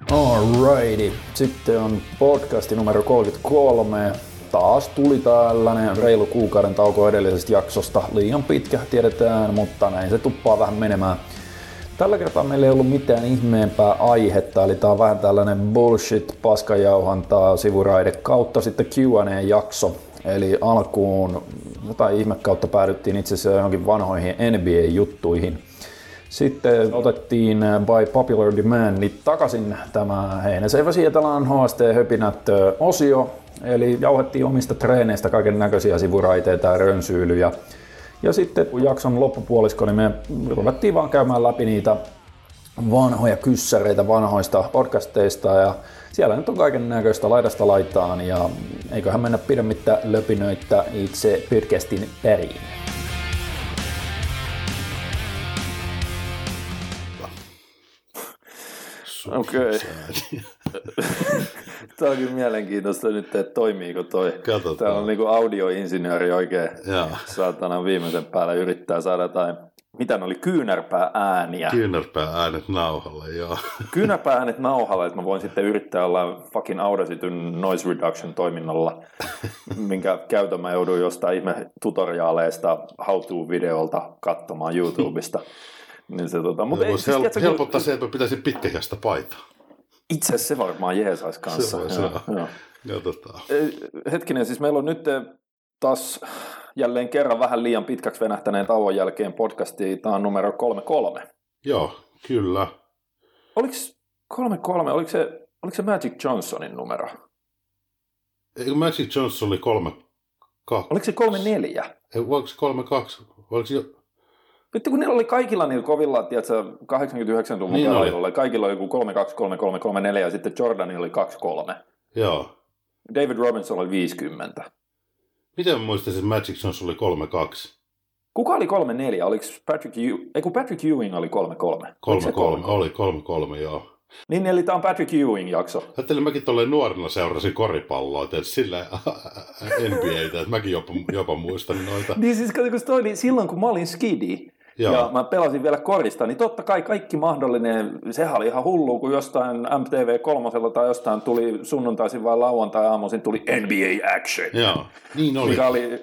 Alrighty. Sitten on podcasti numero 33. Taas tuli tällainen reilu kuukauden tauko edellisestä jaksosta. Liian pitkä, tiedetään, mutta näin se tuppaa vähän menemään. Tällä kertaa meillä ei ollut mitään ihmeempää aihetta, eli tää on vähän tällainen bullshit, paskajauhantaa, sivuraide kautta sitten Q&A-jakso. Eli alkuun jotain ihme kautta päädyttiin itse asiassa johonkin vanhoihin NBA-juttuihin. Sitten otettiin by popular demand niin takaisin tämä Heinäsevä Sietelan HST-höpinät-osio. Eli jauhettiin omista treeneistä kaiken näköisiä sivuraiteita ja rönsyilyjä. Ja sitten kun jakson loppupuolisko, niin me ruvettiin vaan käymään läpi niitä vanhoja kyssäreitä vanhoista podcasteista. Ja siellä nyt on kaiken näköistä laidasta laitaan ja eiköhän mennä pidemmittä löpinöitä itse podcastin pariin. Okei. Tämä on kyllä mielenkiintoista nyt, että toimiiko toi. Katsotaan. Täällä on niinku audioinsinööri oikein saatana viimeisen päällä yrittää saada jotain, mitä ne oli, kyynärpää ääniä. Kyynärpää äänet nauhalle, joo. Kyynärpää äänet nauhalle, että mä voin sitten yrittää olla fucking Audacityn noise reduction toiminnalla, minkä käytön mä joudun jostain ihme tutoriaaleista how-to-videolta katsomaan YouTubesta. Niin se, mutta voisi helpottaa se, että pitäisi pitkäkästä paitaa. Itse asiassa se varmaan jeesais kanssa. Hetkinen, siis meillä on nyt taas jälleen kerran vähän liian pitkäksi venähtäneen tauon jälkeen podcasti. Tämä on numero 33. Joo, kyllä. Oliko 33, oliko se Magic Johnsonin numero? Eikö Magic Johnson oli 32? Oliko se 34? Oliko se 32? Oliko se Vittu, kun niillä oli kaikilla niillä kovilla, tiedätkö, 89-luvun niin pelaajilla, kaikilla oli joku 32, 33, 34 ja sitten Jordanilla oli 23. Joo. David Robinson oli 50. Miten muistaisin, että Magic Johnson oli 32? Kuka oli 34? Oliko Patrick Ewing oli 33? 33, oli 33, joo. Niin, eli tämä on Patrick Ewing-jakso. Ajattelin, mäkin tolleen nuorena seurasin koripalloa, että sillä NBAtä, että mäkin jopa muistan noita. Niin siis kun toi oli silloin, kun mä olin skidi, ja mä pelasin vielä korista, niin totta kai kaikki mahdollinen, sehän oli ihan hullu, kun jostain MTV3 tai jostain tuli sunnuntaisin vai lauantai-aamuisin tuli NBA Action. Joo, niin oli.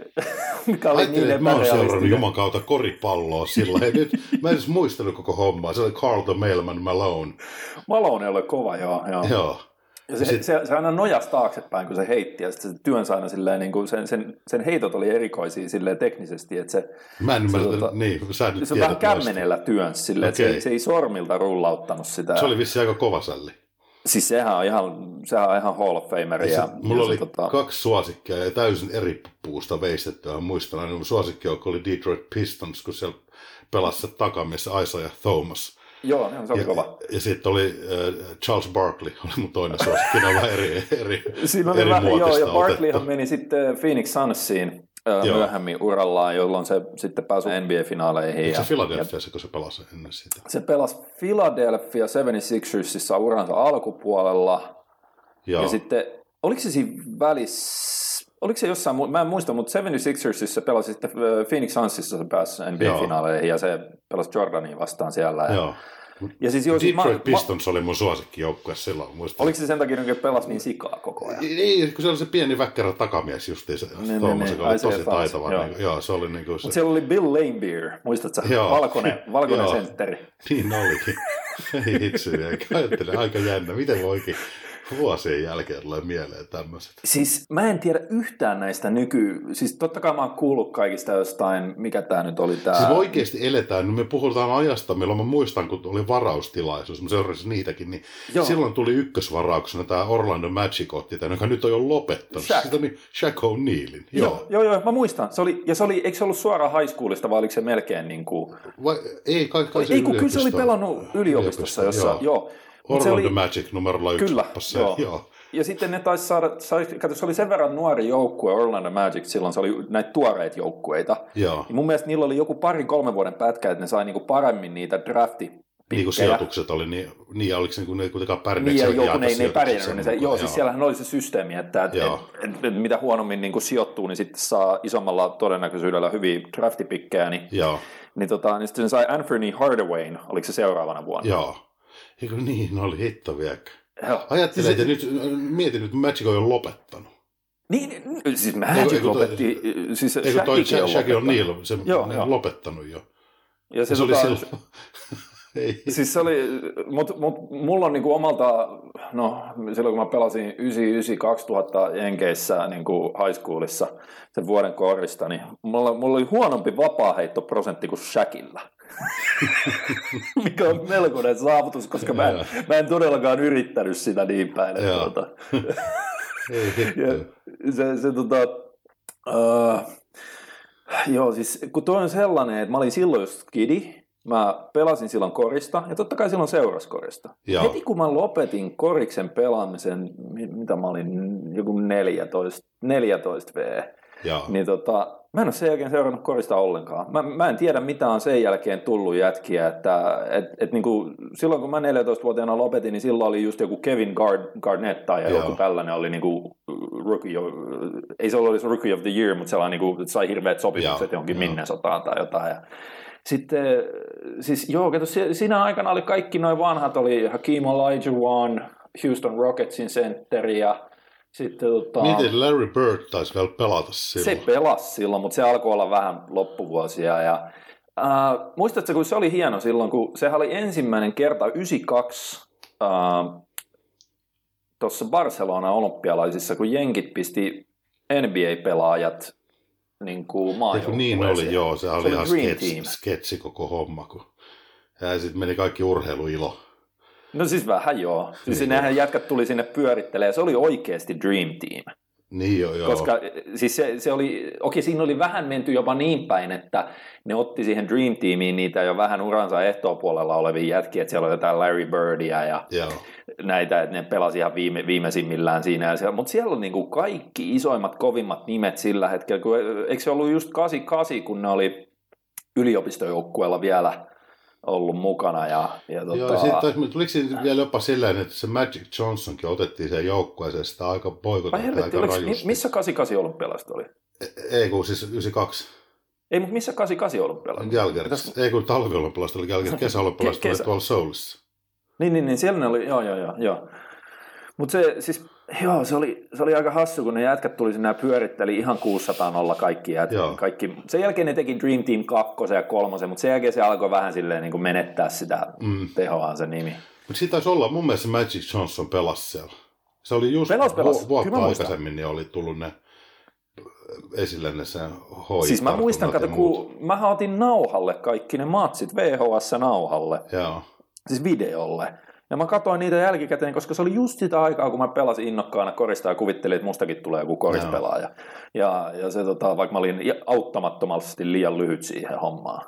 Mikä oli niin epärealistinen. Mä oon seurannut juman kautta koripalloa sillä. Nyt mä en edes muistanut koko hommaa. Se oli Carlton Mailman Malone. Malone oli kova, joo. Ja se aina nojasi taaksepäin, kun se heitti, ja sitten se työnsä aina silleen, niin kuin sen heitot oli erikoisia silleen teknisesti, että se... Mä en ymmärrä, niin, sä nyt se vähän kämmenellä työnsä silleen, okay. Että se ei sormilta rullauttanut sitä. Se oli vissiin aika kova sälli. Siis sehän on ihan Hall of Fameri. Mulla oli kaksi suosikkia ja täysin eri puusta veistettyä. Muistan, että suosikkijoukko oli Detroit Pistons, kun siellä pelasi takamies Isaiah Thomas. Joo, se oli kova. Ja sitten oli Charles Barkley, oli mun toinen suosikki. Ne on vähän Siinä oli vähän, joo, ja Barkleyhan meni sitten Phoenix Sunsiin myöhemmin urallaan, jolloin se sitten pääsi NBA-finaaleihin. Onko se Philadelphiassa, kun se pelasi ennen sitä? Se pelasi Philadelphia 76ersissa uransa alkupuolella. Joo. Ja sitten, oliko se siinä välissä, oliko se jossain, mä en muista, mutta 76ersissa pelasi sitten Phoenix Sunsissa, se pääsi NBA-finaaleihin ja se pelasi Jordaniin vastaan siellä. Joo. Ja siis Detroit Pistons oli mun suosikkijoukkue silloin, muistan. Oliko se sen takia, että pelasi niin sikaa koko ajan? Niin, kun se oli se pieni väkkärä takamies justiin se Thomas, joka oli tosi taitava. Joo, se oli niin kuin se. Mutta siellä oli Bill Laimbeer, muistatko? Valkoinen sentteri. Niin olikin. Ei itse, ajattelen aika jännä. Miten voikin vuosien jälkeen tulee mieleen tämmöiset? Siis mä en tiedä yhtään näistä siis totta kai mä oon kuullut kaikista jostain, mikä tää nyt oli tää. Siis oikeesti eletään, me puhutaan ajasta, milloin mä muistan, kun oli varaustilaisuus, mä seurasin niitäkin, niin silloin tuli ykkösvarauksena tää Orlando Magic otti tämän, joka nyt on jo lopettanut. Sitä oli Shaq O'Nealin. Joo, mä muistan. Eikö se ollut suoraan high schoolista, vai oliko se melkein niinku... Ei, kai se yliopistossa. Kyllä se oli pelannut yliopistossa jossain, joo. Orlando Magic numero 1. Kyllä, joo. Ja sitten ne taisi saada, se oli sen verran nuori joukkue, Orlando Magic, silloin se oli näitä tuoreita joukkueita. Joo. Ja mun mielestä niillä oli joku 2-3 vuoden pätkä, että ne sai niinku paremmin niitä draftipikkejä. Niin kuin sijoitukset oli, niin oliko se ne kuitenkaan pärjänneet? Niin, ne ei pärjänneet. Joo, siis siellähän oli se systeemi, että mitä huonommin niin kuin sijoittuu, niin sitten saa isommalla todennäköisyydellä hyviä draftipikkejä. Niin sitten se sai Anthony Hardawayn, oliko se seuraavana vuonna? Joo. Eikö niin, oli hitto viekö? Ajattelen, että nyt mietin, että Magic on jo lopettanut. Niin, siis Magic lopetti. Siis Shaquille O'Neal, se on lopettanut jo. Ja se oli silloin. Siis se oli, mulla on niinku omalta, silloin kun mä pelasin 99-2000 Jenkeissä niinku high schoolissa sen vuoden korista, niin mulla oli huonompi vapaaheittoprosentti kuin Shaqilla. Mikä on melkoinen saavutus, koska mä en todellakaan yrittänyt sitä niin päin. Joo, siis kun toi on sellainen, että mä olin silloin just skidi, mä pelasin silloin korista, ja totta kai silloin seuraskorista. Heti kun mä lopetin koriksen pelaamisen, mitä mä olin, joku 14 V, niin mä en ole sen jälkeen seurannut korista ollenkaan. Mä en tiedä, mitä on sen jälkeen tullut jätkiä, että niinku, silloin kun mä 14-vuotiaana lopetin, niin silloin oli just joku Kevin Garnett tai joku tällainen oli niinku ei se ollut Rookie of the Year, mutta sellainen niinku, sai hirveät sopimukset johonkin Minnesotaan tai jotain. Ja sitten, siis kato, siinä aikana oli kaikki noin vanhat, oli Hakeem Olajuwon, Houston Rocketsin sentteri ja sitten miten Larry Bird taisi vielä pelata silloin? Se pelasi silloin, mutta se alkoi olla vähän loppuvuosia. Ja, muistatko, kun se oli hieno silloin, kun sehän oli ensimmäinen kerta 92 tuossa Barcelona olympialaisissa, kun jenkit pisti NBA-pelaajat niin kuin maajoukkueeseen. Niin oli, joo. Se oli ihan sketsi koko homma. Ja sitten meni kaikki urheiluilo. No siis vähän joo. Siis nehän jätkät tuli sinne pyörittelemään ja se oli oikeasti Dream Team. Niin joo. Koska siis se oli, siinä oli vähän menty jopa niin päin, että ne otti siihen Dream Teamiin niitä jo vähän uransa ehtoopuolella olevia jätkiä, että siellä oli jotain Larry Birdia ja näitä, että ne pelasi ihan viimeisimmillään siinä. Mutta siellä on niinku kaikki isoimmat, kovimmat nimet sillä hetkellä, kun, eikö se ollut just 88, kun ne oli yliopistojoukkueella vielä ollut mukana. Ja sitten tuliko siinä vielä jopa silleen, että se Magic Johnsonkin otettiin sen joukkueeseen, sitä aika poikotettiin aika rajusti. Missä 88 olympialaista oli? Ei kun siis 92. Ei, mutta missä 88 olympialaista? Jälkeen. Ei kun talviolympialaista oli jälkeen, kesäolympialaista oli tuolla Soulissa. Niin, siellä ne oli, joo. Mutta se oli aika hassu, kun ne jätkät tuli sinne ja pyöritteli ihan 600-0 kaikki. Sen jälkeen ne teki Dream Team 2 ja 3, mutta sen jälkeen se alkoi vähän silleen niin kuin menettää sitä tehoaan se nimi. Mutta siitä taisi olla, mun mielestä Magic Johnson pelasi siellä. Se oli just vuotta aikaisemmin, niin oli tullut ne esille ne sen hoitartunat. Siis mä muistan, kun mä otin nauhalle kaikki ne matsit VHS-nauhalle. Joo. Siis videolle. Ja mä katsoin niitä jälkikäteen, koska se oli just sitä aikaa, kun mä pelasin innokkaana korista ja kuvittelin, että mustakin tulee joku korispelaaja. Ja se vaikka mä olin auttamattomasti liian lyhyt siihen hommaan.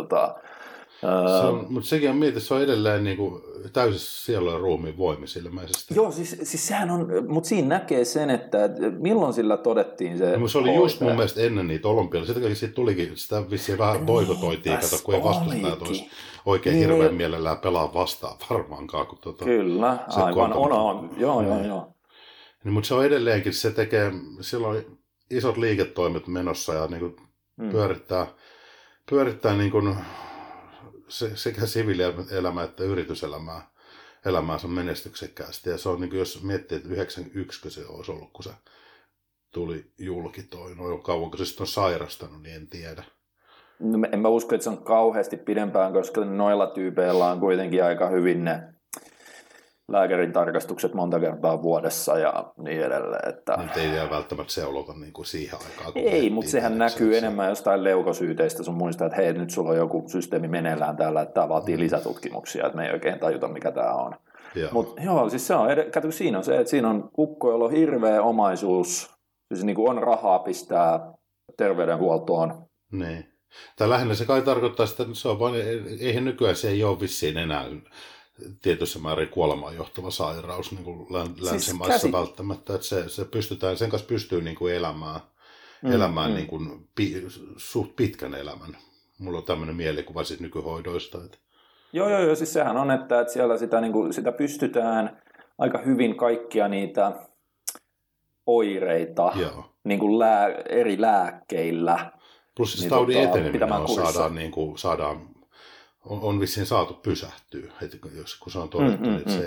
Mutta sekin on mietin, se on edelleen niinku täysin sielun ja ruumiin voimis ilmeisesti. Joo, siis sehän on, mutta siinä näkee sen, että milloin sillä todettiin se. No, se oli just mun mielestä ennen niitä olympialaisia. Siitä tulikin, sitä vissiin vähän boikotoitiin, kun ei vastustajat olisi oikein hirveän mielellään pelaa vastaan varmaankaan. Kyllä, aivan on. Joo. Niin, mutta se on edelleenkin, se tekee, silloin isot liiketoimet menossa ja niin pyörittää niin kuin sekä siviilielämää että yrityselämäänsä menestyksekkäästi. Ja se on, niin kuin, jos miettii, että 91 se olisi ollut, kun se tuli julki toi. No kauanko se sitten on sairastanut, niin en tiedä. No, en mä usko, että se on kauheasti pidempään, koska noilla tyypeillä on kuitenkin aika hyvin ne lääkärin tarkastukset monta kertaa vuodessa ja niin edelleen. Että nyt ei jää välttämättä seulota niin kuin siihen aikaan. Ei, mutta sehän näkyy enemmän jostain leukosyyteistä sun muistaa, että hei, nyt sulla on joku systeemi meneillään täällä, että tämä vaatii lisätutkimuksia, että me ei oikein tajuta, mikä tämä on. Mutta siis se on, kato, siinä on se, että siinä on ukko, jolla on hirveä omaisuus, siis niin kuin on rahaa pistää terveydenhuoltoon. Niin. Tai lähinnä se kai tarkoittaa sitä, että se on vain, eihän nykyään se ei ole vissiin enää tietyssä määrin kuolemaan johtava sairaus niin kuin länsimaissa siis välttämättä, että se pystytään, sen kanssa pystyy niin kuin elämään niin kuin suht pitkän elämän. Mulla on tämmöinen mielikuva siis nykyhoidoista. Että. Joo, siis sehän on, että siellä sitä pystytään aika hyvin kaikkia niitä oireita niin kuin eri lääkkeillä. Plus siis taudin eteneminen saadaan on vissiin saatu pysähtyä, kun se on todettu.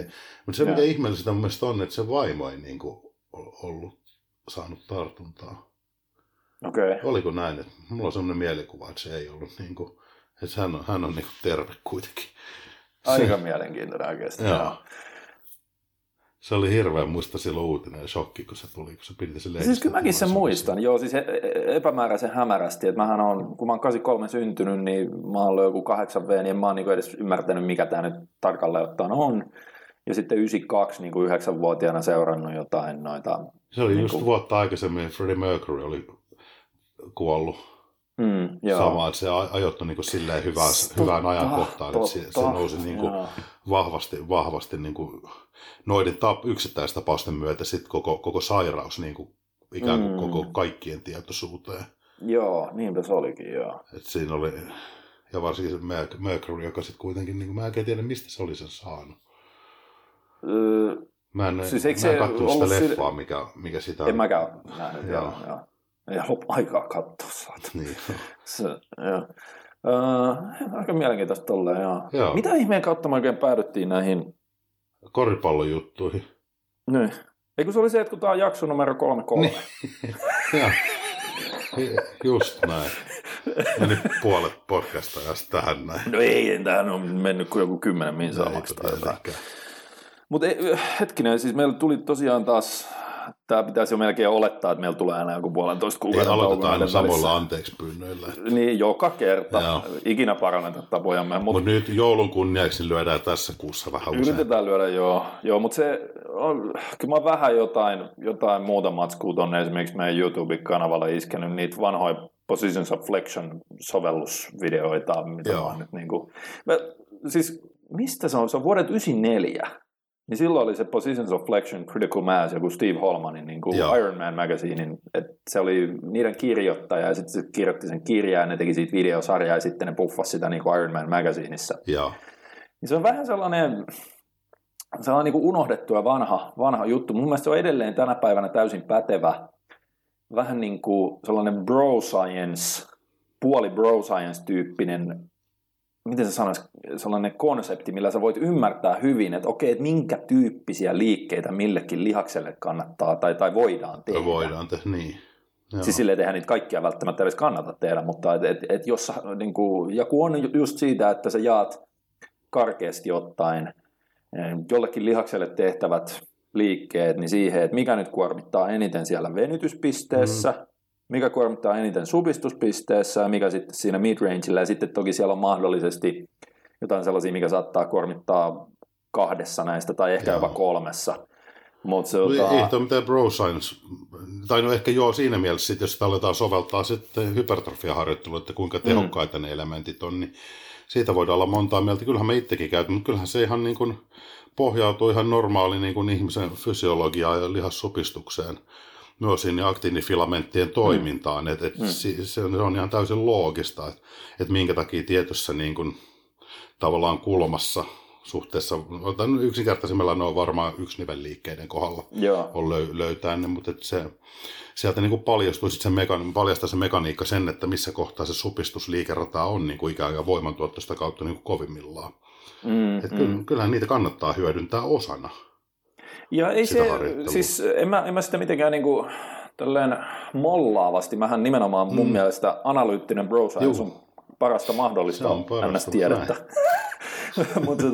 Mutta se, mikä ihmeellistä mun mielestä on, että se vaimo ei niin kuin ollut saanut tartuntaa. Okei. Oliko näin? Että mulla on sellainen mielikuva, että se ei ollut niin kuin, että hän on niin kuin terve kuitenkin. Aika mielenkiintoinen oikeasti. Joo. Se oli hirveän muista silloin uutinen ja shokki, kun se tuli, kun se piti se lehdistä. Siis kyllä mäkin sen muistan. Joo, siis epämääräisen hämärästi. Että mähän on, kun mä oon 83 syntynyt, niin mä oon ollut joku 8V, niin en mä oon niinku edes ymmärtänyt, mikä tää nyt tarkalleen ottaen on. Ja sitten 92, niin kuin 9-vuotiaana seurannut jotain noita. Se oli just vuotta aikaisemmin, Freddie Mercury oli kuollut. Sama, että se ajoittui niin silleen hyvään ajankohtaan, että se nousi niin kuin vahvasti niin kuin noiden yksittäistapausten myötä sit koko sairaus niin kuin ikään kuin koko kaikkien tietoisuuteen. Joo, niinpä se olikin, joo. Et siinä oli, ja varsinkin se Mercury, joka sitten kuitenkin, niin kuin, mä en tiedä mistä se oli sen saanut. Mä en katsonut sitä leffaa, mikä sitä... En mäkään nähnyt, joo. Ei ollut aikaa katsoa saata. Niin. Aika mielenkiintoista tolleen, joo. Mitä ihmeen kautta me oikein päädyttiin näihin... Koripallojuttuihin. Niin. Eikö se oli se, että kun tämä on jakso numero 33? Joo. Just näin. Meni puolet podcastajasta tähän näin. No ei, tähän on mennyt kuin joku 10 minsaamaksi tai jotain. Mutta hetkinen, siis meillä tuli tosiaan taas... Tämä pitäisi jo melkein olettaa, että meillä tulee aina joku 1,5 kuukauden tauko. Aloitetaan aina samoilla anteeksi pyynnöillä. Niin, joka kerta. Joo. Ikinä paranneta tapojamme. Mutta nyt joulun kunniaksi lyödään tässä kuussa vähän usein. Yritetään lyödä, joo, mutta se on, kyllä mä vähän jotain muuta matskua tuonne esimerkiksi meidän YouTube-kanavalla iskenyt niitä vanhoja Positions of Flexion-sovellusvideoita, mitä mä oon nyt niinku... Siis mistä se on? Se on vuodet 1994. Niin silloin oli se Positions of Flexion Critical Mass, joku Steve Holmanin niin kuin Iron Man Magazinein, että se oli niiden kirjoittaja ja sitten se kirjoitti sen kirjaa ja ne teki siitä videosarjaa ja sitten ne puffasi sitä niin kuin Iron Man Magazineissa. Joo. Niin se on vähän sellainen niin kuin unohdettu ja vanha juttu. Mun mielestä se on edelleen tänä päivänä täysin pätevä, vähän niin kuin sellainen bro science, puoli bro science tyyppinen, miten se sanoisi, sellainen konsepti, millä sä voit ymmärtää hyvin, että okei, että minkä tyyppisiä liikkeitä millekin lihakselle kannattaa tai voidaan tehdä. Voidaan tehdä, niin. Joo. Siis silleen tehdään niitä kaikkia välttämättä edes kannata tehdä, mutta et jos niin kuin, ja kun on just siitä, että sä jaat karkeasti ottaen jollekin lihakselle tehtävät liikkeet, niin siihen, että mikä nyt kuormittaa eniten siellä venytyspisteessä, mikä kuormittaa eniten supistuspisteessä ja mikä sitten siinä mid-rangella. Ja sitten toki siellä on mahdollisesti jotain sellaisia, mikä saattaa kuormittaa 2 näistä tai ehkä jopa 3. Ei toi mitään bro science. Tai no ehkä joo siinä mielessä, sit, jos sitä aletaan soveltaa sitten hypertrofiaharjoittelua, että kuinka tehokkaita ne elementit on, niin siitä voidaan olla montaa mieltä. Kyllähän me itsekin käytämme, mutta kyllähän se ihan niin kuin pohjautuu ihan normaali niin kuin ihmisen fysiologiaan ja lihassupistukseen. Myös siinä aktiinifilamenttien toimintaan, että se on ihan täysin loogista, että minkä takia tietyssä niin kuin, tavallaan kulmassa suhteessa, yksinkertaisimmilla ne on varmaan yksinivelliikkeiden kohdalla on löytää ne, mutta että sieltä niin kuin paljastaa se mekaniikka sen, että missä kohtaa se supistusliikerata on niin kuin ikään kuin voimantuottosta kautta niin kuin kovimmillaan. Kyllähän niitä kannattaa hyödyntää osana. Ja ei se, siis en mä sitä mitenkään niinku tälleen mollaavasti, mähän nimenomaan mun mielestä analyyttinen bro science on parasta mahdollista, ennäs tiedettä. Mutta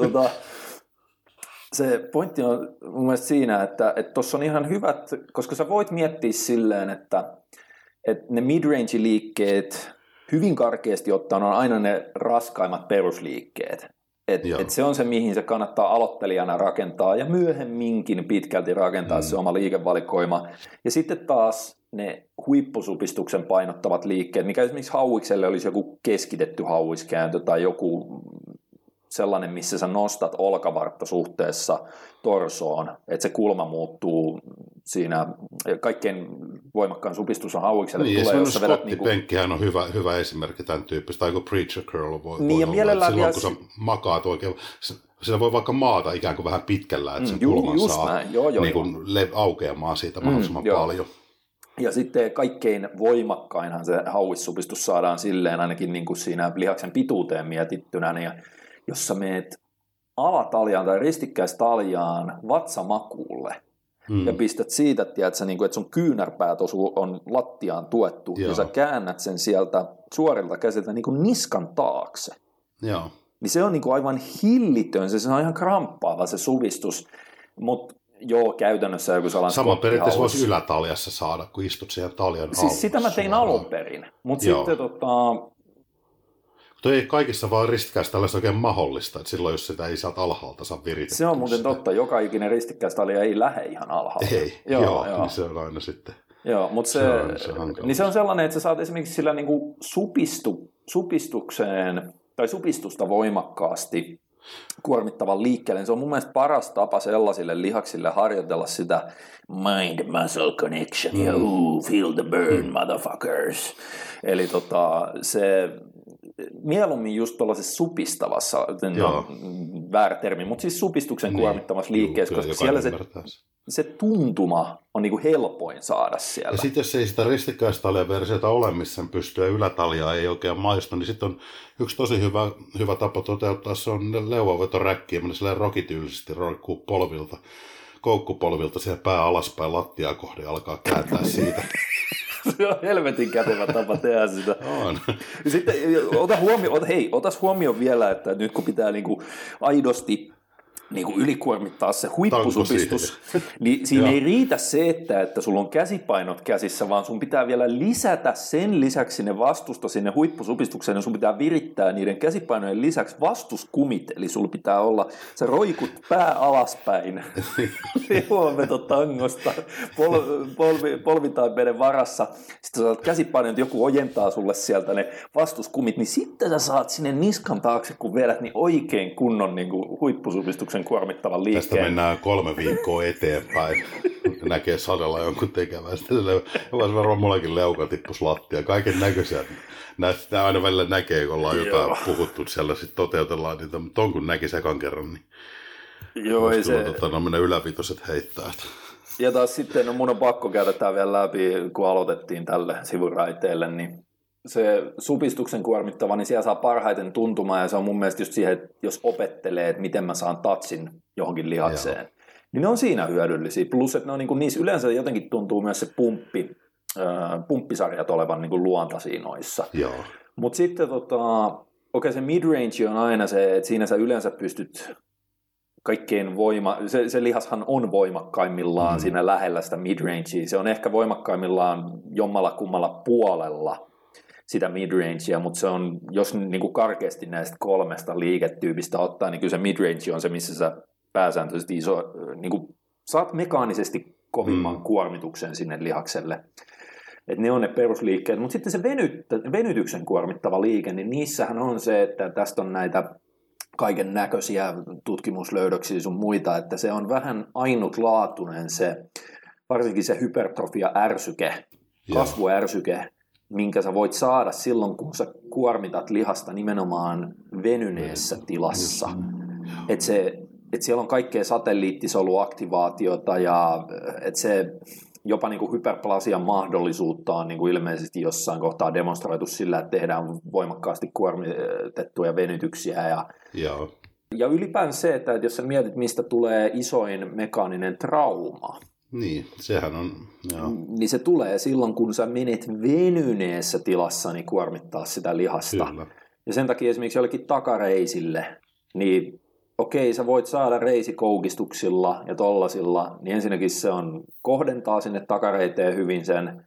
se pointti on mun mielestä siinä, että tossa on ihan hyvät, koska sä voit miettiä silleen, että ne mid-range-liikkeet hyvin karkeasti ottaen on aina ne raskaimmat perusliikkeet. Et se on se, mihin se kannattaa aloittelijana rakentaa ja myöhemminkin pitkälti rakentaa se oma liikevalikoima. Ja sitten taas ne huippusupistuksen painottavat liikkeet, mikä esimerkiksi hauikselle olisi joku keskitetty hauiskääntö tai joku sellainen, missä sä nostat olkavartta suhteessa torsoon, että se kulma muuttuu siinä, kaikkein voimakkaan supistus on hauikselle. Niin, tulee, jos skottipenkkihän on hyvä esimerkki tämän tyyppistä, tai kun preacher curl voi olla, silloin kun sä makaat oikein, sillä voi vaikka maata ikään kuin vähän pitkällä, että sen kulman saa niin kuin aukeamaan siitä mahdollisimman paljon. Ja sitten kaikkein voimakkainhan se hauissupistus saadaan silleen ainakin niin kuin siinä lihaksen pituuteen mietittynä, ja jos sä meet alataljaan tai ristikkäistaljaan vatsamakuulle ja pistät siitä, tiedätkö, niin kuin, että sun kyynärpäät on lattiaan tuettu ja sä käännät sen sieltä suorilta käsiltä niin kuin niskan taakse. Joo. Niin se on niin kuin aivan hillitön, se on ihan kramppaava se supistus, mutta joo, käytännössä joku sellainen sama periaatteessa voisi ylätaljassa saada, kun istut siihen taljan alla. Siis sitä mä tein alun perin, mutta sitten Toi ei kaikissa vaan ristikkäistalja oikein mahdollista, että silloin jos sitä ei sieltä alhaalta saa viritettyä. Se on muuten totta, joka ikinen ristikkäistalja ei lähde ihan alhaalta. Ei, joo. Niin se on aina sitten. Joo, mutta se on sellainen, että sä saat esimerkiksi sillä niin kuin supistukseen tai supistusta voimakkaasti kuormittavan liikkeelle. Se on mun mielestä paras tapa sellaisille lihaksille harjoitella sitä mind-muscle connection ja feel the burn, motherfuckers. Eli se mieluummin just tuollaisessa supistavassa, väärä termi, mutta siis supistuksen kuormittavassa liikkeessä, koska siellä se tuntuma on niinku helpoin saada siellä. Ja sitten jos ei sitä ristikkäistaljan versiota ole, missä pystyy ja ylätaljaa ei oikein maistu, niin sitten on yksi tosi hyvä tapa toteuttaa, se on leuanvetoräkki, ja mennä rokityylisesti roikkuu koukkupolvilta siellä pää alaspäin lattiaa kohden ja alkaa kääntää siitä. Se on helvetin kätevä tapa tehdä sitä. On. Sitten otas huomioon vielä, että nyt kun pitää niinku aidosti niinku ylikuormittaa se huippusupistus, niin siinä ei riitä se, että sulla on käsipainot käsissä, vaan sun pitää vielä lisätä sen lisäksi sinne vastusta sinne huippusupistukseen, ja sun pitää virittää niiden käsipainojen lisäksi vastuskumit, eli sulla pitää olla, sä roikut pää alaspäin leuanvetotangosta polvitaipeden varassa, sitten sä saat käsipainot, joku ojentaa sulle sieltä ne vastuskumit, niin sitten sä saat sinne niskan taakse, kun vedät, niin oikein kunnon niin kuin huippusupistuksen kuormittavan liikkeen. Tästä mennään 3 viikkoa eteenpäin. Näkee sadella jonkun tekevän. Varmaan mullakin leuka tippus lattia. Kaiken näköisiä. Näistä aina välillä näkee, kun ollaan jotain puhuttu siellä, sitten toteutellaan niitä. Mutta on kun näki sekan kerran, niin joo, ei se mennä ylävitoset heittää. Ja taas sitten, no mun on pakko käydä tämä vielä läpi, kun aloitettiin tälle sivuraiteelle, niin se supistuksen kuormittava, niin siellä saa parhaiten tuntumaan, ja se on mun mielestä just siihen, että jos opettelee, että miten mä saan touchin johonkin lihakseen, niin ne on siinä hyödyllisiä. Plus, että ne on, niin kuin, niissä yleensä jotenkin tuntuu myös se pumppisarjat olevan niin kuin luontaisia noissa. Mutta sitten se midrange on aina se, että siinä sä yleensä pystyt kaikkein se lihashan on voimakkaimmillaan siinä lähellä sitä midrangea. Se on ehkä voimakkaimmillaan jommalla kummalla puolella sitä midrangea, mutta se on, jos niin kuin karkeasti näistä 3 liiketyypistä ottaa, niin kyllä se midrange on se, missä sä pääsääntöisesti niin kuin saat mekaanisesti kovimman kuormituksen sinne lihakselle. Et ne on ne perusliikkeet, mutta sitten se venytyksen kuormittava liike, niin niissähän on se, että tästä on näitä kaiken näköisiä tutkimuslöydöksiä sun muita, että se on vähän ainutlaatuinen se, varsinkin se hypertrofia-ärsyke, kasvuärsyke, minkä sä voit saada silloin, kun sä kuormitat lihasta nimenomaan venyneessä tilassa. Että siellä on kaikkea satelliittisoluaktivaatiota ja että se jopa niin kuin hyperplasian mahdollisuutta on niin kuin ilmeisesti jossain kohtaa demonstroitu sillä, että tehdään voimakkaasti kuormitettuja venytyksiä. Ja ylipäänsä se, että jos sä mietit, mistä tulee isoin mekaaninen trauma, niin, sehän on. Niin se tulee silloin, kun sä menet venyneessä tilassa, niin kuormittaa sitä lihasta. Kyllä. Ja sen takia esimerkiksi jollekin takareisille, niin okei, sä voit saada reisikoukistuksilla ja tollasilla, niin ensinnäkin se on kohdentaa sinne takareiteen hyvin sen.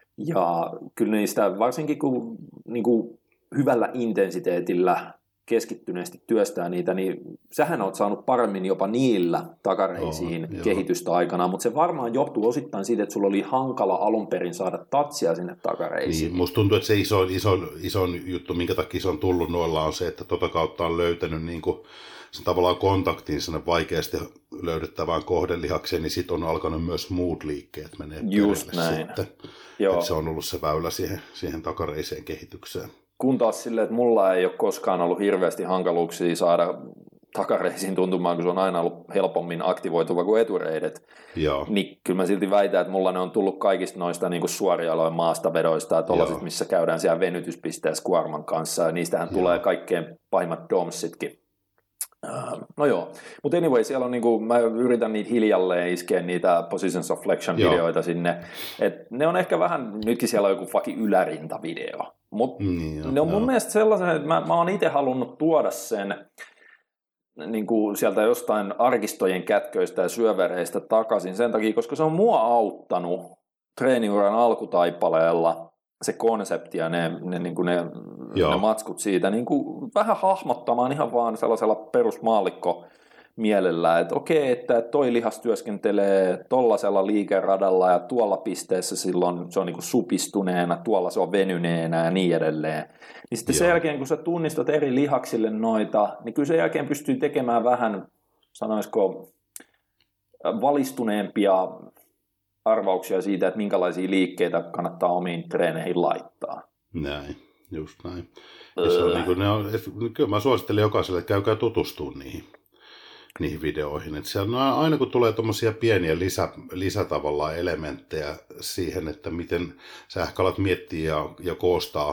Ja kyllä niistä, varsinkin kun niin kuin hyvällä intensiteetillä keskittyneesti työstää niitä, niin sähän oot saanut paremmin jopa niillä takareisiin kehitystä aikana, mutta se varmaan johtuu osittain siitä, että sulla oli hankala alun perin saada tatsia sinne takareisiin. Niin, musta tuntuu, että se iso juttu, minkä takia se on tullut noilla, on se, että tota kautta on löytänyt niin kuin sen tavallaan kontaktiin sinne vaikeasti löydettävään kohdelihakseen, niin sitten on alkanut myös muut liikkeet menee just näin. Sitten. Että se on ollut se väylä siihen takareiseen kehitykseen. Kun taas silleen, että mulla ei ole koskaan ollut hirveästi hankaluuksia saada takareisiin tuntumaan, kun se on aina ollut helpommin aktivoituva kuin etureidet. Niin kyllä mä silti väitän, että mulla ne on tullut kaikista noista niin kuin suorialojen maastavedoista ja tollasista, missä käydään siellä venytyspisteessä kuorman kanssa. Ja niistähän tulee kaikkein pahimmat domsitkin. No joo, mutta anyway, siellä on niinku, mä yritän niitä hiljalleen iskeä niitä Positions of Flexion-videoita sinne, että ne on ehkä vähän, nytkin siellä on joku fucking ylärintavideo, mutta ne on mun mielestä sellaisen, että mä oon itse halunnut tuoda sen niinku sieltä jostain arkistojen kätköistä ja syövereistä takaisin sen takia, koska se on mua auttanut treeniuran alkutaipaleella se konsepti ja ne matskut siitä niin kuin vähän hahmottamaan ihan vaan sellaisella perusmaallikko mielellä, että okei, että toi lihas työskentelee tollasella liikeradalla ja tuolla pisteessä silloin se on niin kuin supistuneena, tuolla se on venyneenä ja niin edelleen. Niin sitten sen jälkeen, kun sä tunnistat eri lihaksille noita, niin kyllä sen jälkeen pystyy tekemään vähän, sanoisiko, valistuneempia arvauksia siitä, että minkälaisia liikkeitä kannattaa omiin treeneihin laittaa. Näin, just näin. Se on, kyllä mä suosittelen jokaiselle, että käykää tutustumaan niihin videoihin. Että siellä aina kun tulee tuommoisia pieniä lisätavalla elementtejä siihen, että miten sä ehkä alat miettiä ja koostaa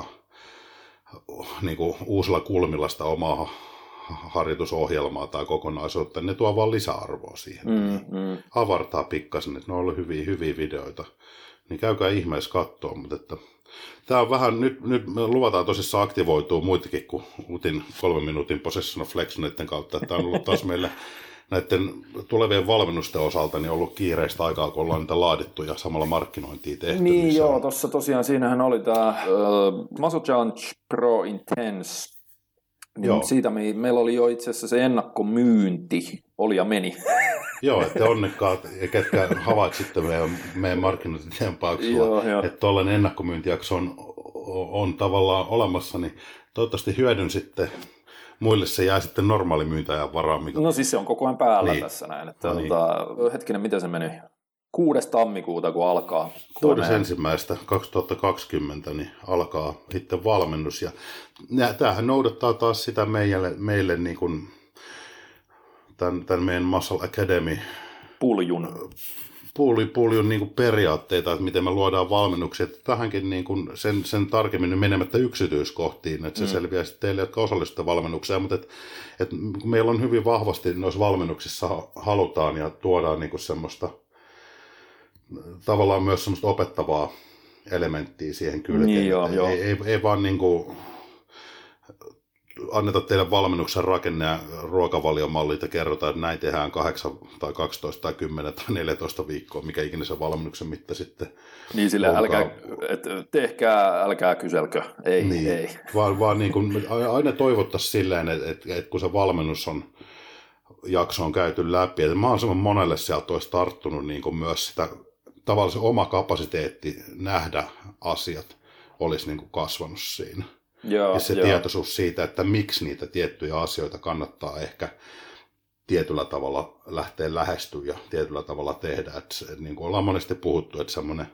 niin kuin uusilla kulmilla sitä omaa harjoitusohjelmaa tai kokonaisuutta, ne tuo vaan lisäarvoa siihen. Avartaa pikkasen, että ne on ollut hyviä videoita. Niin käykää ihmeessä katsoa, mutta että tämä on vähän, nyt me luvataan tosissaan aktivoitua muitakin kuin Utin 3 minuutin Possession of Flexioneiden kautta. Tämä on ollut taas meille näiden tulevien valmennusten osalta niin on ollut kiireistä aikaa, kun ollaan niitä laadittu ja samalla markkinointia tehty. Niin joo, tuossa tosiaan siinähän oli tämä Muscle Challenge Pro Intense. Niin siitä meillä oli jo itse asiassa se ennakkomyynti, oli ja meni. Joo, että onnekkaat, ketkä havaitsitte meidän markkinointitempauksella, että tuollainen ennakkomyyntijakso on tavallaan olemassa, niin toivottavasti hyödynsitte. Muille se jää sitten normaali myyntäjän varaan. No siis se on koko ajan päällä tässä näin. Että hetkinen, miten se meni? 6. tammikuuta, kun alkaa. 6.1.2020 niin alkaa sitten valmennus. Ja tämähän noudattaa taas sitä meille niin kuin tämän meidän Muscle Academy puljun niin kuin periaatteita, että miten me luodaan valmennuksia. Tähänkin niin kuin sen tarkemmin menemättä yksityiskohtiin, että se selviää sitten teille, jotka osallistutte valmennukseen. Mutta että meillä on hyvin vahvasti noissa valmennuksissa halutaan ja tuodaan niin kuin semmoista tavallaan myös semmoista opettavaa elementtiä siihen kylkeen. Niin, ei vaan niin kuin anneta teille valmennuksen rakenne- ja ruokavaliomallit ja kerrotaan, että näin tehdään 8 tai 12 tai 10 tai 14 viikkoa, mikä ikinä se valmennuksen mitta sitten niin sille tehkää, älkää kyselkö. Ei. Vaan niin kuin aina toivottaisiin silleen, että kun se valmennus on jakso on käyty läpi, että mahdollisimman monelle sieltä olisi tarttunut niin kuin myös sitä tavallaan se oma kapasiteetti nähdä asiat olisi niin kuin kasvanut siinä. Ja se tietoisuus siitä, että miksi niitä tiettyjä asioita kannattaa ehkä tietyllä tavalla lähteä lähestyä ja tietyllä tavalla tehdä. Että niin kuin ollaan monesti puhuttu, että semmoinen,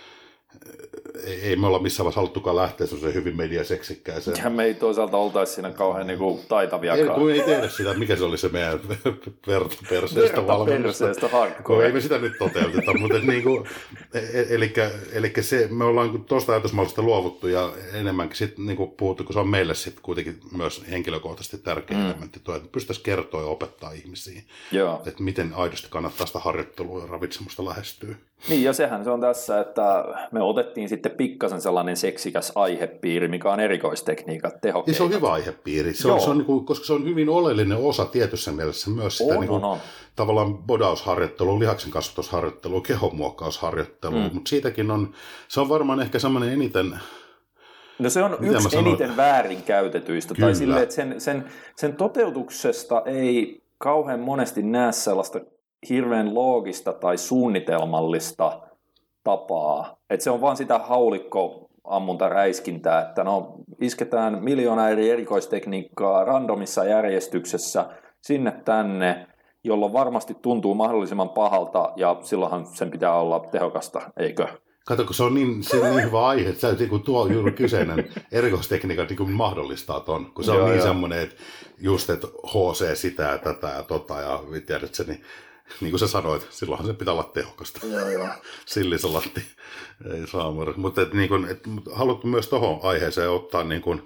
ei me olla missään vaiheessa haluttukaan lähteä semmoiseen hyvin mediaseksikkääseen. Ja me ei toisaalta oltaisi siinä kauhean niin kuin taitaviakaan. Kun ei tehdä sitä, mikä se oli se meidän vertaperseestä valmennusta. Ei me sitä nyt toteuteta, mutta niin kuin, eli se, me ollaan tuosta ajatusmallista luovuttu ja enemmänkin sitten niin puhuttu, kun se on meille sitten kuitenkin myös henkilökohtaisesti tärkeä elementti, että pystyttäisiin kertoa ja opettaa ihmisiä, että miten aidosti kannattaa sitä harjoittelua ja ravitsemusta lähestyä. Niin, ja sehän se on tässä, että me otettiin sitten pikkasen sellainen seksikäs aihepiiri, mikä on erikoistekniikat, tehokeikat. Ja se on hyvä aihepiiri, se on niin kuin, koska se on hyvin oleellinen osa tietyssä mielessä myös sitä tavallaan bodausharjoittelua, lihaksen kasvatusharjoittelua, kehonmuokkausharjoittelua, mutta siitäkin se on varmaan ehkä semmoinen eniten... No se on yksi eniten väärinkäytetyistä, tai silleen, että sen toteutuksesta ei kauhean monesti näe sellaista hirveän loogista tai suunnitelmallista tapaa. Että se on vaan sitä haulikkoammuntaräiskintää, että isketään miljoona eri erikoistekniikkaa randomissa järjestyksessä sinne tänne, jolloin varmasti tuntuu mahdollisimman pahalta ja silloinhan sen pitää olla tehokasta, eikö? Kato, kun se on niin hyvä aihe, että tuo juuri kyseinen erikoistekniikka niin mahdollistaa ton, kun se on niin semmoinen, että just, että HC sitä ja tätä ja tota ja tiedät se, niin kuin sä sanoit, silloinhan se pitää olla tehokasta. Sillisalatti ei saa murra. Mutta haluttu myös tuohon aiheeseen ottaa niin kuin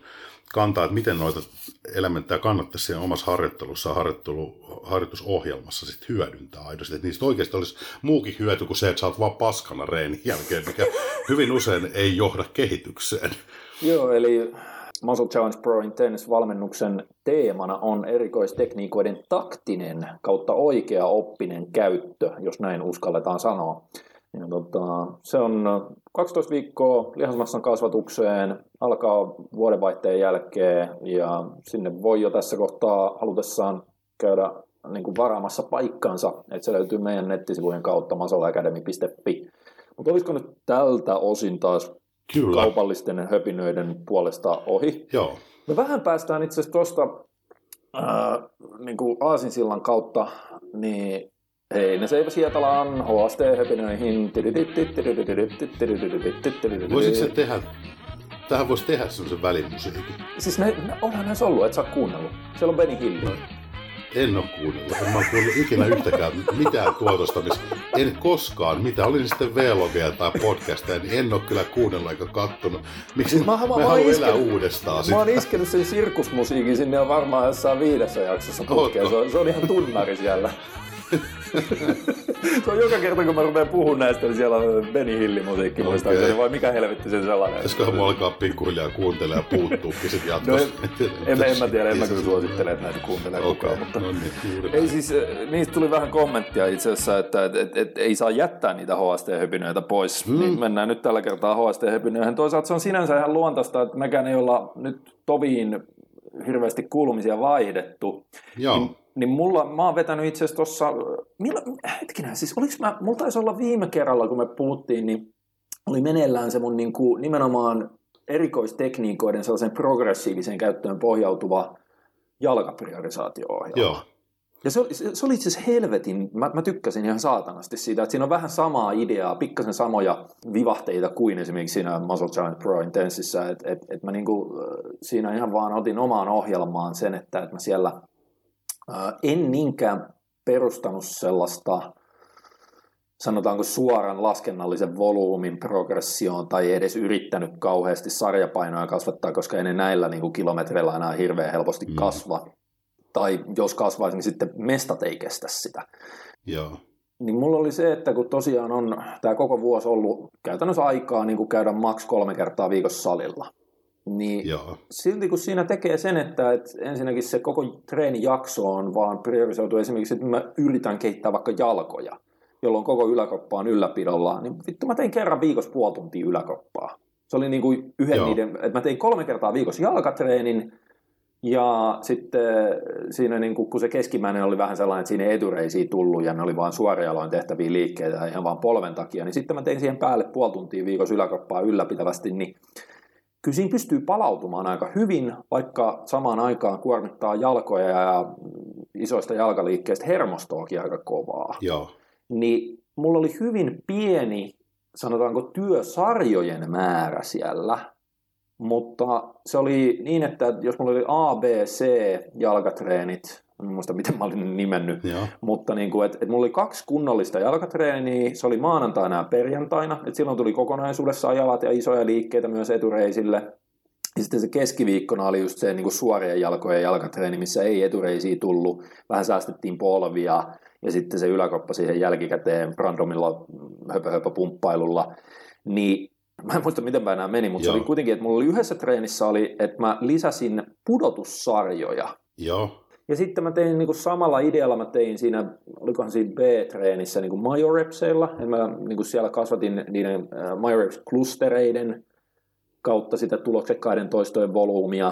kantaa, että miten noita elementtejä kannattaisi siinä omassa harjoittelussa ja harjoitusohjelmassa sit hyödyntää aidosti. Että niistä oikeasti olisi muukin hyöty kuin se, että sä oot vaan paskana reenin jälkeen, mikä hyvin usein ei johda kehitykseen. Joo, eli Muscle Challenge Pro Intense-valmennuksen teemana on erikoistekniikoiden taktinen kautta oikea oppinen käyttö, jos näin uskalletaan sanoa. Ja se on 12 viikkoa lihasmassan kasvatukseen, alkaa vuodenvaihteen jälkeen ja sinne voi jo tässä kohtaa halutessaan käydä niin kuin varaamassa paikkansa, että se löytyy meidän nettisivujen kautta muscleacademy.fi. Mutta olisiko nyt tältä osin taas Kyllä. kaupallisten höpinöiden puolesta ohi? Joo. Me vähän päästään itse asiassa tuosta niin kuin aasinsillan kautta, niin Heinäs Eivas Hietalaan HST-höpinöihin. Voisitko se tehdä? Tähän voisi tehdä sellaisen välimusiikin. Siis onhan näissä ollut, et sä oot kuunnellut. Siellä on Benny Hill. En ole kuunnellut. En mä ole kuunnellut ikinä yhtäkään mitään tuotosta, missä en koskaan, mitä oli sitten vlogeja tai podcasteja, niin en ole kyllä kuunnellut eikä kattonut. Miksi mä haluan elää uudestaan? Mä oon iskenyt sen sirkusmusiikin sinne on varmaan jossain 5 jaksossa putkeen. Se on ihan tunnari siellä. Se on joka kerta, kun mä rupean puhumaan näistä, niin siellä on Benny Hillin musiikki muistaakseni, vai mikä helvetti sen sellainen? Pitäisiköhän mua alkaa pikkuhiljaa kuuntelemaan ja puuttuukin sit jatkossa? En mä tiedä, en mä kyllä suosittele, että näitä kuuntelee kukaan. Mutta no niin, ei siis, niistä tuli vähän kommenttia itse asiassa, että ei saa jättää niitä HST-höpinöitä pois. Niin mennään nyt tällä kertaa HST-höpinöihin. Toisaalta se on sinänsä ihan luontaista, että mekään ei olla nyt toviin hirveästi kuulumisia vaihdettu. Joo. Niin mä oon vetänyt itse asiassa tuossa, hetkinen, siis mulla taisi olla viime kerralla, kun me puhuttiin, niin oli meneillään se mun niin kuin, nimenomaan erikoistekniikoiden sellaisen progressiiviseen käyttöön pohjautuva jalkapriorisaatio-ohjelma. Joo. Ja se oli itse asiassa helvetin, mä tykkäsin ihan saatanasti siitä, että siinä on vähän samaa ideaa, pikkasen samoja vivahteita kuin esimerkiksi siinä Muscle Challenge Pro Intensessä, että mä niin kuin, siinä ihan vaan otin omaan ohjelmaan sen, että mä siellä en niinkään perustanut sellaista, sanotaanko suoran laskennallisen volyymin progressioon tai edes yrittänyt kauheasti sarjapainoja kasvattaa, koska ei ne näillä niin kuin kilometreillä enää hirveän helposti kasva. Tai jos kasvaisi, niin sitten mestat ei kestä sitä. Joo. Niin mulla oli se, että kun tosiaan on tämä koko vuosi ollut käytännössä aikaa niin kuin käydä maks 3 kertaa viikossa salilla. Niin Joo. silti kun siinä tekee sen, että ensinnäkin se koko treenijakso on vaan priorisoitu esimerkiksi, että mä yritän kehittää vaikka jalkoja, jolloin koko yläkroppa on ylläpidolla, niin vittu mä tein kerran viikossa puoli tuntia yläkroppaa. Se oli niin kuin yhden niiden, että mä tein 3 kertaa viikossa jalkatreenin, ja sitten siinä niin kun se keskimmäinen oli vähän sellainen, että siinä ei etureisiä tullut ja ne oli vaan suorialoin tehtäviä liikkeitä ihan vaan polven takia, niin sitten mä tein siihen päälle puoli tuntia viikossa yläkroppaa ylläpitävästi, niin kyllä siinä pystyy palautumaan aika hyvin, vaikka samaan aikaan kuormittaa jalkoja ja isoista jalkaliikkeistä hermostoakin aika kovaa. Joo. Niin mulla oli hyvin pieni, sanotaanko työsarjojen määrä siellä, mutta se oli niin, että jos mulla oli A, B, C jalkatreenit, en muista miten mä olin nimennyt, mutta niin kuin, että mulla oli 2 kunnollista jalkatreeniä, se oli maanantaina ja perjantaina, että silloin tuli kokonaisuudessaan jalat ja isoja liikkeitä myös etureisille. Ja sitten se keskiviikkona oli just se niin kuin suorien jalkojen jalkatreeni, missä ei etureisiä tullut, vähän säästettiin polvia ja sitten se yläkroppa siihen jälkikäteen randomilla höpö-pumppailulla, niin mä en muista, miten päin nämä meni, mutta se oli kuitenkin, että mulla oli yhdessä treenissä oli, että mä lisäsin pudotussarjoja. Joo. Ja sitten mä tein niin kuin samalla idealla, mä tein siinä, olikohan siinä B-treenissä niin kuin majorepseilla, ja mä niin kuin siellä kasvatin niiden majoreps-klustereiden kautta sitä tuloksekkaiden toistojen volyymia.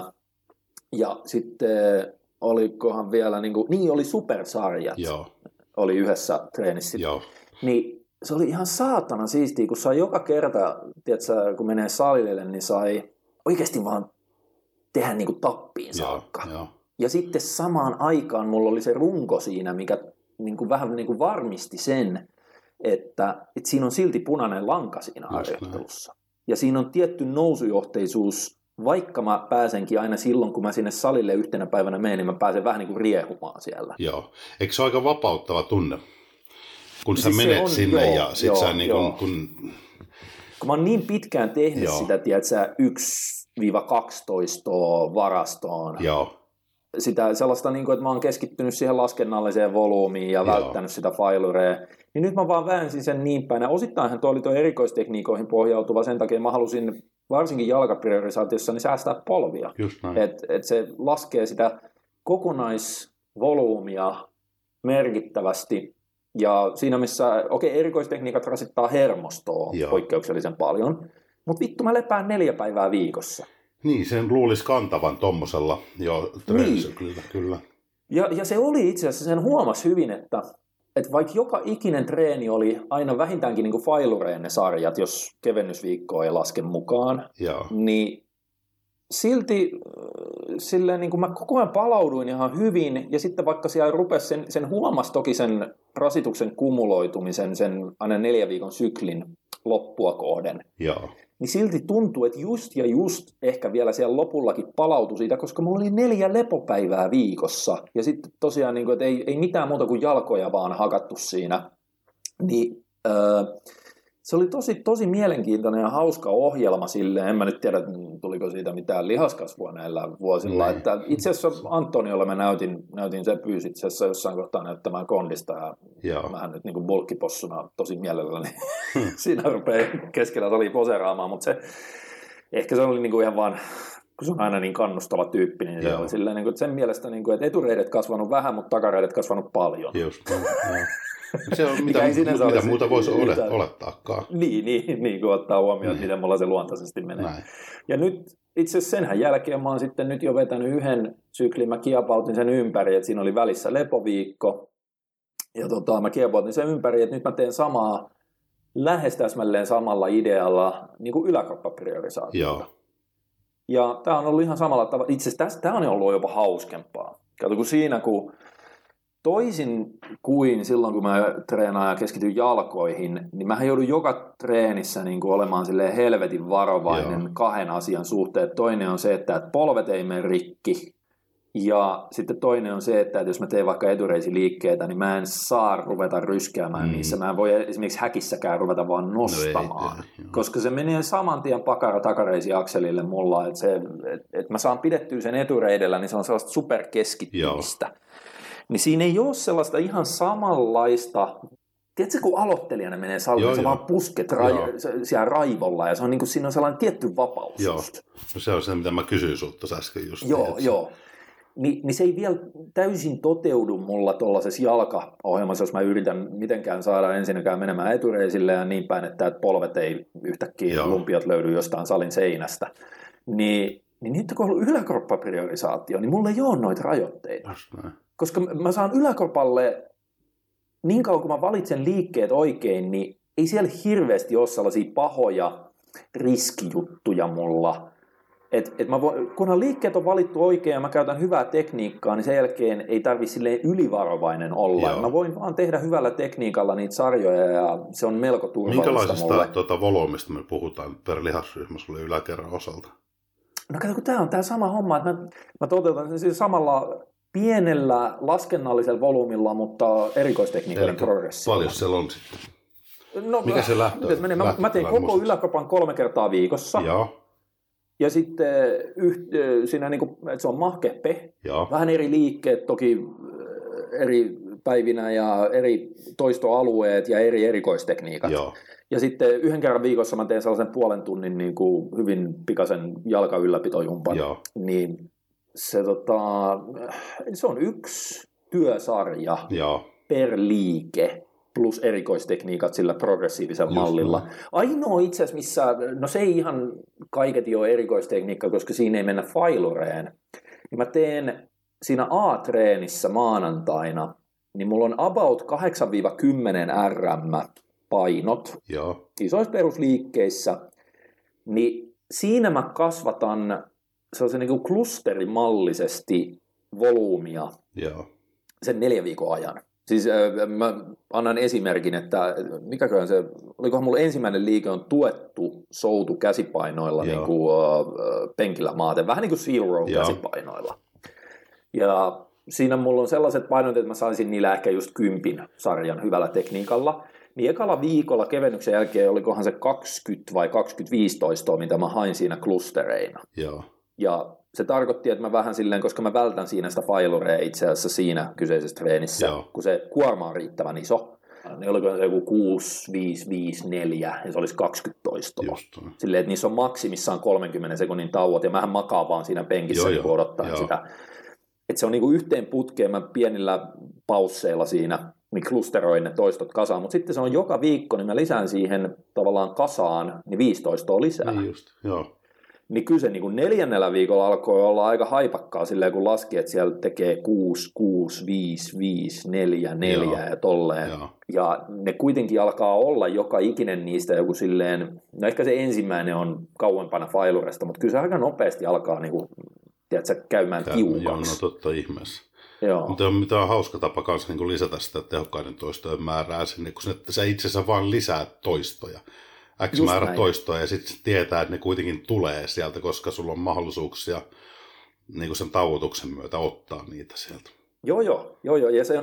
Ja sitten olikohan vielä, niin oli supersarjat, oli yhdessä treenissä. Joo. Niin se oli ihan saatana siistiä, kun sai joka kerta, tiedätkö, kun menee salille, niin sai oikeasti vaan tehdä niin kuin tappiin saakka. Ja sitten samaan aikaan mulla oli se runko siinä, mikä niin kuin vähän niin kuin varmisti sen, että siinä on silti punainen lanka siinä harjoittelussa. Ja siinä on tietty nousujohteisuus, vaikka mä pääsenkin aina silloin, kun mä sinne salille yhtenä päivänä menen, niin mä pääsen vähän niin kuin riehumaan siellä. Joo. Eikö se ole aika vapauttava tunne? Kun sä menet sinne ja sit sä niin kun mä oon niin pitkään tehnyt sitä, tiedätkö, varastoon. Joo. Sitä sellaista, niin kuin, että mä oon keskittynyt siihen laskennalliseen volyymiin ja välttänyt sitä failurea. Niin nyt mä vaan väänsin sen niin päin. Ja osittainhan tuo oli tuo erikoistekniikoihin pohjautuva. Sen takia mä halusin varsinkin jalkapriorisaatiossa niin säästää polvia. Että se laskee sitä kokonaisvolyymia merkittävästi. Ja siinä missä, erikoistekniikat rasittaa hermostoa poikkeuksellisen paljon. Mutta vittu mä lepään 4 päivää viikossa. Niin, sen luulisi kantavan tommosella jo treenissä, kyllä. Ja se oli itse asiassa, sen huomasi hyvin, että vaikka joka ikinen treeni oli aina vähintäänkin niin kuin failureen ne sarjat, jos kevennysviikkoa ei laske mukaan, niin silti silleen, niin kuin mä koko ajan palauduin ihan hyvin, ja sitten vaikka siellä rupesi, sen huomasi toki sen rasituksen kumuloitumisen, sen aina 4 viikon syklin loppua kohden. Niin silti tuntuu, että just ehkä vielä siellä lopullakin palautui siitä, koska mulla oli 4 lepopäivää viikossa. Ja sitten tosiaan, niin kuin, että ei mitään muuta kuin jalkoja vaan hakattu siinä. Niin, se oli tosi mielenkiintoinen ja hauska ohjelma silleen. En mä nyt tiedä, tuliko siitä mitään lihaskasvua näillä vuosilla. Että itse asiassa Antoniolle mä näytin se pyysi itse asiassa jossain kohtaa näyttämään kondista. Ja mähän nyt niin kuin bulkkipossuna tosi mielelläni siinä rupeaa keskellä salia poseeraamaan. Mutta ehkä se oli niin kuin ihan vaan, kun se on aina niin kannustava tyyppi, niin se oli silleen, niin kuin, että sen mielestä, niin kuin, että etureidet kasvanut vähän, mutta takareidet kasvanut paljon. Just, se on mitä muuta voisi olettaakaan. Niin kun ottaa huomioon, miten mulla se luontaisesti menee. Näin. Ja nyt itse asiassa senhän jälkeen mä oon sitten nyt jo vetänyt 1 syklin, mä kiepautin sen ympäri, että siinä oli välissä lepoviikko. Ja mä kiepautin sen ympäri, että nyt mä teen samaa, lähes täsmälleen samalla idealla niin kuin yläkroppapriorisaatiota. Ja tää on ollut ihan samalla tavalla. Itse asiassa tää on ollut jopa hauskempaa. Kato, kun siinä toisin kuin silloin, kun mä treenaan ja keskityn jalkoihin, niin mähän joudun joka treenissä niin kuin olemaan silleen helvetin varovainen 2 asian suhteen. Toinen on se, että polvet ei mene rikki. Ja sitten toinen on se, että jos mä teen vaikka etureisiliikkeitä, niin mä en saa ruveta ryskeämään niissä. Mä en voi esimerkiksi häkissäkään ruveta vaan nostamaan. Koska se menee saman tien pakara-takareisiakselille mulla. Että mä saan pidettyä sen etureidellä, niin se on sellaista superkeskittymistä. Niin siinä ei ole sellaista ihan samanlaista, tiedätkö kun aloittelijana menee salliin, sä vaan pusket siellä raivolla ja se on niin kuin, siinä on sellainen tietty vapaus. Joo, no se on se mitä mä kysyin sulta äsken just. Joo. Niin se ei vielä täysin toteudu mulla tuollaisessa jalkaohjelmassa, jos mä yritän mitenkään saada ensinnäkään menemään etureisille ja niin päin, että polvet ei yhtäkkiä lumpiot löydy jostain salin seinästä. Niin nyt kun on ollut yläkroppapriorisaatio, niin mulla ei ole noita rajoitteita. Koska mä saan yläkropalle, niin kauan kun mä valitsen liikkeet oikein, niin ei siellä hirveästi ole sellaisia pahoja riskijuttuja mulla. Kunhan liikkeet on valittu oikein ja mä käytän hyvää tekniikkaa, niin sen jälkeen ei tarvitse silleen ylivarovainen olla. Mä voin vaan tehdä hyvällä tekniikalla niitä sarjoja ja se on melko turvallista mulle. Minkälaisesta volyymista me puhutaan per lihasryhmä sulle yläkerran osalta? No kato, kun tää on tää sama homma, että mä toteutan sen samalla pienellä laskennallisella volyymilla, mutta erikoistekniikoiden progressiolla. Paljon siellä on sitten? No, mikä se lähtö? Mä teen koko yläkropan 3 kertaa viikossa. Ja sitten siinä niin kuin, että se on mahkepe. Vähän eri liikkeet toki eri päivinä ja eri toistoalueet ja eri erikoistekniikat. Ja sitten 1 kerran viikossa mä teen sellaisen 0,5 tunnin niin kuin hyvin pikaisen jalkaylläpitojumpan. Niin se on 1 työsarja per liike plus erikoistekniikat sillä progressiivisella mallilla. Ainoa itse asiassa, missä, no se ei ihan kaiketi ole erikoistekniikka, koska siinä ei mennä failureen. Niin mä teen siinä A-treenissä maanantaina, niin mulla on about 8-10 RM painot isoissa perusliikkeissä, niin siinä mä kasvatan sellaisen niin kuin klusterimallisesti volyymia sen 4 viikon ajan. Siis mä annan esimerkin, että mikäköhän se, olikohan mulla ensimmäinen liike on tuettu soutu käsipainoilla niin kuin, penkillä maaten, vähän niin kuin zero käsipainoilla. Ja siinä mulla on sellaiset painot, että mä saisin niillä ehkä just 10 sarjan hyvällä tekniikalla. Niin ekalla viikolla kevennyksen jälkeen olikohan se 20 vai 25 toistoa, mitä mä hain siinä klustereina. Joo. Ja se tarkoitti, että mä vähän silleen, koska mä vältän siinä sitä failurea itse asiassa siinä kyseisessä treenissä, kun se kuorma on riittävän iso. Niin oliko se joku 6, 5, 5, 4, ja se olisi 20 toistoa. Silleen, että niissä on maksimissaan 30 sekunnin tauot, ja mähän makaan vaan siinä penkissä niin odottaen sitä. Että se on niinku yhteen putkeen, mä pienillä pausseilla siinä, niin klusteroin ne toistot kasaan, mutta sitten se on joka viikko, niin mä lisään siihen tavallaan kasaan, niin 15 lisää. Niin just, joo. Niin kyllä se niin 4. viikolla alkoi olla aika haipakkaa silleen, kun laski, että siellä tekee 6, 6, 5, 5, 4, 4 ja tolleen. Joo. Ja ne kuitenkin alkaa olla joka ikinen niistä joku silleen, no ehkä se ensimmäinen on kauempana failuresta, mutta kyllä se aika nopeasti alkaa niin kuin, tiedätkö, käymään tiukaksi. Joo, no totta ihmeessä. Joo. Mutta on hauska tapa kanssa niin lisätä sitä tehokkaiden toistojen määrää sinne, kun sä itse asiassa vaan lisäät toistoja. X määrä toistoja ja sitten tietää, että ne kuitenkin tulee sieltä, koska sulla on mahdollisuuksia niin kuin sen tauotuksen myötä ottaa niitä sieltä. Joo. Ja se,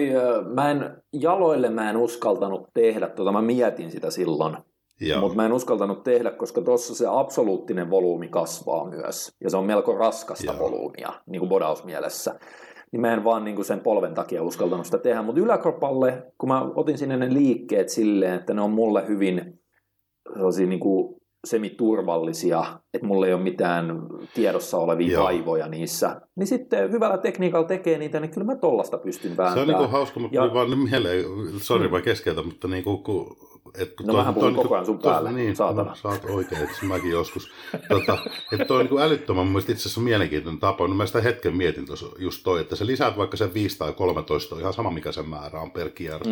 jaloille mä en uskaltanut tehdä, mä mietin sitä silloin, mutta mä en uskaltanut tehdä, koska tuossa se absoluuttinen volyymi kasvaa myös. Ja se on melko raskasta volyymia, niin kuin bodausmielessä. Niin mä en vaan niin kuin sen polven takia uskaltanut sitä tehdä. Mutta yläkropalle, kun mä otin sinne ne liikkeet silleen, että ne on mulle hyvin sellaisia niin kuin semiturvallisia, että mulla ei ole mitään tiedossa olevia vaivoja niissä, niin sitten hyvällä tekniikalla tekee niitä, niin kyllä mä tollasta pystyn vääntämään. Se on niin kuin hauska, mutta tuli vaan mieleen, sori mä keskeytän, mutta niin kuin, no mähän puhun koko ajan sun päälle, niin, saatana. No, sä oot oikein, että mäkin joskus. Että toi on niin kuin älyttömän, mun mielestä itse asiassa mielenkiintoinen tapa, no mä sitä hetken mietin tuossa just toi, että sä lisäät vaikka sen 5 tai 13, on ihan sama mikä se määrä on per kierto.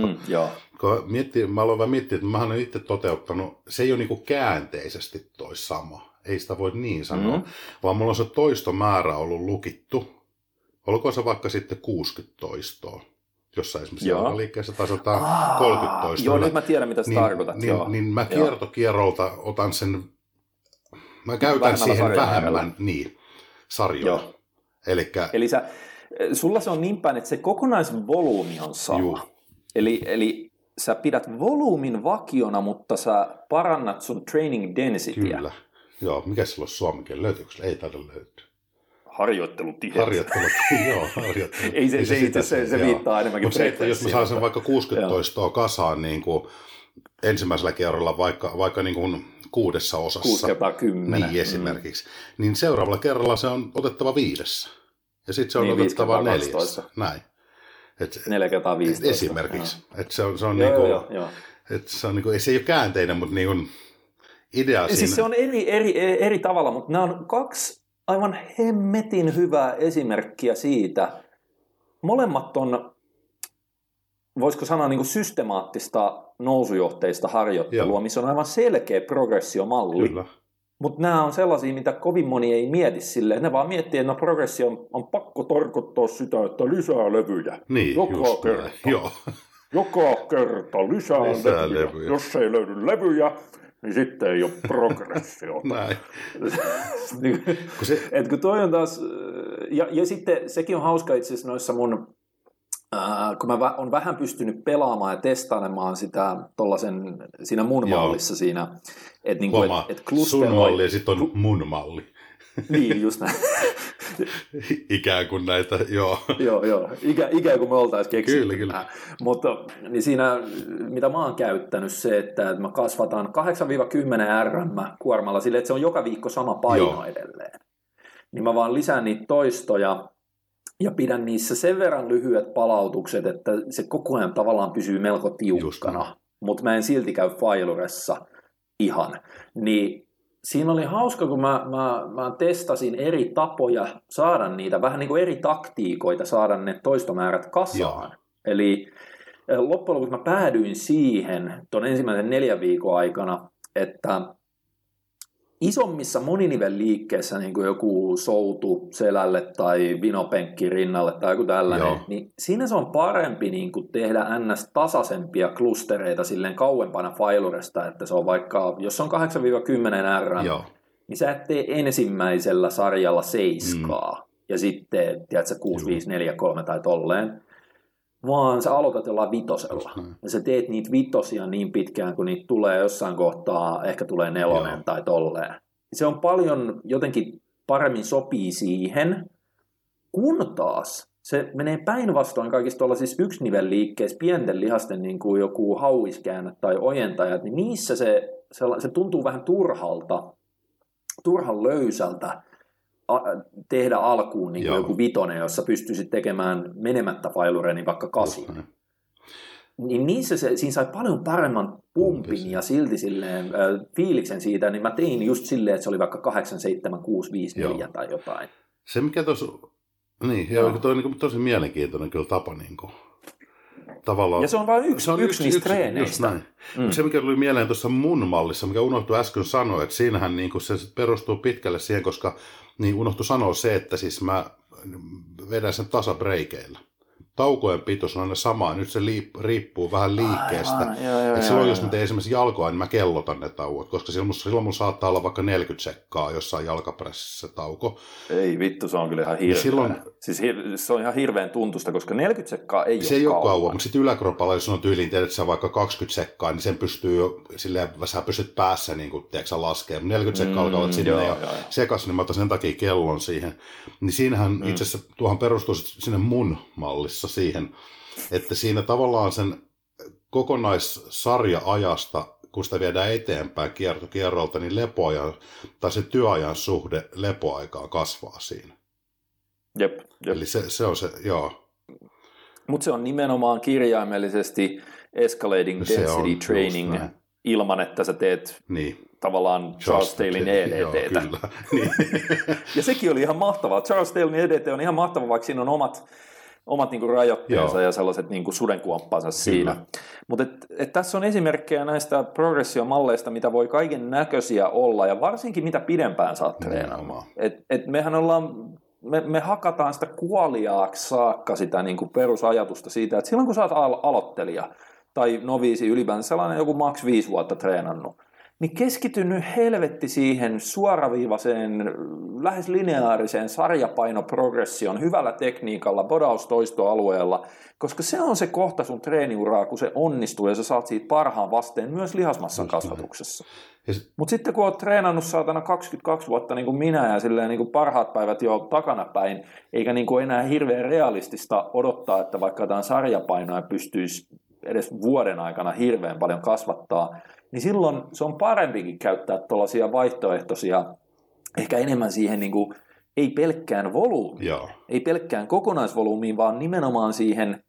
Mä aloin vaan miettiä, että mähän olen itse toteuttanut, se ei ole niin kuin käänteisesti toi sama, ei sitä voi niin sanoa, vaan mulla on se toistomäärä ollut lukittu, olkoon se vaikka sitten 60 toistoa. Jossain esimerkiksi jalkaliikkeessä tai 130 toistoa. Joo, nyt mä tiedän, mitä sä tarkoitat. Niin mä kiertokierrolta otan sen, mä käytän siihen vähemmän sarjoja. Eli sulla se on niin päin, että se kokonaisvolyymi on sama. Eli sä pidät volyymin vakiona, mutta sä parannat sun training densityä. Kyllä. Joo, mikä sillä on suomen kieli? Löytyykö? Ei taida löytyä. Harjoittelutiheys. Harjoittelut. Ei se viittaa enemmänkin pretenssioon. Jos mä saan sen vaikka 60 toistoa kasaan niin kuin ensimmäisellä kerralla vaikka niin kuin 6 osassa. 6x10. Niin esimerkiksi. Niin seuraavalla kerralla se on otettava 5. Ja sitten se on otettava 4. Näin. 4x15. Esimerkiksi. Että se on niin kuin, että se on niin kuin, se ei ole käänteinen, mutta niin kuin idea siinä. Siis se on eri tavalla, mutta nämä on 2 aivan hemmetin hyvää esimerkkiä siitä. Molemmat on, voisiko sanoa, niin kuin systemaattista nousujohteista harjoittelua, missä on aivan selkeä progressiomalli. Kyllä. Mutta nämä on sellaisia, mitä kovin moni ei mieti silleen. Ne vaan miettii, että progressio on pakko tarkoittaa sitä, että lisää levyjä. Niin, joka kerta. Joka kerta lisää levyjä. Jos ei löydy levyjä, niin sitten ei ole progressiota. Näin. Kun toi on taas, ja sitten sekin on hauska itse asiassa noissa mun, kun mä oon vähän pystynyt pelaamaan ja testailemaan sitä siinä mun mallissa siinä. Että niinku, sun malli ja sitten on mun malli. Niin, just näin. Ikään kuin näitä, joo. Joo. Ikään kuin me oltaisiin keksitty. Kyllä. Mutta niin siinä, mitä mä oon käyttänyt, se, että mä kasvataan 8-10 RM kuormalla silleen, että se on joka viikko sama paino edelleen. Niin mä vaan lisään niitä toistoja ja pidän niissä sen verran lyhyet palautukset, että se koko ajan tavallaan pysyy melko tiukkana. Mutta mä en silti käy failuressa ihan. Niin siinä oli hauska, kun mä testasin eri tapoja saada niitä, vähän niin kuin eri taktiikoita saada ne toistomäärät kasaan. Eli loppujen lopuksi mä päädyin siihen tuon ensimmäisen 4 viikon aikana, että isommissa moninivelliikkeissä, niin kuin joku soutu selälle tai vinopenkki rinnalle tai joku tällainen, niin siinä se on parempi niin kuin tehdä ns-tasaisempia klustereita silleen kauempana failuresta, että se on vaikka, jos on 8-10 R, niin sä et tee ensimmäisellä sarjalla 7, ja sitten, tiedätkö, 6-5-4-3 tai tolleen, vaan sä aloitat jollain vitosella. Ja sä teet niitä vitosia niin pitkään, kun niitä tulee jossain kohtaa, ehkä tulee 4 tai tolleen. Se on paljon jotenkin paremmin sopii siihen, kun taas se menee päinvastoin kaikista tuollaisissa yksinivelliikkeissä, pienten lihasten niin kuin joku hauiskäännöt tai ojentajat, niin niissä se tuntuu vähän turhan löysältä tehdä alkuun niin kuin joku vitonen, jossa pystyisit tekemään menemättä failureni vaikka 8. Niin niissä siinä sai paljon paremman pumpin ja silti silleen, fiiliksen siitä, niin mä tein just silleen, että se oli vaikka 8, 7, 6, 5, 4 tai jotain. Se mikä tuossa, niin, toi on niin tosi mielenkiintoinen kyllä tapa niin kuin, tavallaan. Ja se on vain yksi niistä treeneistä. Se mikä tuli mieleen tuossa mun mallissa, mikä unohtui äsken sanoa, että siinähän niin kuin se perustuu pitkälle siihen, koska niin unohtui sanoa se, että siis mä vedän sen tasabreikeillä. Taukojen pituus on aina sama, nyt se riippuu vähän liikkeestä. Ja silloin, jos mä teen esimerkiksi jalkoa, niin mä kellotan ne tauot, koska silloin mun saattaa olla vaikka 40 sekkaa jossain jalkapressissä tauko. Ei vittu, se on kyllä ihan hirveä. Siis se on ihan hirveän tuntusta, koska 40 sekkaa ei se ole kauan. Mutta sitten yläkropalla, jos on tyyliin, että sä vaikka 20 sekkaa, niin sen pystyy jo, silleen, sä pystyt päässä niin kun, tiedätkö, laskemaan. 40 sekkaa alkaa olla sinne ja sekas, niin mä otan sen takia kellon siihen. Niin siinähän itse asiassa tuohon perustuu sinne mun mallissa siihen, että siinä tavallaan sen kokonaissarja-ajasta, kun sitä viedään eteenpäin kierrolta, niin lepoajan tai se työajan suhde lepoaikaa kasvaa siinä. Jep. Eli se on se, joo. Mutta se on nimenomaan kirjaimellisesti escalating density training ilman, että sä teet tavallaan Charles Dalein EDT:tä. Niin. Ja sekin oli ihan mahtavaa. Charles Dalein EDT on ihan mahtava, vaikka siinä on omat niinku rajoitteensa ja sellaiset niinku sudenkuoppansa siinä. Mutta tässä on esimerkkejä näistä progressiomalleista, mitä voi kaiken näköisiä olla, ja varsinkin mitä pidempään saat treenaamaan. Mehän ollaan, me hakataan sitä kuoliaaksi saakka sitä niinku perusajatusta siitä, että silloin kun sä oot aloittelija tai noviisi ylipäänsä sellainen joku maks 5 vuotta treenannut, niin keskitynyt helvetti siihen suoraviivaiseen, lähes lineaariseen sarjapainoprogression hyvällä tekniikalla, bodaustoistoalueella, koska se on se kohta sun treeniuraa, kun se onnistuu ja sä saat siitä parhaan vasteen myös lihasmassan kasvatuksessa. Mutta sitten kun oot treenannut saatana 22 vuotta niin kuin minä ja silleen niin kuin parhaat päivät jo takanapäin, eikä niin kuin enää hirveän realistista odottaa, että vaikka jotain sarjapainoa pystyisi edes vuoden aikana hirveän paljon kasvattaa, niin silloin se on parempikin käyttää tuollaisia vaihtoehtoisia, ehkä enemmän siihen niin kuin, ei pelkkään volyymiin, ei pelkkään kokonaisvolyymiin, vaan nimenomaan siihen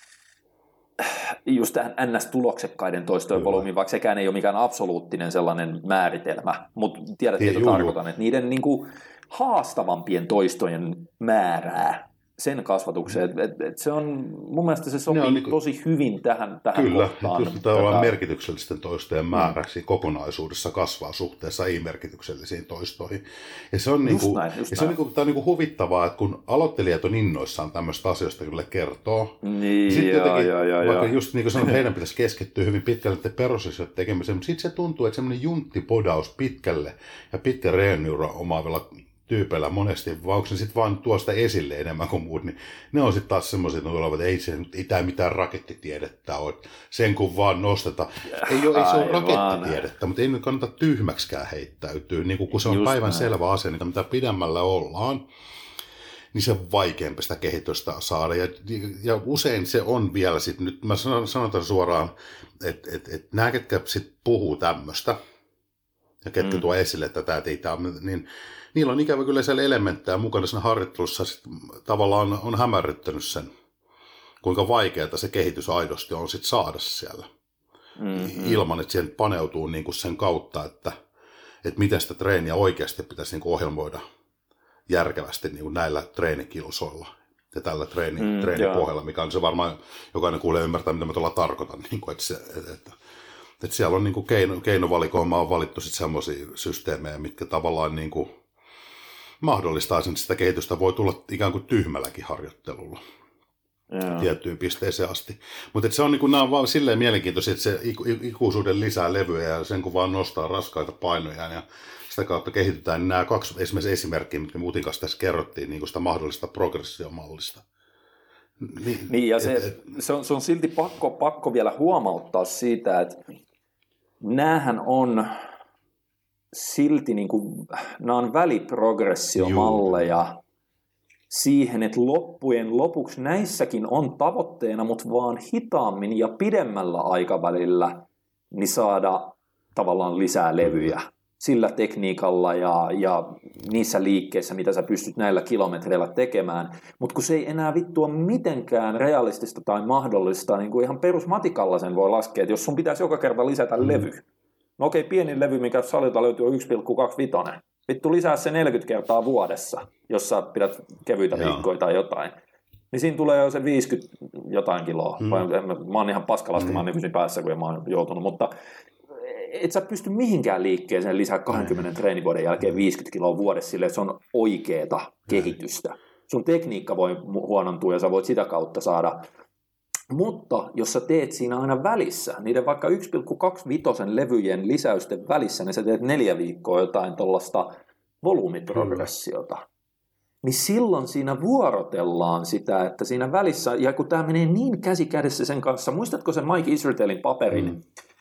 just NS-tuloksekkaiden toistojen volyymiin, vaikka sekään ei ole mikään absoluuttinen sellainen määritelmä, mutta tiedätte, että tarkoitan, että niiden niin kuin, haastavampien toistojen määrää sen kasvatukseen, että se on, mun mielestä se sopii niin tosi hyvin tähän kyllä, kohtaan. Kyllä, tavallaan merkityksellisten toistojen määräksi kokonaisuudessa kasvaa suhteessa ei-merkityksellisiin toistoihin. Ja se on, tämä on huvittavaa, että kun aloittelijat on innoissaan tämmöistä asioista kyllä kertoo, sitten vaikka just niin kuin sanoin, heidän pitäisi keskittyä hyvin pitkälle perusasioiden tekemiseen, mutta sitten se tuntuu, että semmoinen junttipodaus pitkälle ja pitkä reeniura omaavilla tyypeillä monesti, vai onko se sitten vaan tuo sitä esille enemmän kuin muut, niin ne on sitten taas semmoisia, että ei tämä mitään rakettitiedettä ole, sen kun vaan nostetaan. Ei se ole rakettitiedettä, mutta ei nyt kannata tyhmäksikään heittäytyä, niin kun se on päivän selvä asia, niin mitä pidemmällä ollaan, niin se on vaikeampi sitä kehitystä saada. Ja usein se on vielä sitten, nyt mä sanon suoraan, että nämä, ketkä sitten puhuu tämmöistä, ja ketkä tuo esille tätä, niin niillä on ikävä kyllä siellä elementtejä mukana siinä harjoittelussa, tavallaan on hämärryttänyt sen, kuinka vaikeaa se kehitys aidosti on sit saada siellä. Ilman, että siihen paneutuu niinku sen kautta, että miten sitä treeniä oikeasti pitäisi niinku ohjelmoida järkevästi niinku näillä treenikilsoilla ja tällä treenipohjalla, mikä on se varmaan, jokainen kuulee ymmärtää, mitä mä tuolla tarkoitan. Niinku, että siellä on niinku keinovalikoima on valittu sitten semmoisia systeemejä, mitkä tavallaan niinku mahdollistaa sen, että sitä kehitystä voi tulla ikään kuin tyhmälläkin harjoittelulla. tiettyyn pisteeseen asti. Mutta se on niin kuin, nämä on vaan silleen mielenkiintoisia, että se ikuisuuden lisää levyjä ja sen kun vaan nostaa raskaita painoja ja sitä kautta kehitetään, niin nämä 2 esimerkkiä, mitkä Mutin kanssa tässä kerrottiin, niin kuin sitä mahdollista progressiomallista. Niin ja se on silti pakko vielä huomauttaa siitä, että näähän on silti niin kuin, nämä on väliprogressiomalleja siihen, että loppujen lopuksi näissäkin on tavoitteena, mutta vaan hitaammin ja pidemmällä aikavälillä niin saada tavallaan lisää levyjä sillä tekniikalla ja niissä liikkeissä, mitä sä pystyt näillä kilometreillä tekemään. Mutta kun se ei enää vittua mitenkään realistista tai mahdollista, niin kuin ihan perusmatikalla sen voi laskea, että jos sun pitäisi joka kerta lisätä levy. No okei, pienin levy, mikä salilta löytyy, on 1,25. Vittu lisää se 40 kertaa vuodessa, jos sä pidät kevyitä viikkoja tai jotain. Niin siinä tulee jo se 50 jotain kiloa. Mä oon ihan paska laskemaan nykyisin päässä, kun mä oon joutunut, mutta et sä pysty mihinkään liikkeeseen lisää 20 treenivuoden jälkeen 50 kiloa vuodessa sille, että se on oikeeta kehitystä. Sun tekniikka voi huonontua ja sä voit sitä kautta saada. Mutta jos sä teet siinä aina välissä, niiden vaikka 1,25 levyjen lisäysten välissä, niin sä teet 4 viikkoa jotain tuollaista volyymiprogressiota. Niin silloin siinä vuorotellaan sitä, että siinä välissä, ja kun tämä menee niin käsi kädessä sen kanssa, muistatko sen Mike Israelin paperin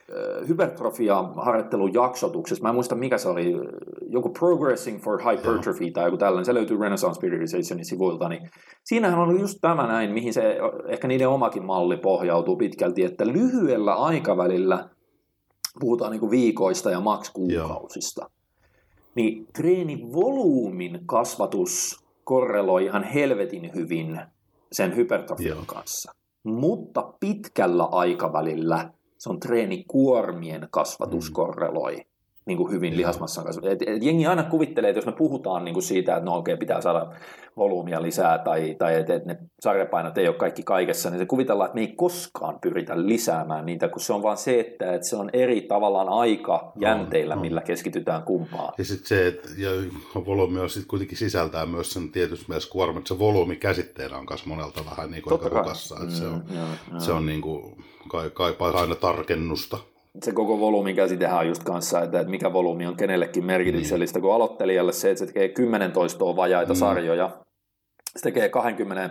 hypertrofia-harjoittelun jaksotuksessa, mä en muista mikä se oli, joku Progressing for Hypertrophy tai joku tällainen, se löytyy Renaissance Periodizationin sivuilta, niin siinähän on just tämä näin, mihin se ehkä niiden omakin malli pohjautuu pitkälti, että lyhyellä aikavälillä, puhutaan niin kuin viikoista ja maks kuukausista, niin treenivolyymin kasvatus korreloi ihan helvetin hyvin sen hypertrofian kanssa, mutta pitkällä aikavälillä se on treenikuormien kasvatus korreloi niin kuin hyvin lihasmassan kasvatus. Jengi aina kuvittelee, että jos me puhutaan niin kuin siitä, että no okei, pitää saada volyymia lisää tai että ne sarjapainot ei ole kaikki kaikessa, niin se kuvitellaan, että me ei koskaan pyritä lisäämään niitä, kun se on vaan se, että se on eri tavallaan aika jänteillä, millä keskitytään kumpaan. Ja sitten se, että volyymi on sitten kuitenkin sisältää myös sen tietysti myös kuorma, että se volyymi käsitteenä on myös monelta vähän niin kuin aika hukassa, että se on niin kuin kaipaa aina tarkennusta. Se koko volyymin käsitehän on just kanssa, että mikä volyymi on kenellekin merkityksellistä, kun aloittelijalle se, että se tekee 10 toistoa vajaita sarjoja, se tekee 20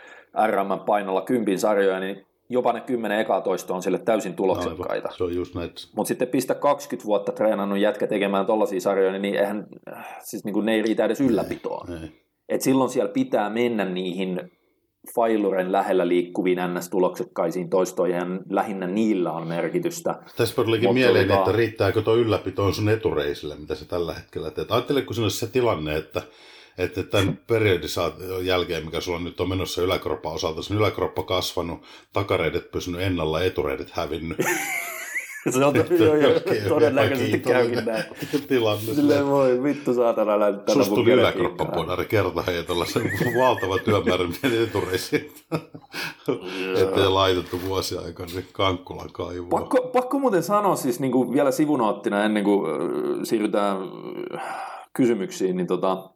RM painolla 10 sarjoja, niin jopa ne 10 ekaa toistoa on sille täysin tuloksekkaita. Se on just näitä. Mutta sitten pistä 20 vuotta treenannut jätkä tekemään tollaisia sarjoja, niin eihän, siis niin kuin ne ei riitä edes ylläpitoon. Et silloin siellä pitää mennä niihin failuren lähellä liikkuviin NS-tuloksekkaisiin toistoihin, ja lähinnä niillä on merkitystä. Tässä tulikin mieleen, että riittääkö tuo ylläpitoon sun etureisille, mitä sä tällä hetkellä teet. Ajattele, kun sinulla se tilanne, että tämän periodisaation jälkeen, mikä sulla nyt on menossa yläkroppan osalta, sun yläkroppa kasvanut, takareidet pysynyt ennalla, etureidet hävinnyt. Se on todennäköisesti käykin näin. Silleen voi vittu saatana näyttää. Susta tuli yläkroppaponari kertaheitolla sen valtava työmäärä etureisiin. Ettei laitettu vuosia aikana Kankkulan kaivoon. Pakko muuten sanoa siis niin kuin vielä sivunoottina ennen kuin siirrytään kysymyksiin, niin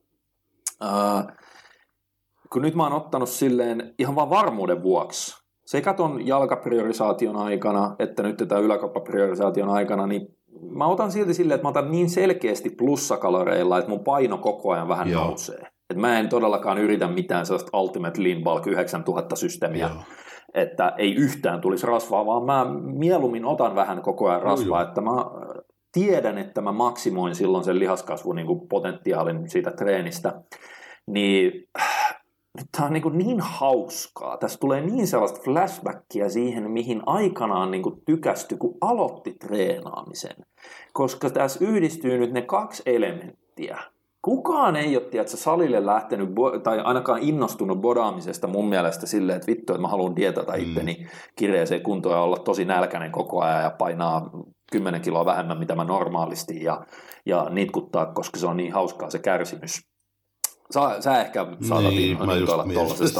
kun nyt mä oon ottanut silleen ihan vaan varmuuden vuoksi, sekä ton jalkapriorisaation aikana, että nyt tätä yläkroppapriorisaation aikana, niin mä otan silti silleen, että mä otan niin selkeästi plussakaloreilla, että mun paino koko ajan vähän nousee. Et mä en todellakaan yritä mitään sellaista Ultimate Lean Bulk 9000 systeemiä, että ei yhtään tulisi rasvaa, vaan mä mieluummin otan vähän koko ajan rasvaa, että mä tiedän, että mä maksimoin silloin sen lihaskasvun niin kuin potentiaalin siitä treenistä, niin nyt tämä on niin hauskaa. Tässä tulee niin sellaista flashbackia siihen, mihin aikanaan niin kuin tykästyi, kun aloitti treenaamisen. Koska tässä yhdistyy nyt ne 2 elementtiä. Kukaan ei ole salille lähtenyt tai ainakaan innostunut bodaamisesta mun mielestä silleen, että vittu, että mä haluan dietata itteni kireeseen kuntoon ja olla tosi nälkäinen koko ajan ja painaa 10 kiloa vähemmän, mitä mä normaalisti ja nitkuttaa, koska se on niin hauskaa se kärsimys. Sä ehkä saatat intoilla tollasesta.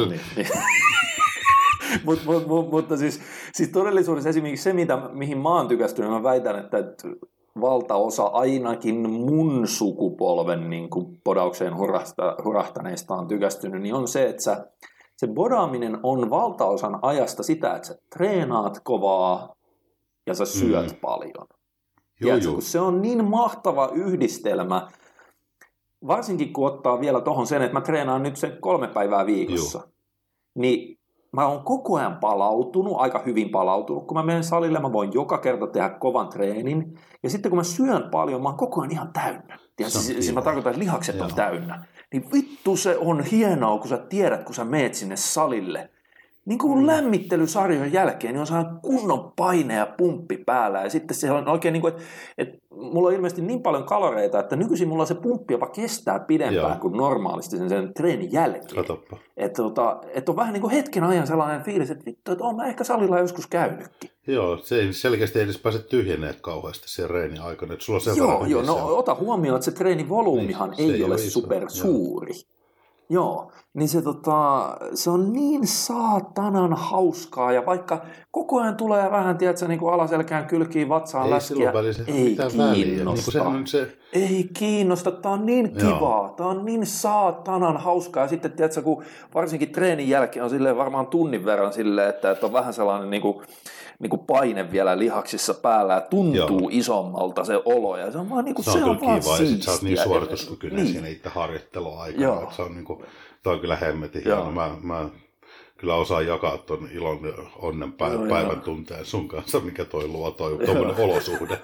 Mutta siis todellisuudessa esimerkiksi se, mihin mä oon tykästynyt, mä väitän, että valtaosa ainakin mun sukupolven niin kuin podaukseen hurahtaneista on tykästynyt, niin on se, että se bodaaminen on valtaosan ajasta sitä, että sä treenaat kovaa ja sä syöt paljon. Tiedätkö, kun se on niin mahtava yhdistelmä, varsinkin kun ottaa vielä tohon sen, että mä treenaan nyt sen 3 päivää viikossa, niin mä oon koko ajan palautunut, aika hyvin palautunut, kun mä menen salille, mä voin joka kerta tehdä kovan treenin, ja sitten kun mä syön paljon, mä oon koko ajan ihan täynnä. Siis mä tarkoitan, että lihakset on täynnä. Niin vittu se on hienoa, kun sä tiedät, kun sä meet sinne salille. Niin kuin lämmittelysarjan jälkeen, niin on saanut kunnon paine ja pumppi päällä. Ja sitten se on oikein niin kuin, että mulla on ilmeisesti niin paljon kaloreita, että nykyisin mulla se pumppi jopa kestää pidempään kuin normaalisti sen treenin jälkeen. Katoppa. Että on vähän niin kuin hetken ajan sellainen fiilis, että vittu, että oon mä ehkä salilla joskus käynytkin. Joo, se ei selkeästi edes pääse tyhjenneet kauheasti sen treenin aikana. Että sulla on joo, no ota huomioon, että se treenivolyymihan ei ole supersuuri. Joo, niin se on niin saatanan hauskaa, ja koko ajan tulee vähän, tiedätkö, niin kuin alaselkään kylkiin vatsaan läskiä, ei kiinnosta. Ei kiinnosta, tää on niin kivaa, tää on niin saatanan hauskaa, ja sitten tiedätkö, kun varsinkin treenin jälkeen on silleen varmaan tunnin verran silleen, että on vähän sellainen niin kuin paine vielä lihaksissa päällä ja tuntuu isommalta se olo, ja se on vaan niin kuin, se on vaan kiva, siistiä. Ja sit sä oot niin suorituskykyinen siinä itse harjoitteluaikana, että se on niin kuin, toi on kyllä hemmetin hieno. Mä kyllä osaan jakaa ton ilon onnen päivän tunteen sun kanssa, mikä toi luo tommoinen olosuhde.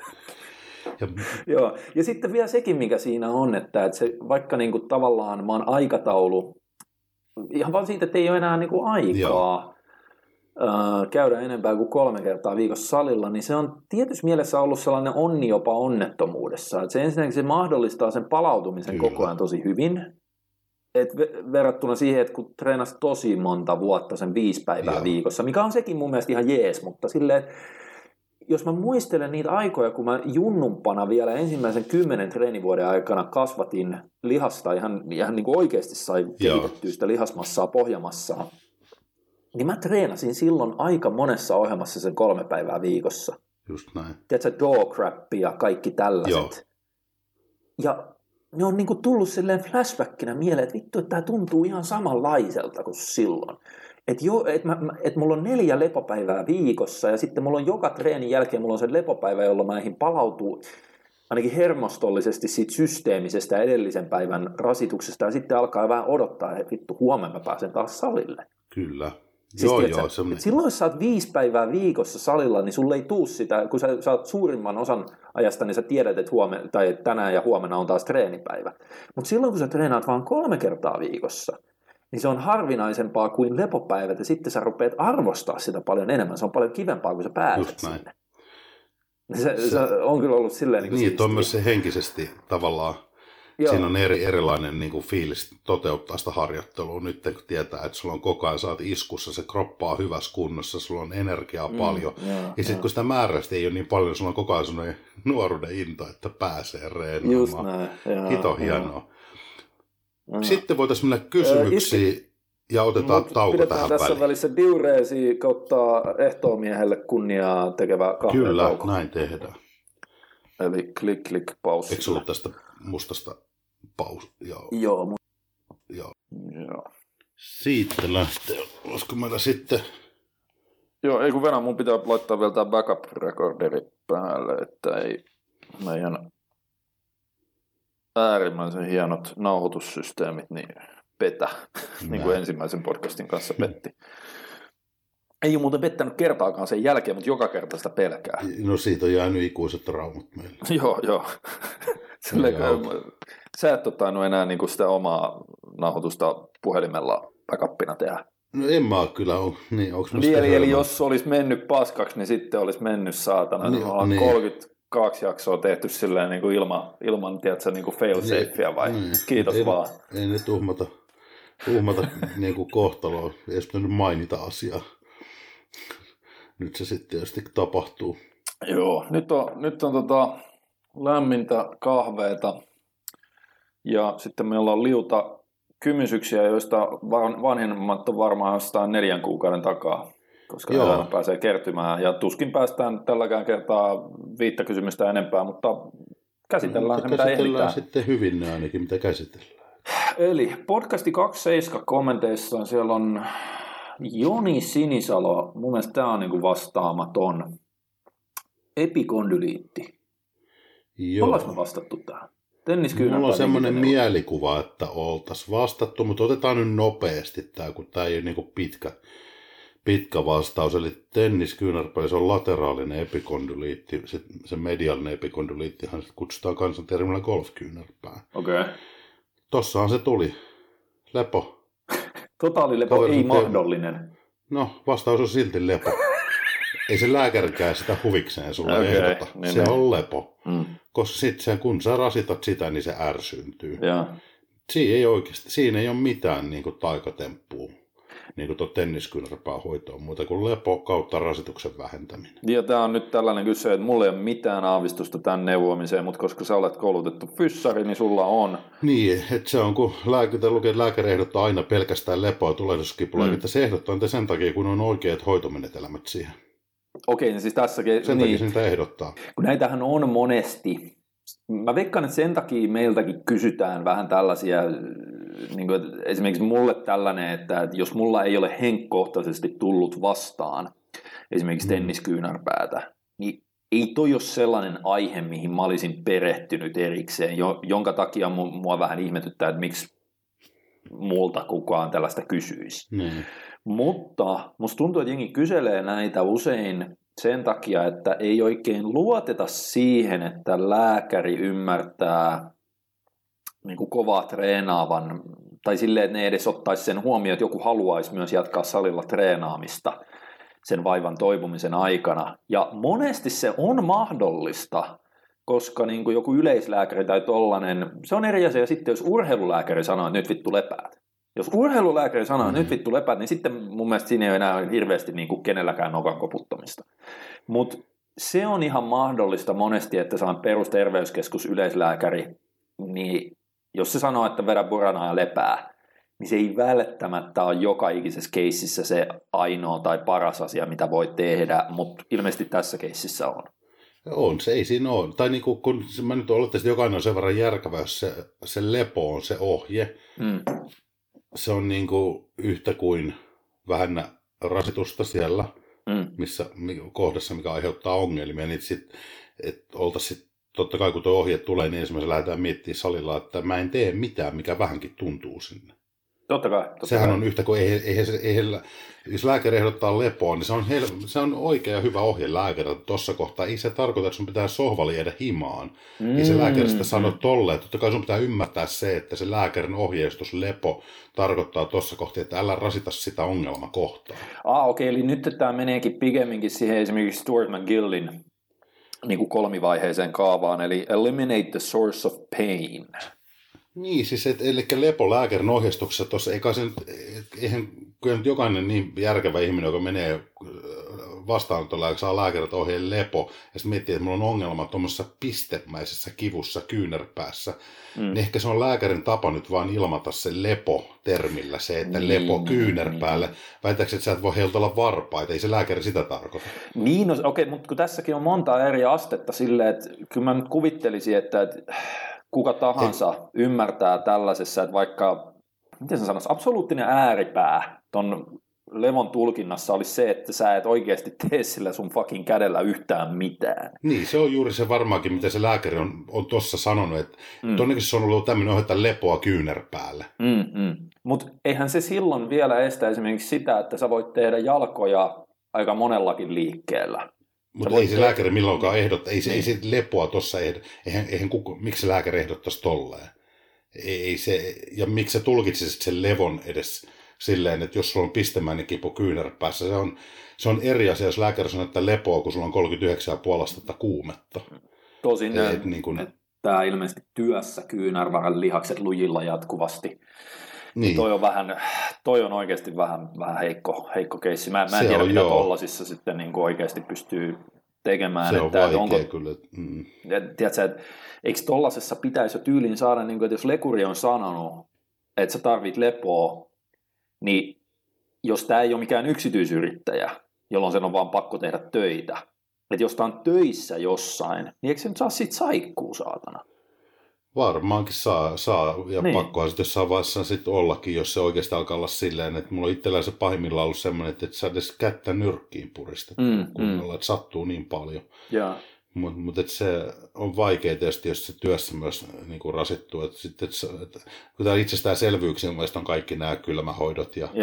Joo, ja sitten vielä sekin, mikä siinä on, että se vaikka niin kuin tavallaan maan aikataulu, ihan vaan siitä, että ei ole enää niin kuin aikaa käydä enempää kuin 3 kertaa viikossa salilla, niin se on tietysti mielessä ollut sellainen onni jopa onnettomuudessa. Että se ensinnäkin se mahdollistaa sen palautumisen koko ajan tosi hyvin. Et verrattuna siihen, että kun treenasi tosi monta vuotta sen 5 päivää viikossa, mikä on sekin mun mielestä ihan jees, mutta silleen, jos mä muistelen niitä aikoja, kun mä junnumpana vielä ensimmäisen 10 treenivuoden aikana kasvatin lihasta, ihan niin kuin oikeasti sai kehitettyä sitä lihasmassaa, pohjamassaa, niin mä treenasin silloin aika monessa ohjelmassa sen 3 päivää viikossa. Just näin. Tiedätkö, dog crap ja kaikki tällaiset. Ja ne on niinku tullut silleen flashbackinä mieleen, että vittu, että tämä tuntuu ihan samanlaiselta kuin silloin. Että mulla on 4 lepopäivää viikossa ja sitten mulla on joka treenin jälkeen mulla on se lepopäivä, jolloin mä eihin palautuu ainakin hermostollisesti siitä systeemisestä edellisen päivän rasituksesta ja sitten alkaa vähän odottaa, että vittu, huomenna mä pääsen taas salille. Kyllä. Siis silloin, jos sä oot 5 päivää viikossa salilla, niin sulle ei tuu sitä, kun sä oot suurimman osan ajasta, niin sä tiedät, että tänään ja huomenna on taas treenipäivä. Mutta silloin, kun sä treenaat vaan 3 kertaa viikossa, niin se on harvinaisempaa kuin lepopäivät, ja sitten sä rupeat arvostaa sitä paljon enemmän. Se on paljon kivempaa, kun sä pääset sinne. Se on kyllä ollut silleen niin on myös se henkisesti tavallaan. Siinä on erilainen niin kuin fiilis toteuttaa sitä harjoittelua nyt, kun tietää, että sulla on koko ajan, sä oot iskussa, se kroppa on hyvässä kunnossa, sulla on energiaa paljon. Ja sitten kun sitä määrästä ei ole niin paljon, sulla on koko ajan sellainen nuoruuden into, että pääsee reenaamaan. Hito hienoa. Sitten voitaisiin mennä kysymyksiin ja otetaan tauko tähän väliin. Tässä välissä diureesi kautta ehtoomiehelle kunniaa tekevä kahvitauko. Kyllä, näin tehdään. Eli klik, paussi. Eikö sulla tästä mustasta Joo. Siitä lähtee. Olisiko meillä sitten... Joo, ei kun Venä, mun pitää laittaa vielä tämä backup-rekorderi päälle, että ei meidän äärimmäisen hienot nauhoitussysteemit niin petä, niin kuin ensimmäisen podcastin kanssa petti. Ei ole muuten pettänyt kertaakaan sen jälkeen, mutta joka kerta sitä pelkää. No siitä on jäänyt ikuiset traumat meille. Joo. Sä et ole tainnut enää niinku sitä omaa nauhoitusta puhelimella backupina tehdä. No en mä kyllä ole. Niin, eli jos olisi mennyt paskaksi, niin sitten olisi mennyt saatana. Niin. 32 jaksoa tehty silleen niin kuin ilman tiedätkö, niin kuin fail-safea vai? Niin. Kiitos ei, vaan. Ei ne tuhmata niin kuin kohtaloa. Ei olisi pitänyt mainita asiaa. Nyt se sitten tietysti tapahtuu. Joo, nyt on lämmintä kahveita ja sitten meillä on liuta kymysyksiä, joista vanhemmat on varmaan jostain 4 kuukauden takaa, koska elämä pääsee kertymään ja tuskin päästään tälläkään kertaa 5 kysymystä enempää, mutta käsitellään se, mitä ehditään. Käsitellään sitten hyvin ne ainakin, mitä käsitellään. Eli podcasti 27 kommenteissa siellä on Joni Sinisalo. Mun mielestä tämä on niinku vastaamaton. Epikondyliitti. Ollaanko me vastattu tähän? Mulla on semmoinen mielikuva, että oltaisiin vastattu, mutta otetaan nyt nopeasti tämä, kun tämä ei ole niinku pitkä vastaus. Eli tenniskyynärpää, se on lateraalinen epikondyliitti. Se mediaalinen epikondyliittihan kutsutaan kansantermillä golfkyynärpää. Okei. Okay. Tossahan se tuli. Lepo. Totaalilepo ei mahdollinen. No, vastaus on silti lepo. Ei se lääkärikään sitä huvikseen sulle ehdota. Se on lepo. Koska sitten kun sä rasitat sitä, niin se ärsyntyy. Siinä ei ole mitään niin kuin taikatemppua. Niin kuin tuo tenniskynärpää hoitoon muuta kuin lepo kautta rasituksen vähentäminen. Ja tämä on nyt tällainen kyse, että mulla ei ole mitään aavistusta tämän neuvomiseen, mutta koska sä olet koulutettu fyssari, niin sulla on. Niin, että se on, kun lääkäri ehdottaa aina pelkästään lepoa ja tulehduskipulääkettä. Se ehdottaa niitä sen takia, kun on oikeat hoitomenetelmät siihen. Okei, niin siis tässäkin. Sen takia niitä ehdottaa. Kun näitähän on monesti. Mä veikkaan, että sen takia meiltäkin kysytään vähän tällaisia, niin kuin, esimerkiksi mulle tällainen, että jos mulla ei ole henkkohtaisesti tullut vastaan esimerkiksi tenniskyynärpäätä, niin ei toi ole sellainen aihe, mihin mä olisin perehtynyt erikseen, jonka takia mua vähän ihmetyttää, että miksi multa kukaan tällaista kysyisi. Mutta musta tuntuu, että jengi kyselee näitä usein sen takia, että ei oikein luoteta siihen, että lääkäri ymmärtää niin kuin kovaa treenaavan, tai silleen, että ne edes ottaisi sen huomioon, että joku haluaisi myös jatkaa salilla treenaamista sen vaivan toipumisen aikana. Ja monesti se on mahdollista, koska niin kuin joku yleislääkäri tai tollainen, se on eri asia. Sitten jos urheilulääkäri sanoo, että nyt vittu lepäät. Jos urheilulääkäri sanoo, että nyt vittu lepäät, niin sitten mun mielestä siinä ei ole enää hirveästi niin kuin kenelläkään nokan koputtamista. Mutta se on ihan mahdollista monesti, että saan perusterveyskeskus yleislääkäri, niin jos se sanoo, että vedä buranaa ja lepää, niin se ei välttämättä ole joka ikisessä keississä se ainoa tai paras asia, mitä voi tehdä, mutta ilmeisesti tässä keississä on. On, se ei siinä ole. Tai niin kun mä nyt olettaisin, että jokainen on sen verran järkevä, jos se lepo on se ohje. Se on niin kuin yhtä kuin vähän rasitusta siellä, missä kohdassa, mikä aiheuttaa ongelmia. Niin että oltaisiin totta kai, kun tuo ohje tulee, niin ensimmäisenä lähdetään miettimään salilla, että mä en tee mitään, mikä vähänkin tuntuu sinne. Totta kai. Sehän on yhtä kuin, jos lääkäri ehdottaa lepoa, niin se on oikea ja hyvä ohje lääkäriltä tuossa kohtaa. Ei se tarkoita, että sun pitää sohvalla jäädä himaan. Ei se lääkäri sitä sano tolleen. Totta kai sun pitää ymmärtää se, että se lääkärin ohjeistus lepo tarkoittaa tuossa kohtaa, että älä rasita sitä ongelmakohtaa. Okei, eli nyt tämä meneekin pikemminkin siihen esimerkiksi Stuart McGillin niin kuin kolmivaiheiseen kaavaan, eli eliminate the source of pain. Niin, siis eli lepolääkärin ohjeistuksessa tuossa, eihän kyllä nyt jokainen niin järkevä ihminen, joka menee vastaanotolle ja saa lääkärit ohjeen lepo, ja sitten miettii, että mulla on ongelma tuommoisessa pistemäisessä kivussa kyynärpäässä, niin ehkä se on lääkärin tapa nyt vaan ilmata se lepo-termillä se, että lepo kyynärpäälle. Väitätkö, että sä et voi heiltellä varpaita, ei se lääkäri sitä tarkoita. Niin, no, okei, mutta kun tässäkin on monta eri astetta silleen, että kyllä mä nyt kuvittelisin, että kuka tahansa ymmärtää tällaisessa, että vaikka, miten sä sanois, absoluuttinen ääripää ton levon tulkinnassa olisi se, että sä et oikeasti tee sillä sun fucking kädellä yhtään mitään. Niin, se on juuri se varmaankin, mitä se lääkäri on tuossa sanonut, että todennäköisesti on ollut tämmöinen ohjata lepoa kyynärpäälle. Mutta eihän se silloin vielä estä esimerkiksi sitä, että sä voit tehdä jalkoja aika monellakin liikkeellä. Mutta ei se lääkäri milloinkaan ehdottaa, ei se lepoa tuossa miksi se lääkäri ehdottaisi tolleen? Ei se, ja miksi sä tulkitsisit sen levon edes silleen, että jos sulla on pistemäinen kipu kyynärpäässä, se on eri asia, jos lääkäri sanoo, että lepoa, kun sulla on 39,5 astetta kuumetta. Tosin tämä ilmeisesti työssä kyynärvarren lihakset lujilla jatkuvasti. Niin. Toi on oikeasti vähän heikko keissi. Mä en tiedä, mitä tollasissa sitten niin kuin oikeasti pystyy tekemään. Se on vaikea kyllä. Tiedätkö, että eikö tollasessa pitäisi jo tyyliin saada, niin kuin, että jos lekuri on sanonut, että sä tarvit lepoa, niin jos tämä ei ole mikään yksityisyrittäjä, jolloin sen on vaan pakko tehdä töitä, että jos tämä on töissä jossain, niin eikö se nyt saa siitä saikkuu, saatana? Varmaankin saa ja niin. Pakkohan sitten jossain vaiheessa sitten ollakin, jos se oikeasti alkaa olla silleen, että mulla on itsellään se pahimmillaan ollut semmoinen, että et sä edes kättä nyrkkiin puristettu kunnolla, että sattuu niin paljon. Mutta se on vaikea tietysti, jos se työssä myös niin kuin rasittuu. Että kun tämä itsestäänselvyyksiä, mun mielestä on kaikki nämä kylmähoidot ja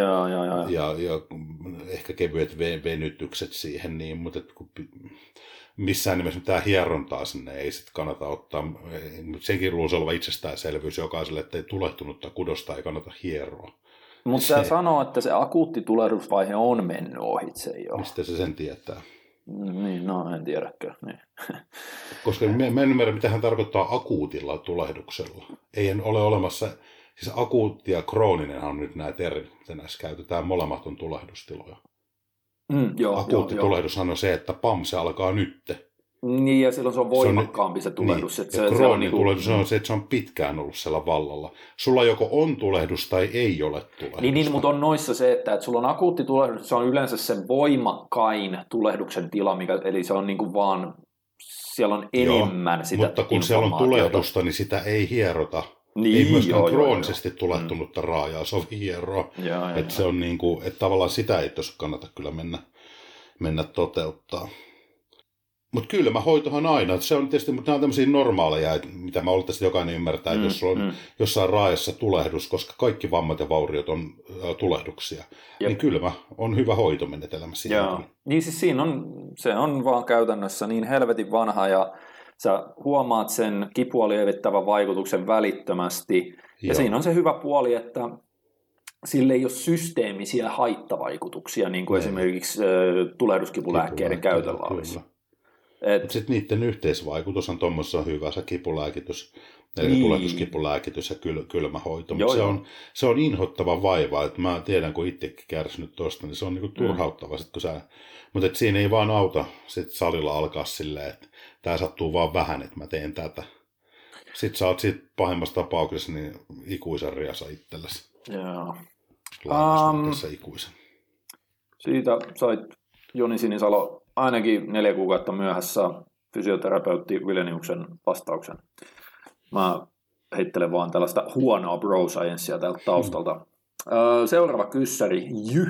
ehkä kevyet venytykset siihen, niin, mutta missään nimessä mitään hierontaa sinne ei sitten kannata ottaa. Senkin luulisi olevan itsestäänselvyys jokaiselle, että ei tulehtunutta kudosta ei kannata hieroa. Mutta sä sanoo, että se akuutti tulehdusvaihe on mennyt ohitse jo. Mistä se sen tietää? Niin, no en tiedäkö. Niin. Koska mä en ymmärrä, mitä hän tarkoittaa akuutilla tulehduksella. Ei ole olemassa, siis akuutti ja krooninen on nyt nämä termit, mitä näissä käytetään, molemmat on tulehdustiloja. Akuutti tulehdushan on se, että se alkaa nytte. Niin, ja silloin se on voimakkaampi se tulehdus. Niin, ja krooninen tulehdus on se, että se on pitkään ollut siellä vallalla. Sulla joko on tulehdus tai ei ole tulehdus. Niin, mutta on noissa se, että sulla on akuutti tulehdus, se on yleensä sen voimakkain tulehduksen tila, eli se on niin kuin vaan, siellä on enemmän sitä mutta kun siellä on tulehdusta, niin sitä ei hierota. Niin, ei myöskään kroonisesti tulehtunutta raajaa sovi hieroa. Että se on niin kuin, että tavallaan sitä ei tuossa kannata kyllä mennä toteuttaa. Mutta kylmähoitohan aina, se on tietysti, mutta nämä on tämmöisiä normaaleja, mitä mä olettaisin jokainen ymmärtää, että jos sulla on jossain raajassa tulehdus, koska kaikki vammat ja vauriot on tulehduksia, niin kylmä on hyvä hoitomenetelmä siinä. Niin siis se on vaan käytännössä niin helvetin vanha ja sä huomaat sen kipua lievittävän vaikutuksen välittömästi. Ja siinä on se hyvä puoli, että sille ei ole systeemisiä haittavaikutuksia, niin kuin esimerkiksi tulehduskipulääkkeiden käytöllä olisi. Sitten niiden yhteisvaikutus on tuommoissa hyvä, se kipulääkitys, eli tulehduskipulääkitys ja kylmähoito, mutta se on inhottava vaiva, että mä tiedän, kun itsekin kärsinyt tuosta, niin se on niinku turhauttava, mutta siinä ei vaan auta sit salilla alkaa silleen, että tämä sattuu vaan vähän, että mä teen tätä. Sitten sä oot siitä pahimmassa tapauksessa niin ikuisen riasa itsellesi. Joo. Ikuisen. Siitä sait Joni Sinisalo ainakin 4 kuukautta myöhässä fysioterapeutti Vileniuksen vastauksen. Mä heittelen vaan tällaista huonoa bro sciencea täältä taustalta. Seuraava kyssäri,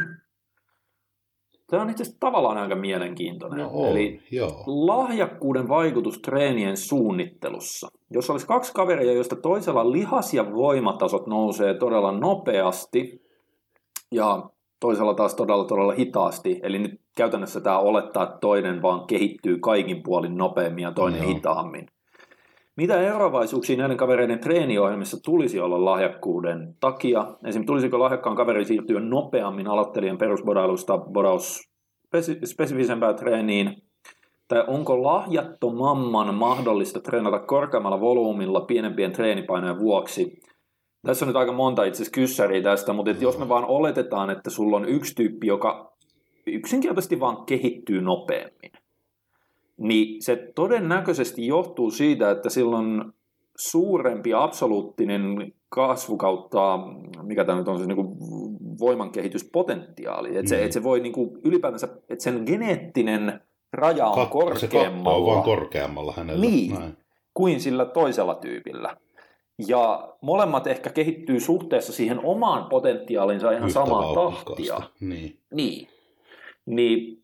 Tämä on itse asiassa tavallaan aika mielenkiintoinen. Eli lahjakkuuden vaikutus treenien suunnittelussa. Jos olisi 2 kaveria, joista toisella lihas- ja voimatasot nousee todella nopeasti ja toisella taas todella hitaasti. Eli nyt käytännössä tämä olettaa, että toinen vaan kehittyy kaikin puolin nopeammin ja toinen hitaammin. Mitä eroavaisuuksia näiden kavereiden treeniohjelmissa tulisi olla lahjakkuuden takia? Esimerkiksi tulisiko lahjakkaan kaverin siirtyä nopeammin aloittelijan perusbodailusta spesifisempään treeniin? Tai onko lahjattomamman mahdollista treenata korkeammalla volyymilla pienempien treenipainojen vuoksi? Tässä on nyt aika monta itse asiassa kyssäriä tästä, mutta jos me vaan oletetaan, että sulla on yksi tyyppi, joka yksinkertaisesti vaan kehittyy nopeammin, niin se todennäköisesti johtuu siitä, että sillä on suurempi absoluuttinen kasvu kautta, mikä tämä nyt on, siis niin kuin voimankehityspotentiaali. Että se voi niin kuin ylipäätänsä, että sen geneettinen raja on korkeammalla. Se on vaan korkeammalla hänellä. Niin, kuin sillä toisella tyypillä. Ja molemmat ehkä kehittyy suhteessa siihen omaan potentiaalinsa ihan samaa tahtia. Niin.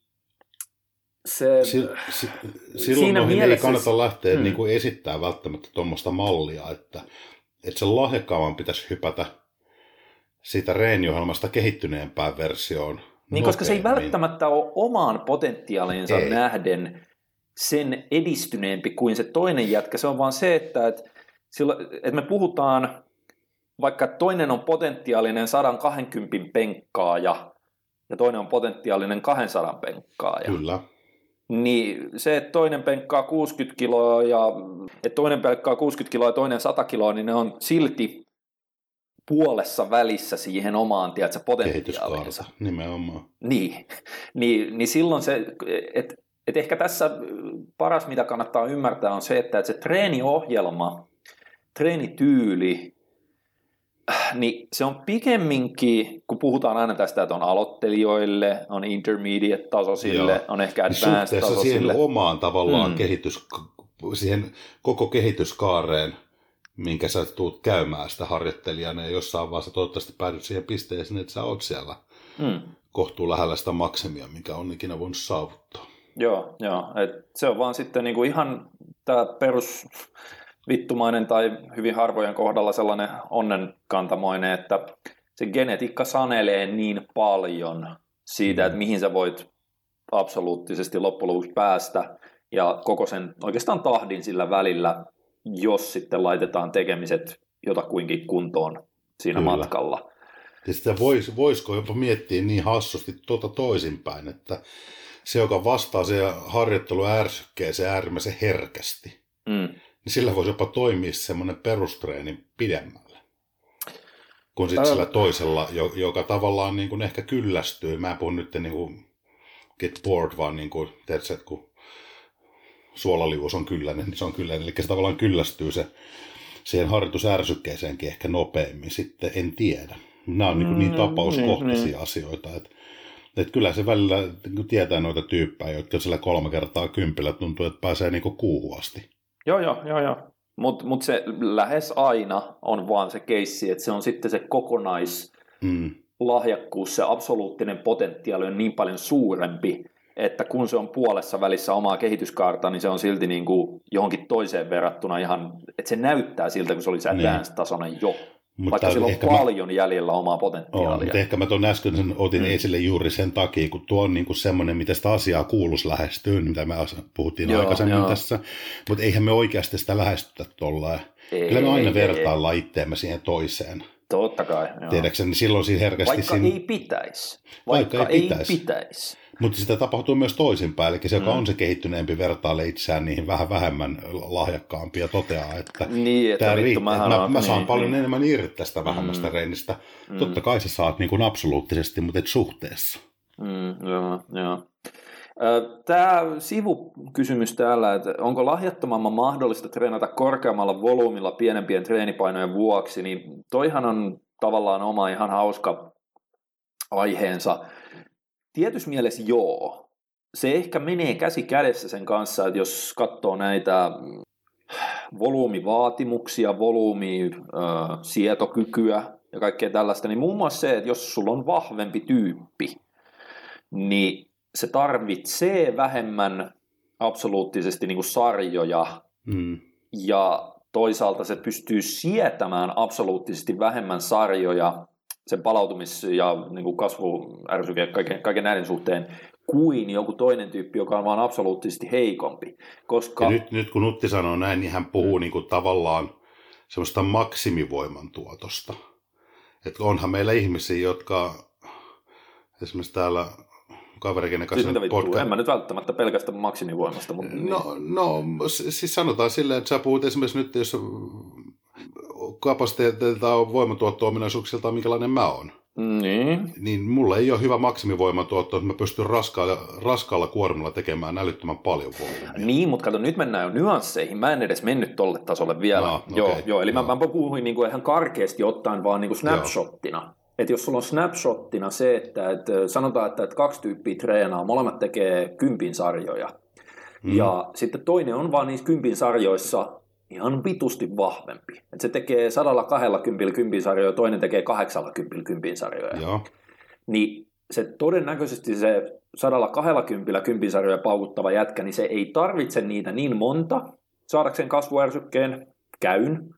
Silloin ei kannata lähteä niin kuin esittää välttämättä tuommoista mallia, että sen lahjakkaamman pitäisi hypätä siitä reeniohjelmasta kehittyneempään versioon. Niin, koska se ei välttämättä ole omaan potentiaalinsa nähden sen edistyneempi kuin se toinen jätkä. Se on vaan se, että me puhutaan, vaikka toinen on potentiaalinen 120 penkkaaja ja toinen on potentiaalinen 200 penkkaaja. Kyllä. Niin se, että toinen penkkaa 60 kiloa ja toinen 100 kiloa, niin ne on silti puolessa välissä siihen omaan, tiedätkö, potentiaaliinsa. Nimenomaan. Niin silloin se, että ehkä tässä paras, mitä kannattaa ymmärtää, on se, että se treeniohjelma, treenityyli, niin se on pikemminkin, kun puhutaan aina tästä, että on aloittelijoille, on intermediate-tasoisille, on ehkä advanced-tasoisille. Suhteessa siihen omaan tavallaan siihen koko kehityskaareen, minkä sä tuut käymään sitä harjoittelijana, ja jossain vaiheessa toivottavasti päädyt siihen pisteeseen, että sä oot siellä kohtuu lähellä sitä maksimia, mikä on ikinä voinut saavuttaa. Joo. Et se on vaan sitten niinku ihan tämä perus vittumainen tai hyvin harvojen kohdalla sellainen onnenkantamoinen, että se genetiikka sanelee niin paljon siitä, että mihin sä voit absoluuttisesti loppujen lopuksi päästä, ja koko sen oikeastaan tahdin sillä välillä, jos sitten laitetaan tekemiset jotakuinkin kuntoon siinä matkalla. Ja sitä voisiko jopa miettiä niin hassusti toisinpäin, että se, joka vastaa se harjoitteluärsykkeeseen äärimmäisen herkästi, niin sillä voisi jopa toimia semmoinen perustreeni pidemmälle. Kun sitten sillä toisella, joka tavallaan niin kuin ehkä kyllästyy. Mä en puhu nyt niin kuin get bored, vaan niin kuin, tiedätkö, että kun suolaliuos on kylläinen, niin se on kylläinen. Eli se tavallaan kyllästyy siihen harjoitusärsykkeeseenkin ehkä nopeammin. Sitten en tiedä. Nämä on niin tapauskohtaisia asioita, että kyllä se välillä tietää noita tyyppejä, jotka sillä 3 kertaa 10 tuntuu, että pääsee niin kuin kuuhun asti. Joo. Mut se lähes aina on vaan se keissi, että se on sitten se kokonaislahjakkuus, se absoluuttinen potentiaali on niin paljon suurempi, että kun se on puolessa välissä omaa kehityskaartaa, niin se on silti niin kuin johonkin toiseen verrattuna ihan, että se näyttää siltä, kun se olisi advanced-tasoinen jo. Vaikka sillä on paljon jäljellä omaa potentiaalia. Mutta ehkä mä tuon äsken otin esille juuri sen takia, kun tuo on niinku semmoinen, miten sitä asiaa kuuluisi lähestyä, mitä me puhuttiin aikaisemmin tässä. Mutta eihän me oikeasti sitä lähestytä tuollain. Kyllä me aina vertaillaan itteemme siihen toiseen. Totta kai. Tiedätkö, niin silloin siinä herkästi... Vaikka ei pitäisi. Mutta sitä tapahtuu myös toisinpäin, eli se, joka on se kehittyneempi, vertailee itseään niihin vähän vähemmän lahjakkaampia ja toteaa, että tämä riittää. Mä saan paljon enemmän irti tästä vähemmästä reenistä. Totta kai sä saat niin kuin absoluuttisesti, mutta et suhteessa. Joo. Tämä sivukysymys täällä, että onko lahjattomamman mahdollista treenata korkeammalla volyymilla pienempien treenipainojen vuoksi, niin toihan on tavallaan oma ihan hauska aiheensa. Tietyssä mielessä joo. Se ehkä menee käsi kädessä sen kanssa, että jos katsoo näitä volyymivaatimuksia, sietokykyä ja kaikkea tällaista, niin muun muassa se, että jos sulla on vahvempi tyyppi, niin se tarvitsee vähemmän absoluuttisesti niin kuin sarjoja ja toisaalta se pystyy sietämään absoluuttisesti vähemmän sarjoja sen palautumis- ja niin kuin kasvuärsyke ja kaiken näiden suhteen kuin joku toinen tyyppi, joka on vaan absoluuttisesti heikompi. Koska... Ja nyt kun Nutti sanoo näin, niin hän puhuu niin kuin tavallaan semmoista maksimivoiman tuotosta. Että onhan meillä ihmisiä, jotka esimerkiksi täällä kaverikenen kanssa... En mä nyt välttämättä pelkästään maksimivoimasta. Mutta no, siis sanotaan silleen, että sä puhut esimerkiksi nyt, jos kapasiteetilta on voimatuotto-ominaisuuksiltaan, minkälainen mä oon. Niin mulla ei ole hyvä maksimivoimatuotto, että mä pystyn raskaalla kuormilla tekemään älyttömän paljon voimia. Niin, mutta kato, nyt mennään jo nyansseihin. Mä en edes mennyt tolle tasolle vielä. Eli mä puhuin niin kuin ihan karkeasti ottaen vaan niin kuin snapshottina. Että jos sulla on snapshottina se, että sanotaan, että 2 tyyppiä treenaa, molemmat tekee 10 sarjoja. Ja sitten toinen on vaan niissä 10 sarjoissa ihan vitusti vahvempi. Että se tekee 120 10 sarjoja, toinen tekee 80 10 sarjoja. Joo. Niin se todennäköisesti se 120 10 sarjoja paukuttava jätkä, niin se ei tarvitse niitä niin monta saadakseen kasvuärsykkeen käyn.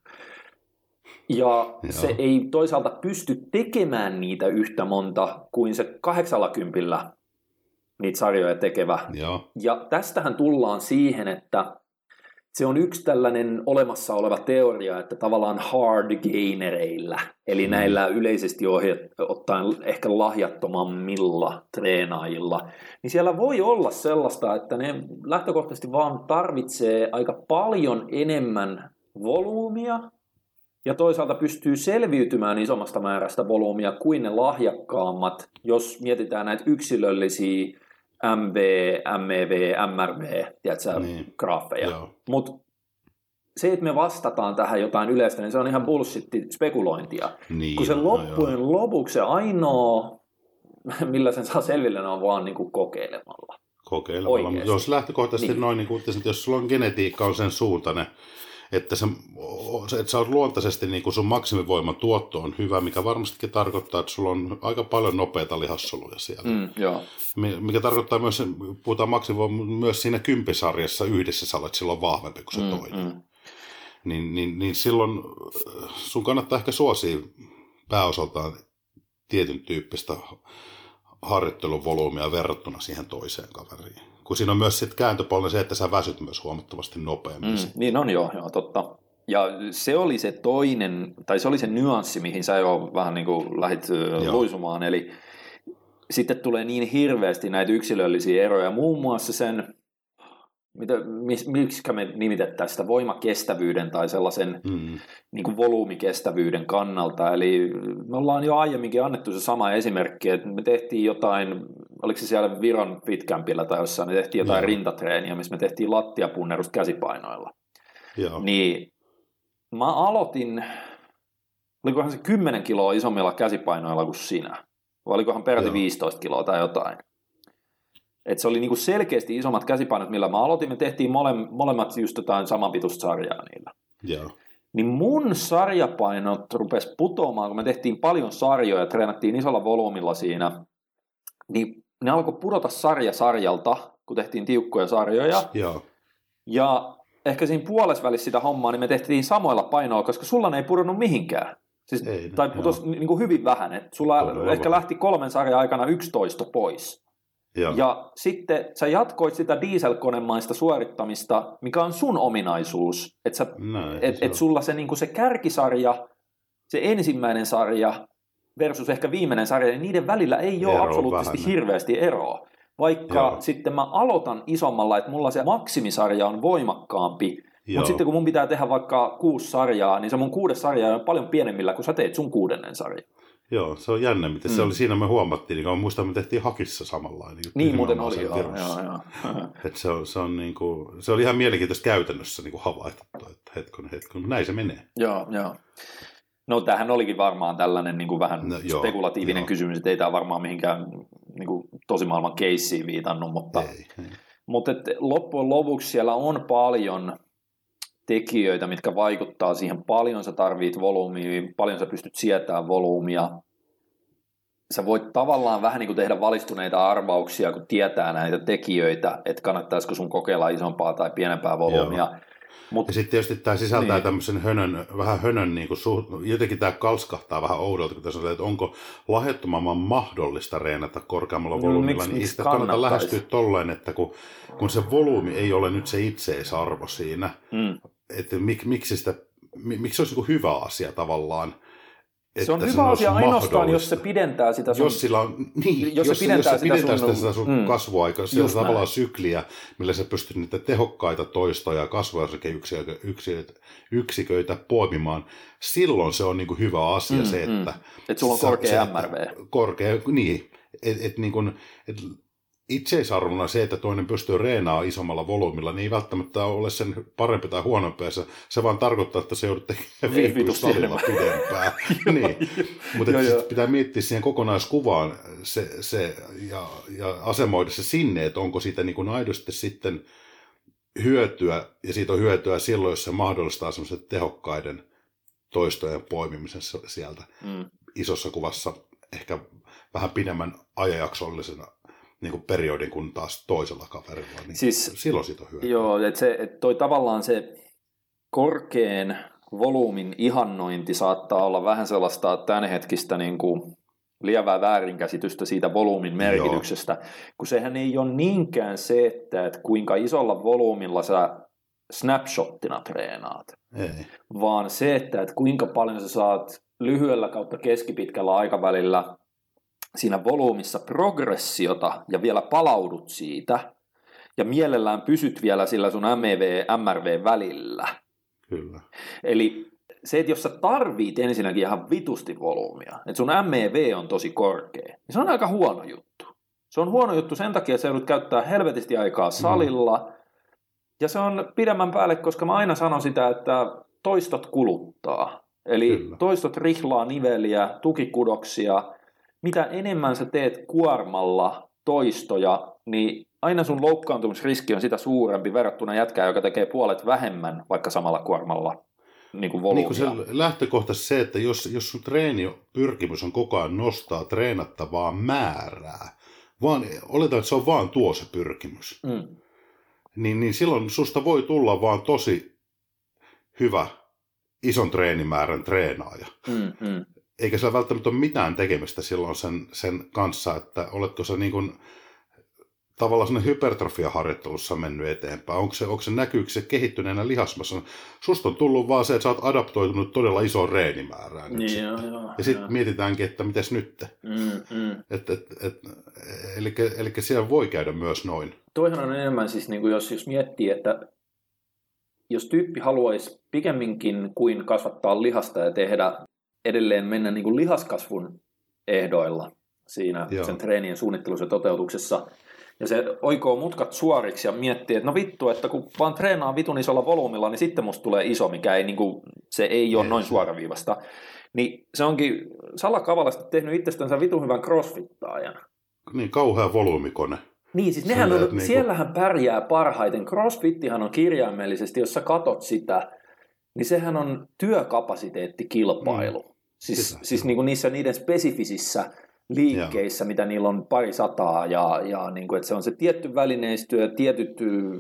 Ja se ei toisaalta pysty tekemään niitä yhtä monta kuin se 80 niitä sarjoja tekevä. Ja tästähän tullaan siihen, että se on yksi tällainen olemassa oleva teoria, että tavallaan hard gainereillä, eli näillä yleisesti ottaen ehkä lahjattomammilla treenaajilla, niin siellä voi olla sellaista, että ne lähtökohtaisesti vaan tarvitsee aika paljon enemmän volyymia, ja toisaalta pystyy selviytymään isommasta määrästä volyymia kuin ne lahjakkaammat, jos mietitään näitä yksilöllisiä MV, MEV, MRV, graafeja. Mutta se, että me vastataan tähän jotain yleistä, niin se on ihan bullshit-spekulointia. Niin, kun se loppujen lopuksi se ainoa, millä sen saa selville, on vaan niin kuin kokeilemalla. Mutta jos lähtökohtaisesti noin, niin kuin, että jos sulla on genetiikka on sen suuntainen, että sä oot luontaisesti niin kuin sun maksimivoiman tuotto on hyvä, mikä varmastikin tarkoittaa, että sulla on aika paljon nopeita lihassoluja siellä. Joo. Mikä tarkoittaa myös, puhutaan maksimivoimaa myös siinä 10-sarjassa yhdessä sä olet silloin vahvempi kuin se toinen. Niin silloin sun kannattaa ehkä suosia pääosaltaan tietyn tyyppistä harjoittelun volyymia verrattuna siihen toiseen kaveriin. Kun siinä on myös sitten kääntöpuolella se, että sä väsyt myös huomattavasti nopeammin. Niin on joo, totta. Ja se oli se toinen, tai se oli se nyanssi, mihin sä jo vähän niin kuin lähdit luisumaan. Eli sitten tulee niin hirveästi näitä yksilöllisiä eroja, muun muassa sen, miksi me nimitettäisiin sitä voimakestävyyden tai sellaisen niin kuin volyymikestävyyden kannalta. Eli me ollaan jo aiemminkin annettu se sama esimerkki, että me tehtiin jotain, oliko se siellä Viron Fitcampilla tai jossain, me tehtiin jotain rintatreeniä, missä me tehtiin lattiapunnerusta käsipainoilla. Niin mä aloitin, olikohan se 10 kiloa isommilla käsipainoilla kuin sinä, vai olikohan peräti 15 kiloa tai jotain. Että se oli niinku selkeästi isommat käsipainot, millä mä aloitin. Me tehtiin molemmat just jotain samanpituista sarjaa niillä. Joo. Niin mun sarjapainot rupesi putoamaan, kun me tehtiin paljon sarjoja ja treenattiin isolla volyymilla siinä. Niin ne alkoi pudota sarjalta, kun tehtiin tiukkoja sarjoja. Joo. Ja ehkä siinä puolesvälissä sitä hommaa, niin me tehtiin samoilla painoilla, koska sulla ei pudonnut mihinkään. Siis, ei, tai putosi niin kuin hyvin vähän. Et sulla ehkä lähti 3 sarjan aikana 11 pois. Ja sitten sä jatkoit sitä dieselkonemaista suorittamista, mikä on sun ominaisuus, että et sulla se, niin se kärkisarja, se ensimmäinen sarja versus ehkä viimeinen sarja, niin niiden välillä ei ole absoluuttisesti hirveästi eroa. Vaikka sitten mä aloitan isommalla, että mulla se maksimisarja on voimakkaampi, mutta sitten kun mun pitää tehdä vaikka 6 sarjaa, niin se mun 6 sarja on paljon pienemmillä, kun sä teet sun 6. sarjan. Joo, se on jännä, miten se oli siinä me huomattiin, niin kuin muistan, me tehtiin hakissa samanlainen. Niin muuten oli, joo. Että se on niin kuin, se oli ihan mielenkiintoista käytännössä niin kuin havaittu, että hetken, näin se menee. Joo. No tämähän olikin varmaan tällainen niin kuin vähän spekulatiivinen kysymys, että ei tämä varmaan mihinkään niin kuin tosimaailman keissiin viitannut, mutta loppujen lopuksi siellä on paljon tekijöitä, mitkä vaikuttaa siihen, paljon sä tarvit volyymia, paljon sä pystyt sietämään volyymia. Sä voit tavallaan vähän niin kuin tehdä valistuneita arvauksia, kun tietää näitä tekijöitä, että kannattaisiko sun kokeilla isompaa tai pienempää volyymia. Ja sitten tietysti tämä sisältää tämmöisen vähän hönön, niin kuin jotenkin tämä kalskahtaa vähän oudolta, kun tässä on, että onko lahjattoman mahdollista reenata korkeammalla volyymilla, niin sitä kannattaa lähestyä tolleen, että kun se volyymi ei ole nyt se itseisarvo siinä, että miksi se olisi niin hyvä asia tavallaan. Se on hyvä asia ainoastaan, jos se pidentää sitä sun... Jos se pidentää sitä sun kasvuaikaa, sitä tavallaan sykliä, millä sä pystyt niitä tehokkaita toistoja ja kasvuaikayksiköitä poimimaan, silloin se on niin kuin hyvä asia se, että... Että sulla on korkea MRV. Niin. Itseisarvona se, että toinen pystyy reenaamaan isommalla volyymilla, niin ei välttämättä ole sen parempi tai huonompi. Se vaan tarkoittaa, että se joudut tekemään salilla pidempään. Niin. Mutta pitää miettiä siihen kokonaiskuvaan ja asemoida se sinne, että onko siitä niin kuin aidosti sitten hyötyä, ja siitä on hyötyä silloin, jos se mahdollistaa semmoisen tehokkaiden toistojen poimimisen sieltä isossa kuvassa, ehkä vähän pidemmän ajanjaksollisena niin kuin periodin kuin taas toisella kaverilla, niin siis, silloin siitä on hyötyä. Joo, että toi tavallaan se korkean volyymin ihannointi saattaa olla vähän sellaista tämänhetkistä niin kuin lievää väärinkäsitystä siitä volyymin merkityksestä, kun sehän ei ole niinkään se, että kuinka isolla volyymilla sä snapshottina treenaat, vaan se, että kuinka paljon sä saat lyhyellä kautta keskipitkällä aikavälillä siinä volyymissa progressiota ja vielä palaudut siitä ja mielellään pysyt vielä sillä sun MRV välillä. Kyllä. Eli se, että jos sä tarvit ensinnäkin ihan vitusti volyymia, että sun MEV on tosi korkea, niin se on aika huono juttu. Se on huono juttu sen takia, että sä joudut käyttää helvetisti aikaa salilla ja se on pidemmän päälle, koska mä aina sanon sitä, että toistot kuluttaa. Eli toistot rihlaa niveliä, tukikudoksia. Mitä enemmän sä teet kuormalla toistoja, niin aina sun loukkaantumisriski on sitä suurempi verrattuna jätkään, joka tekee puolet vähemmän vaikka samalla kuormalla niin kuin volyymia. Niin se lähtökohtaisesti se, että jos sun treenipyrkimys on koko ajan nostaa treenattavaa määrää, vaan oletaan, että se on vaan tuo se pyrkimys, niin silloin susta voi tulla vaan tosi hyvä ison treenimäärän treenaaja. Eikä sillä välttämättä ole mitään tekemistä silloin sen kanssa, että oletko sä niin kuin tavallaan sellainen hypertrofiaharjoittelussa mennyt eteenpäin. Onko se näkyykö se kehittyneenä lihasmassa? Susta on tullut vaan se, että sä oot adaptoitunut todella isoon reenimäärään. Niin, ja sitten mietitäänkin, että mitäs nyt? Eli siellä voi käydä myös noin. Toihan on enemmän siis, niin kuin jos miettii, että jos tyyppi haluaisi pikemminkin kuin kasvattaa lihasta ja tehdä edelleen mennä niin kuin lihaskasvun ehdoilla siinä sen treenien suunnittelussa ja toteutuksessa, ja se oikoo mutkat suoriksi ja miettii, että no vittu, että kun vaan treenaa vitun isolla volyymilla, niin sitten musta tulee iso, mikä ei, niin kuin, se ei ole noin suoraviivasta. Niin se onkin salakavalasti tehnyt itsestänsä vitun hyvän crossfittaajan. Niin, kauhea volyymikone. Niin, siis nehän on, siellähän pärjää parhaiten. Crossfittihan on kirjaimellisesti, jos sä katot sitä, niin sehän on työkapasiteettikilpailu. Siis niin kuin niiden spesifisissä liikkeissä, mitä niillä on 200 ja niin kuin, että se on se tietty välineistö ja tietyt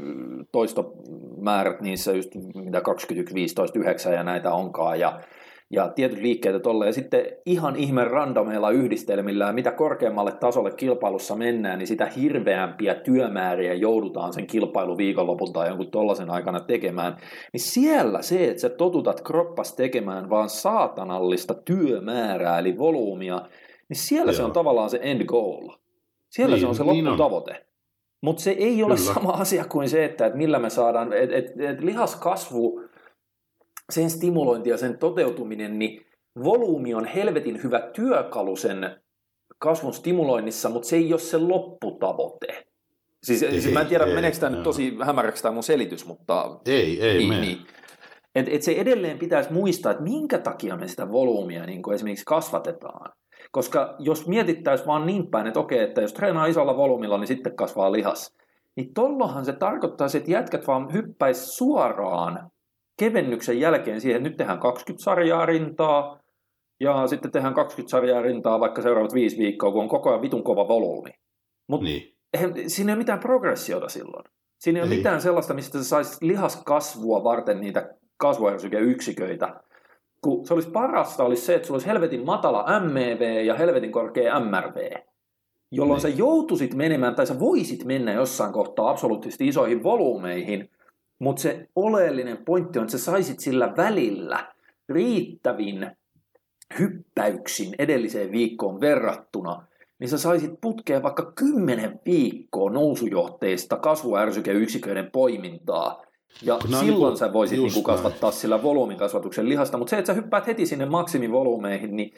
toistomäärät niissä just mitä 21, 15, 9 ja näitä onkaan ja tietyt liikkeet tolleen. Ja sitten ihan ihme randomeilla yhdistelmillä ja mitä korkeammalle tasolle kilpailussa mennään, niin sitä hirveämpiä työmääriä joudutaan sen kilpailuviikonlopun tai jonkun tollaisen aikana tekemään. Niin siellä se, että sä totutat kroppas tekemään vaan saatanallista työmäärää eli volyymia, niin siellä se on tavallaan se end goal. Siellä se on se lopputavoite. Mutta se ei ole sama asia kuin se, että millä me saadaan, että lihaskasvu, sen stimulointi ja sen toteutuminen, niin volyymi on helvetin hyvä työkalu sen kasvun stimuloinnissa, mutta se ei ole se lopputavoite. Siis mä en tiedä, meneekö tämä nyt tosi hämäräksi tämä mun selitys, mutta ei mene. Niin. Et se edelleen pitäisi muistaa, että minkä takia me sitä volyymia niin esimerkiksi kasvatetaan. Koska jos mietittäisiin vaan niin päin, että okei, että jos treenaa isolla volyymilla, niin sitten kasvaa lihas. Niin tollohan se tarkoittaa, että jätkät vaan hyppäisi suoraan kevennyksen jälkeen siihen, että nyt tehdään 20 sarjaa rintaa, ja sitten tehdään 20 sarjaa rintaa vaikka seuraavat 5 viikkoa, kun on koko ajan vitun kova volyymi. Mutta siinä ei ole mitään progressiota silloin. Siinä ei ole mitään sellaista, mistä sä saisit lihaskasvua varten niitä kasvuärsykeyksiköitä. Kun se olisi parasta, olisi se, että sulla olisi helvetin matala MEV ja helvetin korkea MRV, jolloin sä joutuisit menemään, tai sä voisit mennä jossain kohtaa absoluuttisesti isoihin volyymeihin, mutta se oleellinen pointti on, että sä saisit sillä välillä riittävin hyppäyksin edelliseen viikkoon verrattuna, niin sä saisit putkea vaikka 10 viikkoa nousujohteista kasvuärsykeyksiköiden poimintaa, ja silloin sä voisit niinku kasvattaa sillä volyymikasvatuksen lihasta, mutta se, että sä hyppäät heti sinne maksimivolyymeihin, niin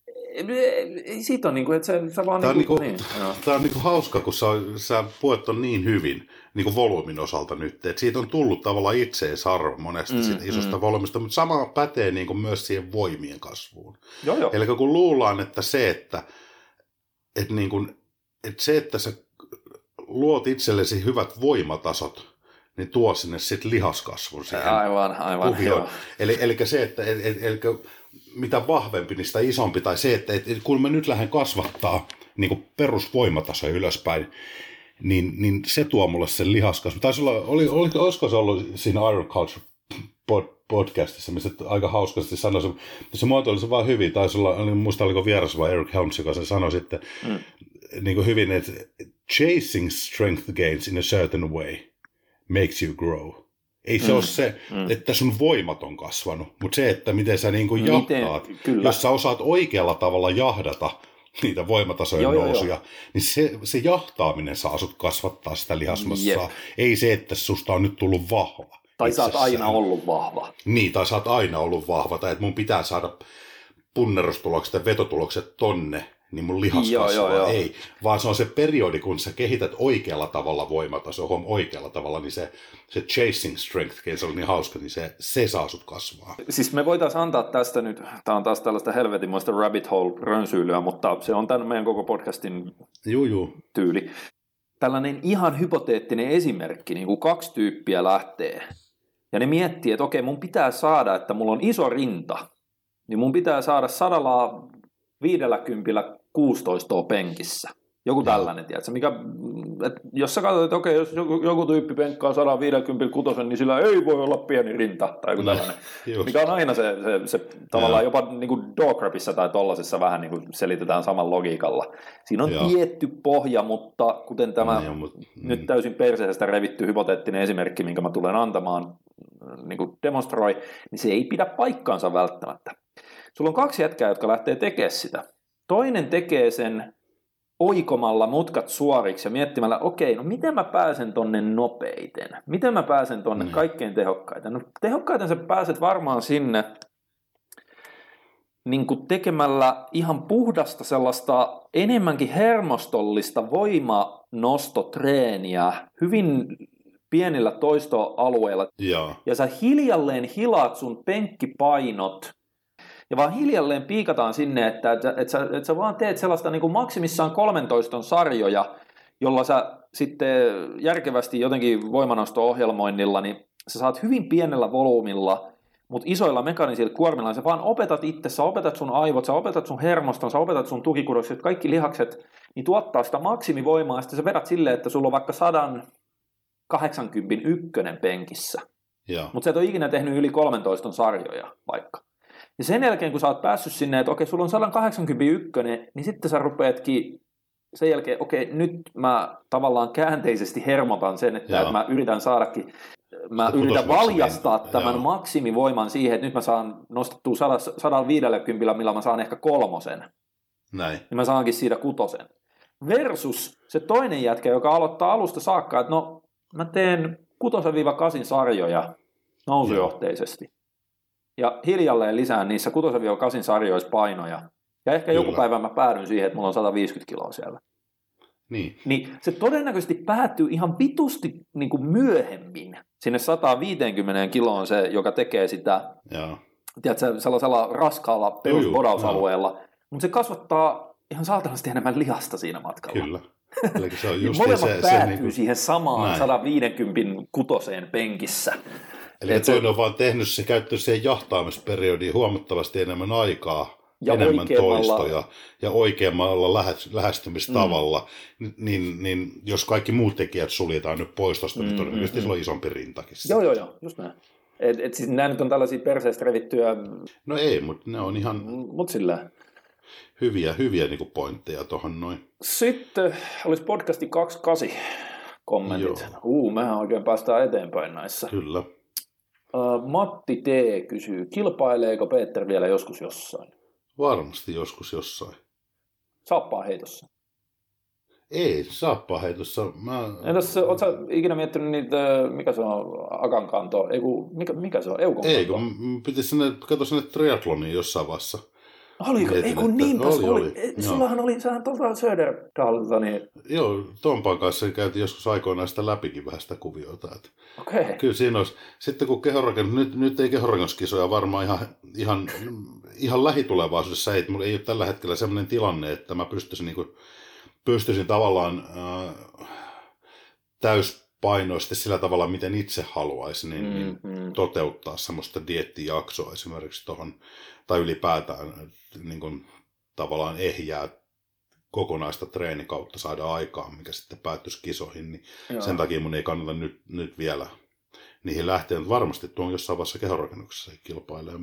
siitä on että sä vaan Tämä on hauska, kun sä puet on niin hyvin niin volyymin osalta nyt, että siitä on tullut tavallaan itseisarvo monesta siitä isosta volyymista, mutta sama pätee niin myös siihen voimien kasvuun. Joo. Eli kun luullaan, että että sä luot itsellesi hyvät voimatasot, niin tuo sinne sitten lihaskasvun siihen aivan kuvioon. Eli se, että mitä vahvempi, niin sitä isompi, tai se, että kun mä nyt lähden kasvattaa niin perusvoimatasoja ylöspäin, niin se tuo mulle sen lihaskasvun. Taisi olla, olisiko se ollut siinä Iron Culture podcastissa, missä aika hauskasti sanoi, se muotoili se vaan hyvin, taisi olla, muista oliko vieras vai Eric Helms, joka se sanoi sitten niin kuin hyvin, että chasing strength gains in a certain way makes you grow. Ei se ole se, että sun voimat on kasvanut, mutta se, että miten sä niin kuin jahtaat, jos sä osaat oikealla tavalla jahdata niitä voimatasojen nousuja, niin se jahtaaminen saa sut kasvattaa sitä lihasmassaa. Ei se, että susta on nyt tullut vahva. Tai sä oot aina ollut vahva. Niin, tai sä oot aina ollut vahva, tai että mun pitää saada punnerustulokset ja vetotulokset tonne, niin mun lihas kasvaa. Ei, vaan se on se periodi, kun sä kehität oikealla tavalla voimatasoa, oikealla tavalla, niin se chasing strength, se oli niin hauska, niin se saa sut kasvaa. Siis me voitaisiin antaa tästä nyt, tää on taas tällaista helvetinmoista rabbit hole rönsyilyä, mutta se on tämän meidän koko podcastin tyyli. tällainen ihan hypoteettinen esimerkki, niin kuin 2 tyyppiä lähtee, ja ne miettii, että okei, mun pitää saada, että mulla on iso rinta, niin mun pitää saada 150 16 penkissä. Joku tällainen, tiedätkö? Jos sä katsot, että okei, jos joku tyyppi penkkaa 156, niin sillä ei voi olla pieni rinta tai joku tällainen. Mikä on aina se tavallaan jopa niin kuin Dograpissa tai tollasessa vähän niin kuin selitetään saman logiikalla. Siinä on tietty pohja, mutta kuten tämä nyt täysin perseestä revitty hypoteettinen esimerkki, minkä mä tulen antamaan, niin kuin demonstroi, niin se ei pidä paikkaansa välttämättä. Sulla on 2 jätkää, jotka lähtee tekemään sitä. Toinen tekee sen oikomalla mutkat suoriksi ja miettimällä, okei, no miten mä pääsen tonne nopeiten? Miten mä pääsen tonne kaikkein tehokkaiten? No tehokkaiten sä pääset varmaan sinne niin kuin tekemällä ihan puhdasta sellaista enemmänkin hermostollista voimanostotreeniä hyvin pienillä toistoalueilla. Ja sä hiljalleen hilaat sun penkkipainot ja vaan hiljalleen piikataan sinne, että sä vaan teet sellaista niin kuin maksimissaan 13 sarjoja, jolla sä sitten järkevästi jotenkin voimanosto-ohjelmoinnilla, niin sä saat hyvin pienellä volyymilla, mutta isoilla mekaanisilla kuormilla, sä vaan opetat itse, sä opetat sun aivot, sä opetat sun hermoston, sä opetat sun tukikudokset, kaikki lihakset, niin tuottaa sitä maksimivoimaa, ja sitten sä vedät silleen, että sulla on vaikka 181 penkissä. Mutta sä et ole ikinä tehnyt yli 13 sarjoja vaikka. Ja sen jälkeen, kun sä oot päässyt sinne, että okei, sulla on 181, niin sitten sä rupeatkin sen jälkeen, okei, nyt mä tavallaan käänteisesti hermotan sen, että mä yritän saadakin, mä yritän valjastaa tämän maksimivoiman siihen, että nyt mä saan nostettua 150, millä mä saan ehkä 3. Näin. Niin mä saankin siitä 6. Versus se toinen jätkä, joka aloittaa alusta saakka, että no mä teen 6-8 sarjoja nousujohteisesti. Ja hiljalleen lisään niissä 6-8 sarjoissa painoja. Ja ehkä joku päivä mä päädyn siihen, että mulla on 150 kiloa siellä. Niin se todennäköisesti päätyy ihan vitusti niin kuin myöhemmin sinne 150 kiloon se, joka tekee sitä, tiedätkö, sellaisella raskaalla perusbodausalueella. Mutta se kasvattaa ihan saatanasti enemmän lihasta siinä matkalla. Kyllä. Eli se on just molemmat päätyy siihen samaan 156 penkissä. Eli toinen on vaan tehnyt se, käyttänyt siihen jahtaamisperiodiin huomattavasti enemmän aikaa, ja enemmän toistoja ja oikeammalla lähestymistavalla, niin jos kaikki muut tekijät suljetaan nyt pois tuosta, niin todennäköisesti sillä on isompi rintakin. Joo, just näin. Siis nämä nyt on tällaisia perseestä revittyjä... No ei, mutta ne on ihan hyviä niin kuin pointteja tuohon noin. Sitten olisi podcasti 28 kommentit. Mehän oikein päästään eteenpäin näissä. Kyllä. Matti T. kysyy, kilpaileeko Peter vielä joskus jossain? Varmasti joskus jossain. Saappaanheitossa? Ei, saappaanheitossa. Entäs, ootko sä ikinä miettinyt niitä, mikä se on, akankanto? Mikä se on, eukon kanto? Ei, kun pitäisi katsoa sinne triathloniin jossain vaiheessa. Oliko? Ei kun niinpäs oli. Sullahan oli, sähän tuolta Söderdalta, niin... Joo, Tompan kanssa käytiin joskus aikoinaan sitä läpikin vähän sitä kuviota. Okei. Kyllä siinä olisi, sitten kun nyt ei kehorakennuskisoja varmaan ihan lähitulevaisuudessa, mulla ei ole tällä hetkellä sellainen tilanne, että mä pystyisin tavallaan täyspainoisesti sillä tavalla, miten itse haluaisin, niin toteuttaa semmoista dieettijaksoa esimerkiksi tuohon, tai ylipäätään niin kuin, tavallaan ehjää kokonaista treenikautta saada aikaan, mikä sitten päättyisi kisoihin, niin sen takia mun ei kannata nyt vielä niihin lähteä. Varmasti tuon jossain vaiheessa kehorakennuksessa kilpailee,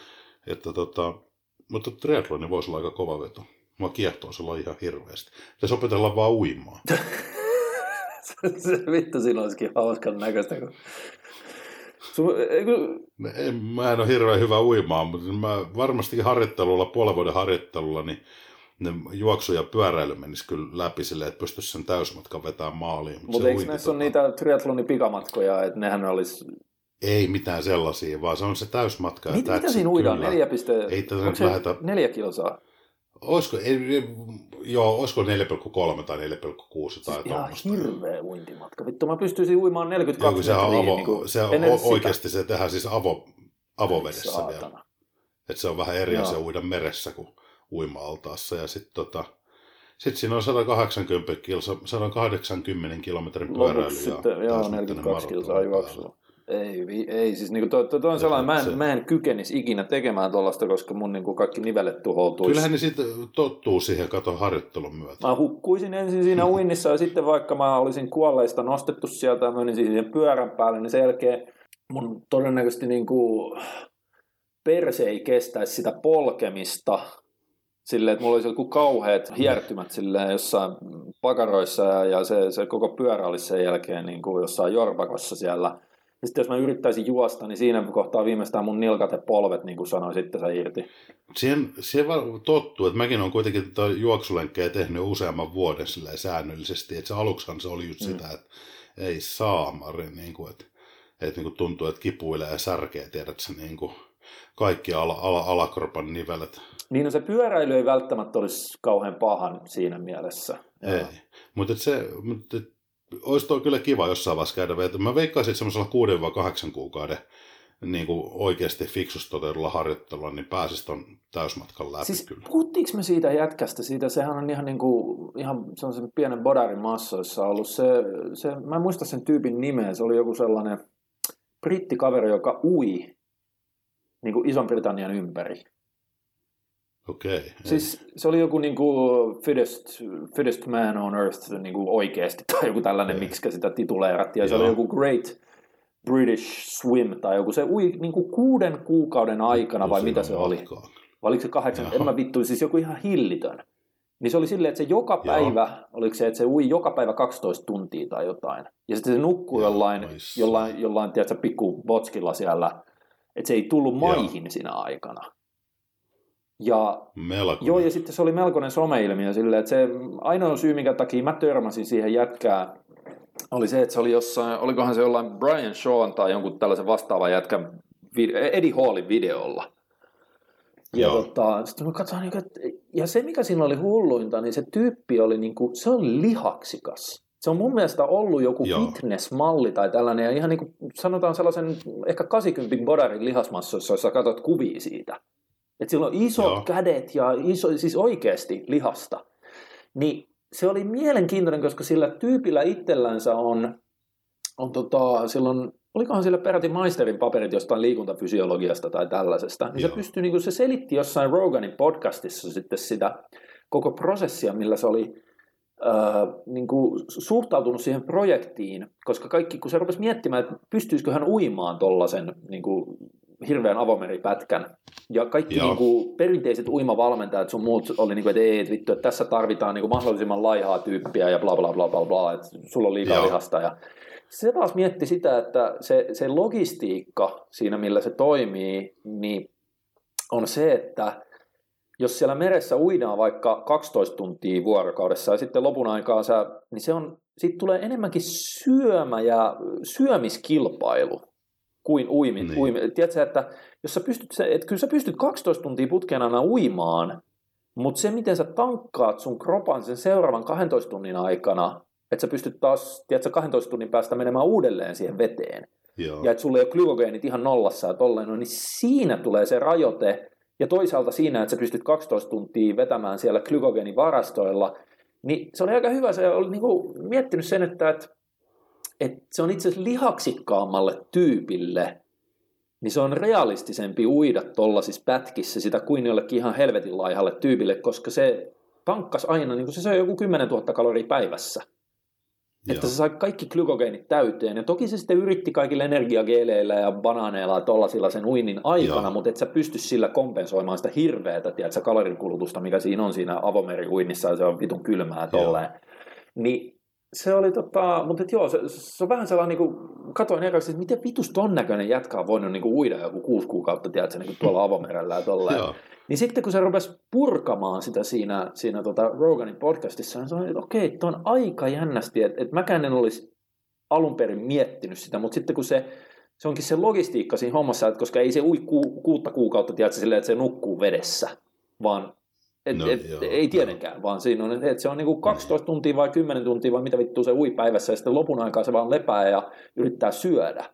mutta triathloni voisi olla aika kova veto. Mua kiehtoo se ihan hirveästi. Pitäisi opetella vaan uimaan. Se vittu siinä olisikin hauskan näköistä. Mä en ole hirveän hyvä uimaan, mutta mä varmastikin puolen vuoden harjoittelulla, niin ne juoksu ja pyöräily menisi kyllä läpi silleen, että pystyisi sen täysmatkan vetämään maaliin. Mutta eikö näissä ole niitä triathlonin pikamatkoja, että nehän olisi... Ei mitään sellaisia, vaan se on se täysmatka. Mitä siinä uidaan? 4 kilsaa? Olisiko 4,3 tai 4,6 tai tuommoista. Ihan hirveä uintimatka. Vittu, mä pystyisin uimaan 42 metriä. Se on oikeasti se tehdään siis avovedessä vielä. Että se on vähän eri asia uida meressä kuin uima-altaassa. Ja sitten Sitten siinä on 180 kilometrin pyöräily. Sitten, joo, 42 kilsaa juoksua. Ei, siis niinku toi on sellainen, mä en kykenisi ikinä tekemään tuollaista, koska mun niinku kaikki nivelet tuhoutuisi. Kyllähän ne sitten tottuu siihen katon harjoittelun myötä. Mä hukkuisin ensin siinä uinnissa ja sitten vaikka mä olisin kuolleista nostettu sieltä ja menisin siihen pyörän päälle, niin sen jälkeen mun todennäköisesti niinku perse ei kestäisi sitä polkemista silleen, että mulla olisi joku kauheat hiertymät silleen jossain pakaroissa ja se koko pyörä olisi sen jälkeen niinku jossain jorpakossa siellä. Ja sitten jos mä yrittäisin juosta, niin siinä kohtaa viimeistään mun nilkat ja polvet, niin kuin sanoin, sitten sä irti. Siihen tottuu, että mäkin olen kuitenkin juoksulenkkejä tehnyt useamman vuoden säännöllisesti, että aluksihan se oli just sitä, että ei saamari, niin kuin, että niin kuin tuntuu, että kipuilee ja särkee, tiedätkö, niin kuin kaikki alakropan nivelet. Niin, no se pyöräily ei välttämättä olisi kauhean pahan siinä mielessä. Ei, mutta olisi toi kyllä kiva jossain vaiheessa käydä vetä. Mä veikkaisin, että semmoisella 6-8 kuukauden niin kuin oikeasti fiksusti toteudulla harjoittelua, niin pääsisi ton täysmatkan läpi siis kyllä. Puhuttiinko me siitä jätkästä? Sehän on ihan, ihan sellaisen pienen bodarin massoissa ollut. Mä en muista sen tyypin nimeä. Se oli joku sellainen brittikaveri, joka ui niin kuin Ison-Britannian ympäri. Okei. Siis se oli joku niin kuin fittest man on earth niin kuin oikeasti, tai joku tällainen, miksikä sitä tituleerattiin. Ja se oli joku Great British Swim, tai joku se ui niin kuin 6 kuukauden aikana, vai mitä se oli? Vai oliko se 8? En mä vittu, siis joku ihan hillitön. Niin se oli silleen, että se joka päivä, oliko se, että se ui joka päivä 12 tuntia tai jotain. Ja sitten se nukkui jollain tiedätkö, pikku botskilla siellä, että se ei tullut maihin siinä aikana. Ja sitten se oli melkoinen someilmiö silleen, että se ainoa syy, minkä takia mä törmäsin siihen jätkään, oli se, että se oli jossain, olikohan se jollain Brian Shawn tai jonkun tällaisen vastaavan jätkän Eddie Hallin videolla. Ja sitten mä katsoin, ja se mikä siinä oli hulluinta, niin se tyyppi oli se oli lihaksikas. Se on mun mielestä ollut joku fitness-malli tai tällainen, ja ihan niin kuin sanotaan sellaisen ehkä 80 bodarin lihasmassoissa, jos sä katsot kuvia siitä. Että sillä on isot kädet ja siis oikeasti lihasta. Niin se oli mielenkiintoinen, koska sillä tyypillä itsellänsä on silloin, olikohan sillä peräti maisterin paperit jostain liikuntafysiologiasta tai tällaisesta. Niin se pystyi, niin kuin se selitti jossain Roganin podcastissa sitten sitä koko prosessia, millä se oli niin kuin suhtautunut siihen projektiin, koska kaikki, kun se rupesi miettimään, että pystyisikö hän uimaan tollaisen niin kuin hirveän avomeripätkän. Ja kaikki niin kuin perinteiset uimavalmentajat sun muut oli niin kuin, että ei, vittu, että tässä tarvitaan niin kuin mahdollisimman laihaa tyyppiä ja bla bla bla bla bla, että sulla on liikaa lihasta. Ja se taas mietti sitä, että se logistiikka siinä, millä se toimii, niin on se, että jos siellä meressä uidaan vaikka 12 tuntia vuorokaudessa ja sitten lopun aikaa niin siitä tulee enemmänkin syömiskilpailu kuin uiminen. Tiedätkö, että jos kyllä sä pystyt 12 tuntia putkeen aina uimaan, mutta se, miten sä tankkaat sun kropan sen seuraavan 12 tunnin aikana, että sä pystyt taas, 12 tunnin päästä menemään uudelleen siihen veteen, ja että sulla ei ole glykogeenit ihan nollassa ja tolleen, niin siinä tulee se rajoite, ja toisaalta siinä, että sä pystyt 12 tuntia vetämään siellä glykogeenivarastoilla, niin se oli aika hyvä. Se oli miettinyt sen, että se on itse asiassa lihaksikkaammalle tyypille, niin se on realistisempi uida tollasissa pätkissä sitä kuin jollekin ihan helvetin laihalle tyypille, koska se tankkas aina, niin kuin se söi joku 10 000 kaloria päivässä. Että se sai kaikki glykogeenit täyteen. Ja toki se sitten yritti kaikilla energiageeleillä ja banaaneilla ja tollasilla sen uinnin aikana, mutta et sä pysty sillä kompensoimaan sitä hirveätä, kalorikulutusta, mikä siinä on siinä avomeriuinnissa, ja se on vitun kylmää tolleen. Niin se oli mutta se on vähän sellainen, niin kuin, katoin ekaksi, että miten vitus ton näköinen jätkä on voinut niin kuin uida joku 6 kuukautta, tiedätkö, niin kuin tuolla avomerellä ja tolleen. Niin sitten kun se rupesi purkamaan sitä siinä Roganin podcastissa, niin sanoin, että okei, että on aika jännästi, että mäkään en olisi alun perin miettinyt sitä, mutta sitten kun se onkin se logistiikka siinä hommassa, että koska ei se ui 6 kuukautta, tiedätkö, silleen, että se nukkuu vedessä, vaan ei tietenkään, vaan siinä on, että se on niinku 12 tuntia vai 10 tuntia vai mitä vittua se ui päivässä, ja sitten lopun aikaa se vaan lepää ja yrittää syödä.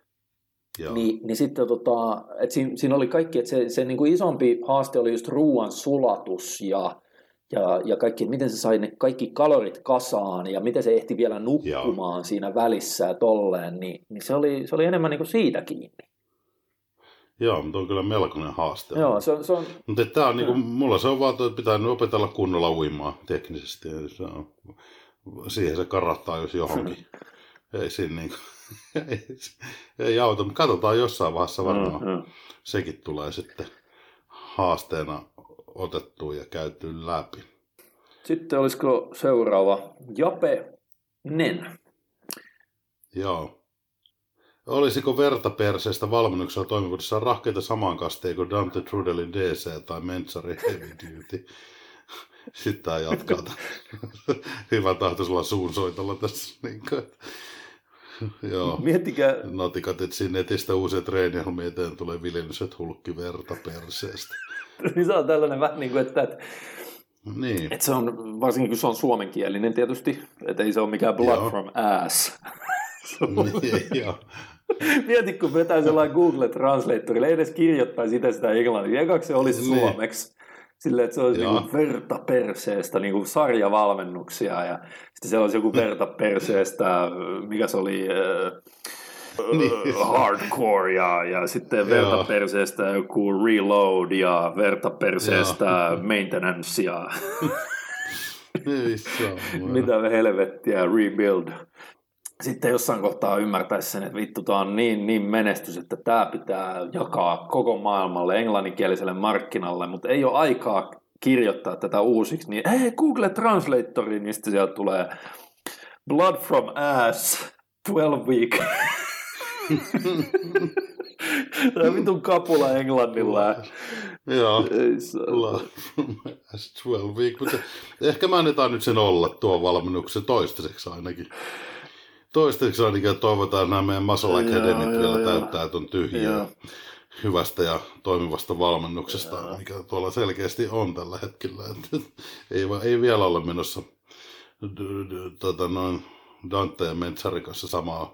Niin sitten että siinä oli kaikki, että se niinku isompi haaste oli just ruoan sulatus ja ja kaikki, miten se sai ne kaikki kalorit kasaan ja miten se ehti vielä nukkumaan siinä välissä ja tolleen, niin se oli enemmän niin kuin siitä kiinni. Joo, mutta on kyllä melkoinen haaste. Joo, se on... Mutta tämä on, niinku, mulla se on vaan, että pitää opetella kunnolla uimaa teknisesti. Siihen se karahtaa, jos johonkin. Ei siinä niinku... ei auta, mutta katsotaan jossain vaiheessa varmaan. Sekin tulee sitten haasteena otettua ja käytyä läpi. Sitten olisiko seuraava Jape Nen? Joo. Olisiko verta perseestä valmennuksella toimivuudessaan rahkeita samaan kasteen kuin Dante Trudelin DC tai Mentsari Heavy Duty? Sitten tämä jatkaa. Hyvä tahtoisella suunsoitolla tässä. Joo. Miettikää. Notikat, että sinne netistä uusia treeniohjelmia eteen tulee viljelyset hulkki verta perseestä. Niin se on tällainen vähän niin kuin, että niin. Se on, varsinkin kun se on suomenkielinen tietysti, että ei se ole mikään blood from ass. Niin, mieti, kun vetää sellainen Google Translatorille, ei edes kirjoittaisi sitä englanniksi. Ekaksi se olisi suomeksi. Silleen, että se olisi niinku verta perseestä, niinku sarjavalmennuksia. Ja sitten siellä olisi joku verta perseestä, mikä se oli, hardcore. Ja sitten verta perseestä joku reload ja verta perseestä maintenance. Ja mitä helvettiä, rebuild. Sitten jossain kohtaa ymmärtäisi sen, että vittu, tämä on niin menestys, että tämä pitää jakaa koko maailmalle englanninkieliselle markkinalle, mutta ei ole aikaa kirjoittaa tätä uusiksi, niin hei, Google Translatoriin, niin sitten sieltä tulee Blood from Ass, 12 week. Tämä vitun kapula englannilla. Joo, Blood from Ass, 12 week, mutta ehkä mä annetaan nyt sen olla tuon valmennuksen toistaiseksi ainakin. Toistaiseksi ainakin toivotaan nämä meidän Muscle Academit vielä täyttää tuon tyhjää hyvästä ja toimivasta valmennuksesta, mikä tuolla selkeästi on tällä hetkellä. Ei vielä ole menossa Dante ja Mentsarin kanssa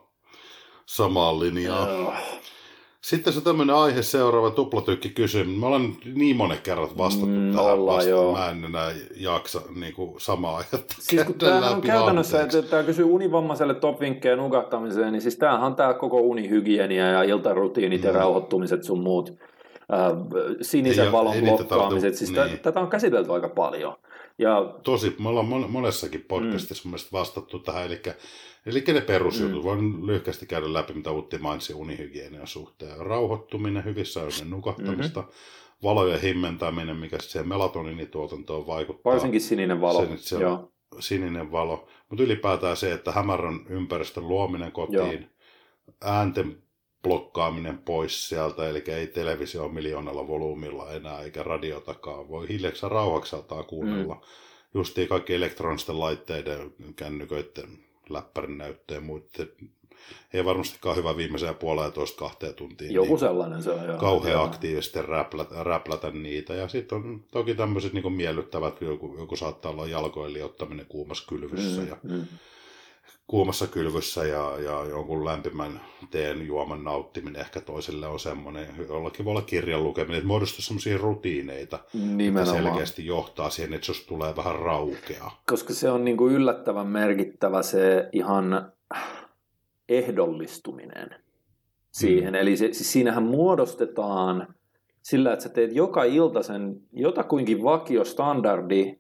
samaa linjaa. Sitten se tämmöinen aihe seuraava tuplatykki kysymys. Mä olen niin monen kerran vastattu tähän vastaan. Mä en enää jaksa niin kuin samaa aihetta siis kun tämähän on käytännössä, että tämä kysyy univammaiselle top-vinkkejä nukahtamiseen, niin siis tämähän on tämä koko unihygienia ja iltarutiinit ja rauhoittumiset sun muut sinisen valon blokkaamiset. Siis tätä on käsitelty aika paljon. Ja tosi, me ollaan monessakin podcastissa vastattu tähän, eli ne perusjutut. Voin lyhkästi käydä läpi, mitä Utti mainitsi unihygienian suhteen. Rauhoittuminen, hyvissä ajoin nukahtamista, valojen himmentäminen, mikä siihen melatoninituotantoon vaikuttaa. Varsinkin sininen valo. Sininen valo. Mutta ylipäätään se, että hämärän ympäristön luominen kotiin, äänten blokkaaminen pois sieltä, eli ei televisio miljoonalla volyymilla enää, eikä radiotakaan. Voi hiljaksi rauhakseltaan kuunnella. Justiin kaikki elektronisten laitteiden, kännyköiden, läppärin näytteen ja muiden. Ei varmastikaan hyvä viimeiseen 1,5–2 tuntia. Joku sellainen se on. Kauhean aktiivisesti räplätä niitä. Ja sitten on toki tämmöiset niin miellyttävät, joku saattaa olla jalkojen liottaminen kuumassa kylvyssä. Kuumassa kylvyssä ja jonkun lämpimän teen juoman nauttiminen ehkä toiselle on semmoinen, jollakin voi olla kirjan lukeminen, että muodostuu semmoisia rutiineita, että selkeästi johtaa siihen, että jos tulee vähän raukea. Koska se on niin kuin yllättävän merkittävä se ihan ehdollistuminen siihen. Eli siis siinähän muodostetaan sillä, että sä teet joka ilta sen jotakuinkin vakiostandardi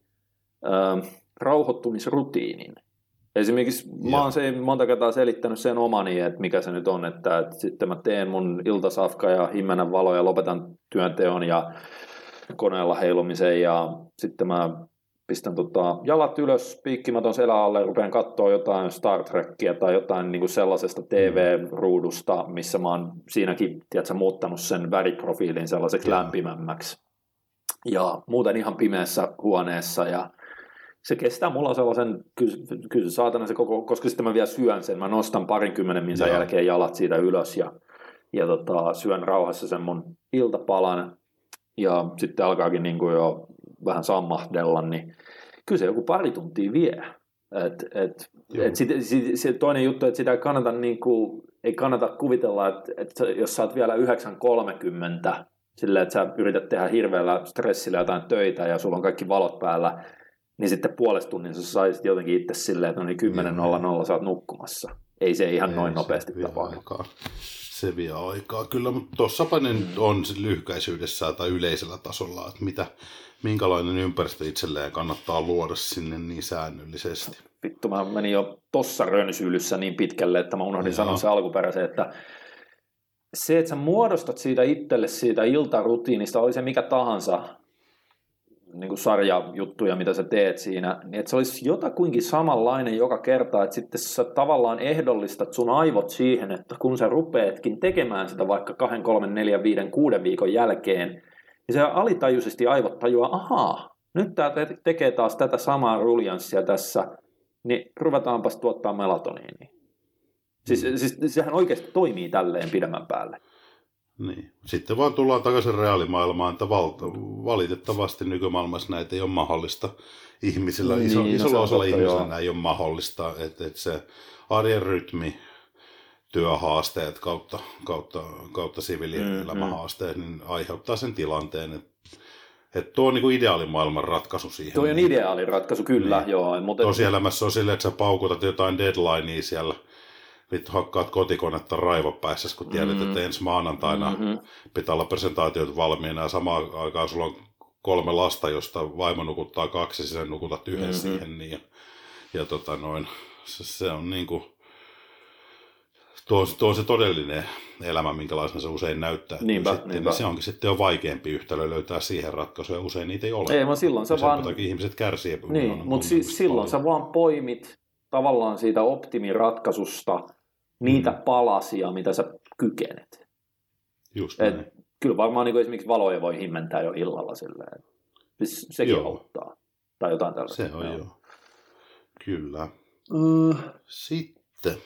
rauhoittumisrutiinin. Esimerkiksi mä oon monta kertaa selittänyt sen omani, että mikä se nyt on, että sitten mä teen mun iltasafka ja himmennän valo ja lopetan työnteon ja koneella heilumisen ja sitten mä pistän jalat ylös, piikkimaton selän alle ja rupean katsoa jotain Star Trekkiä tai jotain niin kuin sellaisesta TV-ruudusta, missä mä oon siinäkin muuttanut sen väriprofiilin sellaiseksi lämpimämmäksi. Ja muuten ihan pimeässä huoneessa ja se kestää mulla sellaisen, kyllä saatana se koko, koska sitten mä vielä syön sen, mä nostan 20 minsan jälkeen jalat siitä ylös ja syön rauhassa sen mun iltapalan ja sitten alkaakin niin kuin jo vähän sammahdella, niin kyllä se joku pari tuntia vie. Se toinen juttu, että sitä ei kannata, niin kuin, ei kannata kuvitella, että jos sä oot vielä 9:30 silleen, että sä yrität tehdä hirveällä stressillä jotain töitä ja sulla on kaikki valot päällä, niin sitten puolesta tunnin sä saisit jotenkin itse silleen, että no niin 10.00 sä oot nukkumassa. Ei se ihan noin nopeasti tapahdu. Se vie aikaa. Kyllä, mutta tuossapa on lyhykäisyydessä tai yleisellä tasolla, että minkälainen ympäristö itselleen kannattaa luoda sinne niin säännöllisesti. Vittu, mä menin jo tossa rönsyilyssä niin pitkälle, että mä unohdin sanoa se alkuperäisen, että se, että sä muodostat siitä itselle siitä iltarutiinista, oli se mikä tahansa, niin kuin sarjajuttuja, mitä sä teet siinä, niin että se olisi jotakuinkin samanlainen joka kerta, että sitten sä tavallaan ehdollistat sun aivot siihen, että kun sä rupeatkin tekemään sitä vaikka 2, 3, 4, 5, 6 viikon jälkeen, niin se alitajuisesti aivot tajuaa, ahaa, nyt tää tekee taas tätä samaa ruljanssia tässä, niin ruvetaanpas tuottaa melatoniinia. Siis sehän oikeasti toimii tälleen pidemmän päälle. Niin. Sitten vaan tullaan takaisin reaalimaailmaan, että valitettavasti nykymaailmassa näitä ei ole mahdollista ihmisillä. Isolla osalla ihmisillä ei ole mahdollista, että se arjen rytmi, työhaasteet kautta siviilielämähaasteet niin aiheuttaa sen tilanteen, että tuo on niin kuin ideaalimaailman ratkaisu siihen. Tuo on ideaalin ratkaisu, kyllä. Niin. Joo, mutta tosielämässä on silleen, että sä paukutat jotain deadlinea siellä. Vittu hakkaat kotikonetta raivopäissä, kun tiedät, että ensi maanantaina pitää olla presentaatiot valmiina ja samaan aikaan sulla on 3 lasta, josta vaimo nukuttaa 2 ja sinä nukutat 1 siihen. Niin, se on niinku, tuo on se todellinen elämä, minkälaisena se usein näyttäytyy. Niinpä. Niin se onkin sitten jo vaikeampi yhtälö löytää siihen ratkaisuja, usein niitä ei ole. Ei, vaan silloin sä vaan ihmiset kärsii. Niin, mutta silloin sä vaan poimit tavallaan siitä optimiratkaisusta niitä palasia, mitä sä kykenet. Just kyllä varmaan niin esimerkiksi valoja voi himmentää jo illalla silleen. Siis sekin auttaa. Tai jotain tällaista. Se on joo. Kyllä. Sitten.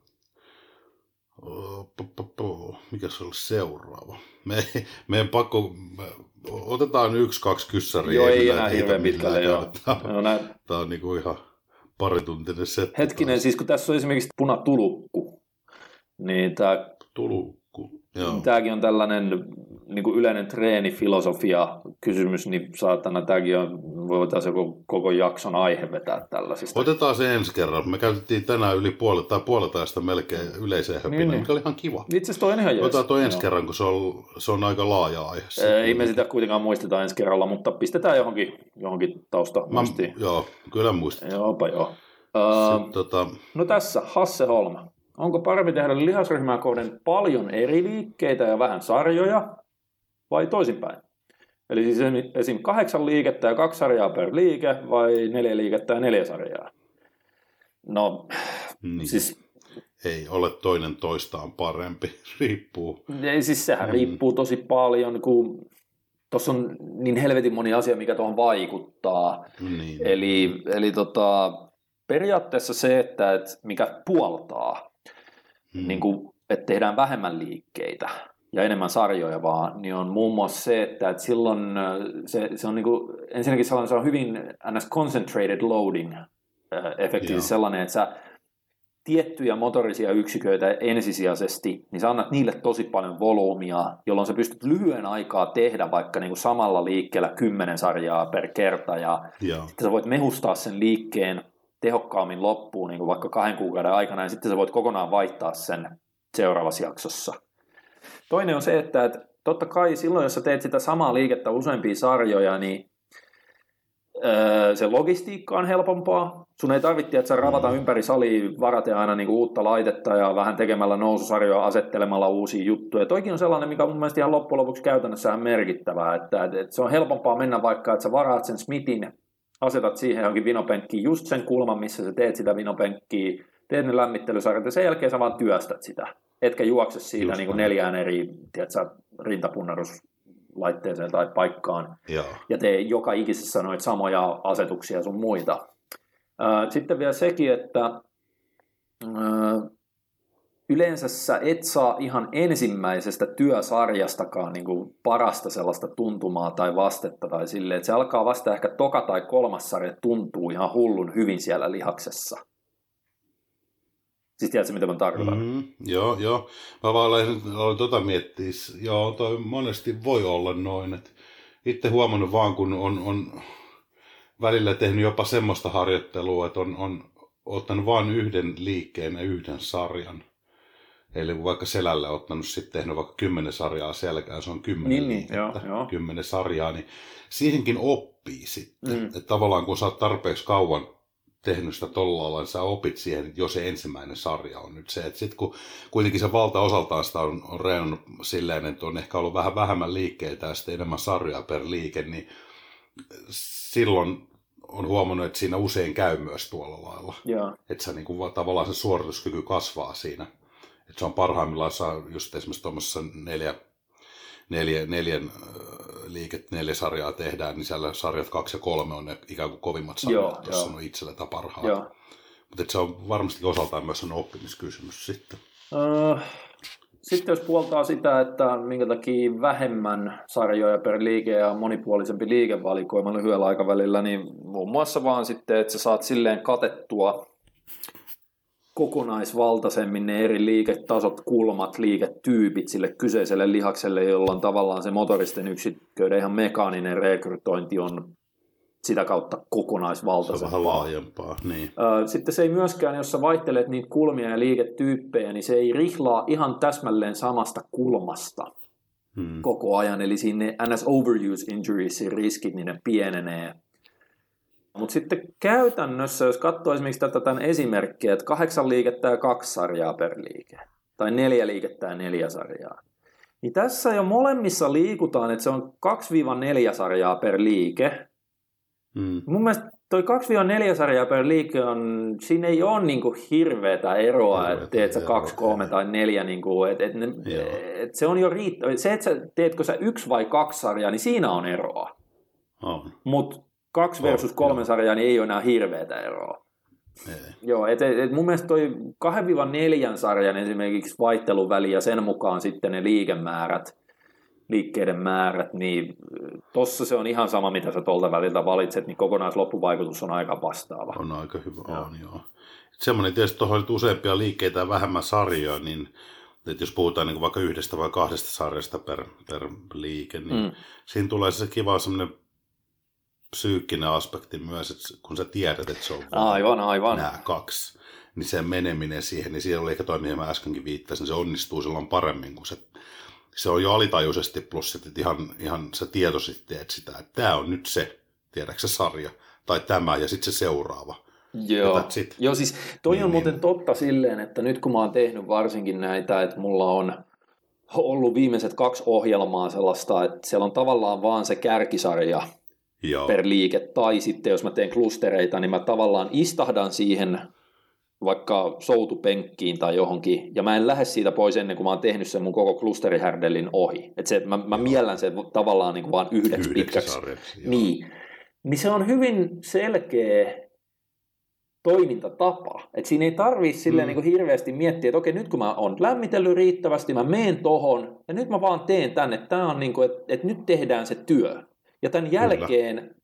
Mikä se olisi seuraava? Meidän pakko. Otetaan 1-2 kyssäriä. Joo, ei enää hirveän pitkälle. Tämä on niinku ihan parituntinen setti. Hetkinen, siis kun tässä on esimerkiksi punatulukku, niin tämä tämäkin on tällainen niin kuin yleinen treenifilosofia kysymys, niin saatana tämäkin on, voitaisiin koko jakson aihe vetää tällaisista. Otetaan se ensi kerran. Me käytettiin tänään yli puolesta melkein yleiseen höpinään, mikä oli ihan kiva. Itse asiassa toi on ihan jees. Otetaan toi ensi kerran, kun se on aika laaja aihe. Ei me sitä kuitenkaan muisteta ensi kerralla, mutta pistetään johonkin taustamuistiin. Joo, kyllä muistetaan. Joopa joo. No tässä, Hasse Holm. Onko parempi tehdä lihasryhmää kohden paljon eri liikkeitä ja vähän sarjoja vai toisinpäin? Eli siis esim. 8 liikettä ja 2 sarjaa per liike vai 4 liikettä ja 4 sarjaa? No, niin. Siis ei ole toinen toistaan parempi, riippuu. Ei, siis sehän riippuu tosi paljon, kun tuossa on niin helvetin moni asia, mikä tuohon vaikuttaa. Niin. Eli periaatteessa se, että mikä puoltaa, niin kuin, että tehdään vähemmän liikkeitä ja enemmän sarjoja vaan, niin on muun muassa se, että silloin se on niin kuin, ensinnäkin sellainen, se on hyvin concentrated loading -efekti, sellainen, että sä tiettyjä motorisia yksiköitä ensisijaisesti, niin sä annat niille tosi paljon volyymia, jolloin sä pystyt lyhyen aikaa tehdä vaikka niin kuin samalla liikkeellä 10 sarjaa per kerta, ja sitten sä voit mehustaa sen liikkeen tehokkaammin loppuun niin kuin vaikka 2 kuukauden aikana, ja sitten sä voit kokonaan vaihtaa sen seuraavassa jaksossa. Toinen on se, että totta kai silloin, jos sä teet sitä samaa liikettä useampia sarjoja, niin se logistiikka on helpompaa. Sun ei tarvitse, että sä ravata ympäri salia varaten aina niin kuin uutta laitetta ja vähän tekemällä noususarjoja, asettelemalla uusia juttuja. Toikin on sellainen, mikä on mun mielestä ihan loppujen lopuksi käytännössä merkittävää, että se on helpompaa mennä vaikka, että sä varaat sen Smithin, asetat siihen johonkin vinopenkkiin just sen kulman, missä sä teet sitä vinopenkkiä, teet ne lämmittelysarjat ja sen jälkeen sä vaan työstät sitä. Etkä juokse siitä niin kuin 4 eri rintapunneruslaitteeseen tai paikkaan ja tee joka ikisessä noita samoja asetuksia sun muita. Sitten vielä sekin, että yleensä sä et saa ihan ensimmäisestä työsarjastakaan niin kuin parasta sellaista tuntumaa tai vastetta tai silleen, että se alkaa vasta ehkä 2. tai 3. sarja tuntuu ihan hullun hyvin siellä lihaksessa. Siis tiedätkö, mitä mä tarkoitan? Joo. Mä vaan aloin miettiä. Joo, toi monesti voi olla noin. Itse huomannut vaan, kun on välillä tehnyt jopa semmoista harjoittelua, että on ottanut vain yhden liikkeen ja yhden sarjan. Eli vaikka selälle ottanut sitten tehnyt vaikka 10 sarjaa selkään, se on 10 liikettä, 10 sarjaa, niin siihenkin oppii sitten. Että tavallaan kun sä oot tarpeeksi kauan tehnyt sitä tolla lailla, niin sä opit siihen, että jo se ensimmäinen sarja on nyt se. Että sitten kun kuitenkin se valtaosaltaan sitä on reenannut silleen, että on ehkä ollut vähän vähemmän liikkeitä ja sitten enemmän sarjaa per liike, niin silloin on huomannut, että siinä usein käy myös tuolla lailla. Että se niin kuin, tavallaan se suorituskyky kasvaa siinä. Että se on parhaimmillaan, just esimerkiksi tuommoisessa neljä sarjaa tehdään, niin siellä sarjat 2 ja 3 on ne ikään kuin kovimmat sarjat, jos on itsellä parhaat. Mutta se on varmasti osaltaan myös oppimiskysymys sitten. Sitten jos puoltaa sitä, että minkä takia vähemmän sarjoja per liike ja monipuolisempi liikevalikoima lyhyellä aikavälillä, niin muun muassa vaan sitten, että sä saat silleen katettua kokonaisvaltaisemmin ne eri liiketasot, kulmat, liiketyypit sille kyseiselle lihakselle, jolloin tavallaan se motoristen yksiköiden ihan mekaaninen rekrytointi on sitä kautta kokonaisvaltaisempaa. Se on vähän laajempaa, niin. Sitten se ei myöskään, jos sä vaihtelet niitä kulmia ja liiketyyppejä, niin se ei rihlaa ihan täsmälleen samasta kulmasta koko ajan. Eli siinä ne NS overuse injuriesin riskit, niin ne pienenee. Mutta sitten käytännössä, jos katsoo esimerkiksi tämän esimerkkiä, että 8 liikettä ja 2 sarjaa per liike, tai 4 liikettä ja 4 sarjaa, niin tässä jo molemmissa liikutaan, että se on 2-4 sarjaa per liike. Mun mielestä toi 2-4 sarjaa per liike siinä ei ole niinku hirveätä eroa, että teet sä 2, 3 tai 4, niinku, et se on jo riittävä. Se, että teetkö sä 1 vai 2 sarjaa, niin siinä on eroa. Mutta 2 versus 3 sarjaa, niin ei ole enää hirveätä eroa. Joo, mun mielestä toi 2-4 sarjan esimerkiksi vaihteluväli ja sen mukaan sitten ne liikkeiden määrät, niin tossa se on ihan sama, mitä sä tuolta väliltä valitset, niin kokonaisloppuvaikutus on aika vastaava. On aika hyvä, joo. Semmoinen tietysti tuohon useampia liikkeitä ja vähemmän sarjoja, niin että jos puhutaan niin vaikka 1 vai 2 sarjasta per liike, niin siinä tulee se kiva semmoinen psyykkinen aspekti myös, että kun sä tiedät, että se on aivan. nämä 2, niin se meneminen siihen, niin siellä oli ehkä toi, mihin mä äskenkin viittasin, se onnistuu silloin paremmin, kun se on jo alitajuisesti, plus että ihan sä tietoisesti teet sitä, että tämä on nyt se, tiedätkö sarja, tai tämä, ja sitten se seuraava. Joo, siis toi on muuten totta silleen, että nyt kun mä oon tehnyt varsinkin näitä, että mulla on ollut viimeiset 2 ohjelmaa sellaista, että siellä on tavallaan vaan se kärkisarja, per liike, tai sitten jos mä teen klustereita, niin mä tavallaan istahdan siihen vaikka soutupenkkiin tai johonkin, ja mä en lähde siitä pois ennen kuin mä oon tehnyt sen mun koko klusterihärdellin ohi. Että mä miellän sen tavallaan niin kuin vaan yhdeksi pitkäksi. Niin se on hyvin selkeä toimintatapa. Että siinä ei tarvitse silleen niin kuin hirveästi miettiä, että okei, nyt kun mä oon lämmitellyt riittävästi, mä meen tohon, ja nyt mä vaan teen tän, että tää on niin kuin, että nyt tehdään se työ. Ja tämän jälkeen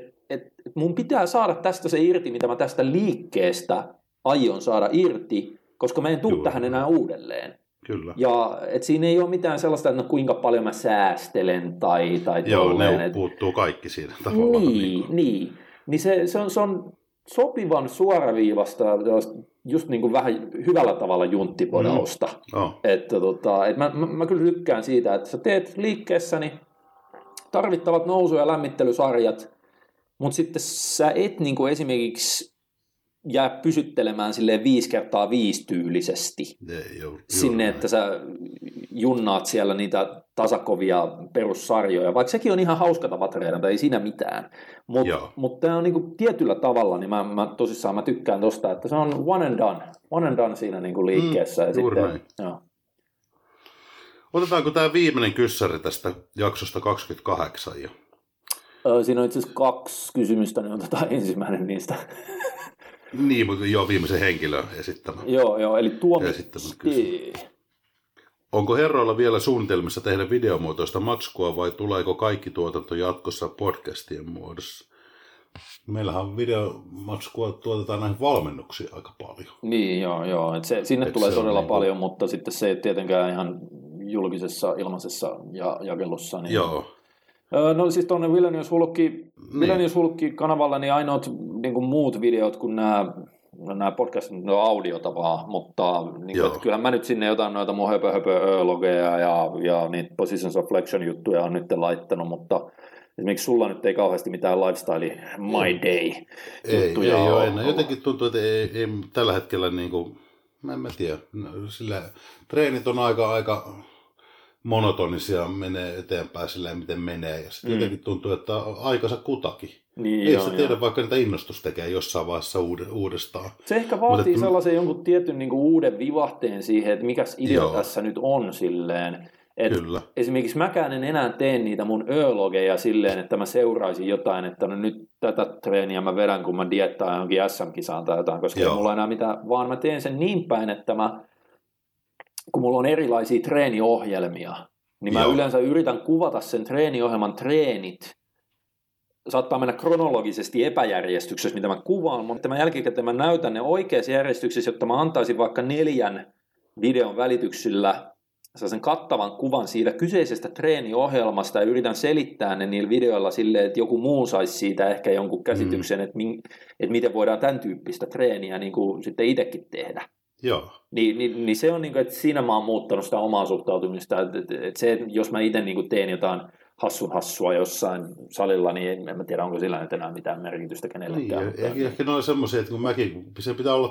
mun pitää saada tästä se irti, mitä mä tästä liikkeestä aion saada irti, koska mä en tule tähän enää uudelleen. Kyllä. Ja siinä ei ole mitään sellaista, että kuinka paljon mä säästelen tai ne puuttuu kaikki siinä tavallaan. Niin se on sopivan suoraviivasta, just niin kuin vähän hyvällä tavalla junttipodausta. Että mä kyllä tykkään siitä, että sä teet liikkeessäni tarvittavat nousu- ja lämmittelysarjat, mutta sitten sä et niin kuin esimerkiksi jää pysyttelemään silleen 5x5 tyylisesti sinne, että sä junnaat siellä niitä tasakovia perussarjoja, vaikka sekin on ihan hauska tapa treenata, ei siinä mitään. Mutta tämä on niin kuin tietyllä tavalla, niin mä tosissaan tykkään tosta, että se on one and done siinä niin kuin liikkeessä. Ja sitten, otetaanko tämä viimeinen kyssäri tästä jaksosta 28 jo? Siinä on itse asiassa 2 kysymystä, niin otetaan ensimmäinen niistä. Niin, mutta viimeisen henkilön esittämä. Joo, eli Onko herroilla vielä suunnitelmissa tehdä videomuotoista matskua vai tuleeko kaikki tuotanto jatkossa podcastien muodossa? Meillähän videomatskua tuotetaan näihin valmennuksiin aika paljon. Niin, joo. Sinne tulee todella paljon, mutta sitten se ei tietenkään ihan julkisessa, ilmaisessa jakelussa. Niin No siis tuonne Vilenius Hulkki-kanavalla niin ainoat niin kuin muut videot kuin nämä podcastit, no audiota vaan, mutta niin kuin, että kyllähän mä nyt sinne jotain noita mun höpö-logeja ja niitä Positions of Flexion juttuja on nyt laittanut, mutta esimerkiksi sulla nyt ei kauheasti mitään lifestyle my day juttuja ei ole enää. Jotenkin tuntuu, että ei tällä hetkellä niin kuin, mä en tiedä, sillä treenit on aika monotonisia, menee eteenpäin silleen, miten menee, ja sitten jotenkin tuntuu, että aikansa kutakin. Niin, ei se tiedä, vaikka niitä innostus tekee jossain vaiheessa uudestaan. Se ehkä vaatii sellaisen jonkun tietyn niin kuin uuden vivahteen siihen, että mikäs idea tässä nyt on silleen. Kyllä. Esimerkiksi mäkään en enää tee niitä mun ölogeja silleen, että mä seuraisin jotain, että no nyt tätä treeniä mä vedän, kun mä diettaan johonkin SM-kisaan tai jotain, koska ei mulla enää mitään, vaan mä teen sen niin päin, että kun mulla on erilaisia treeniohjelmia, niin mä yleensä yritän kuvata sen treeniohjelman treenit. Saattaa mennä kronologisesti epäjärjestyksessä, mitä mä kuvaan, mutta mä jälkikäteen mä näytän ne oikeassa järjestyksessä, jotta mä antaisin vaikka 4 videon välityksillä sen kattavan kuvan siitä kyseisestä treeniohjelmasta ja yritän selittää ne niillä videoilla silleen, että joku muu saisi siitä ehkä jonkun käsityksen, että miten voidaan tämän tyyppistä treeniä niin kuin sitten itsekin tehdä. Joo. Niin se on, niin kuin, että siinä mä oon muuttanut sitä omaa suhtautumista, että se, jos mä itse niin kuin teen jotain hassua jossain salilla, niin en mä tiedä, onko sillä nyt enää mitään merkitystä kenellekään. Niin, ehkä ne on semmoisia, että kun mäkin, se pitää olla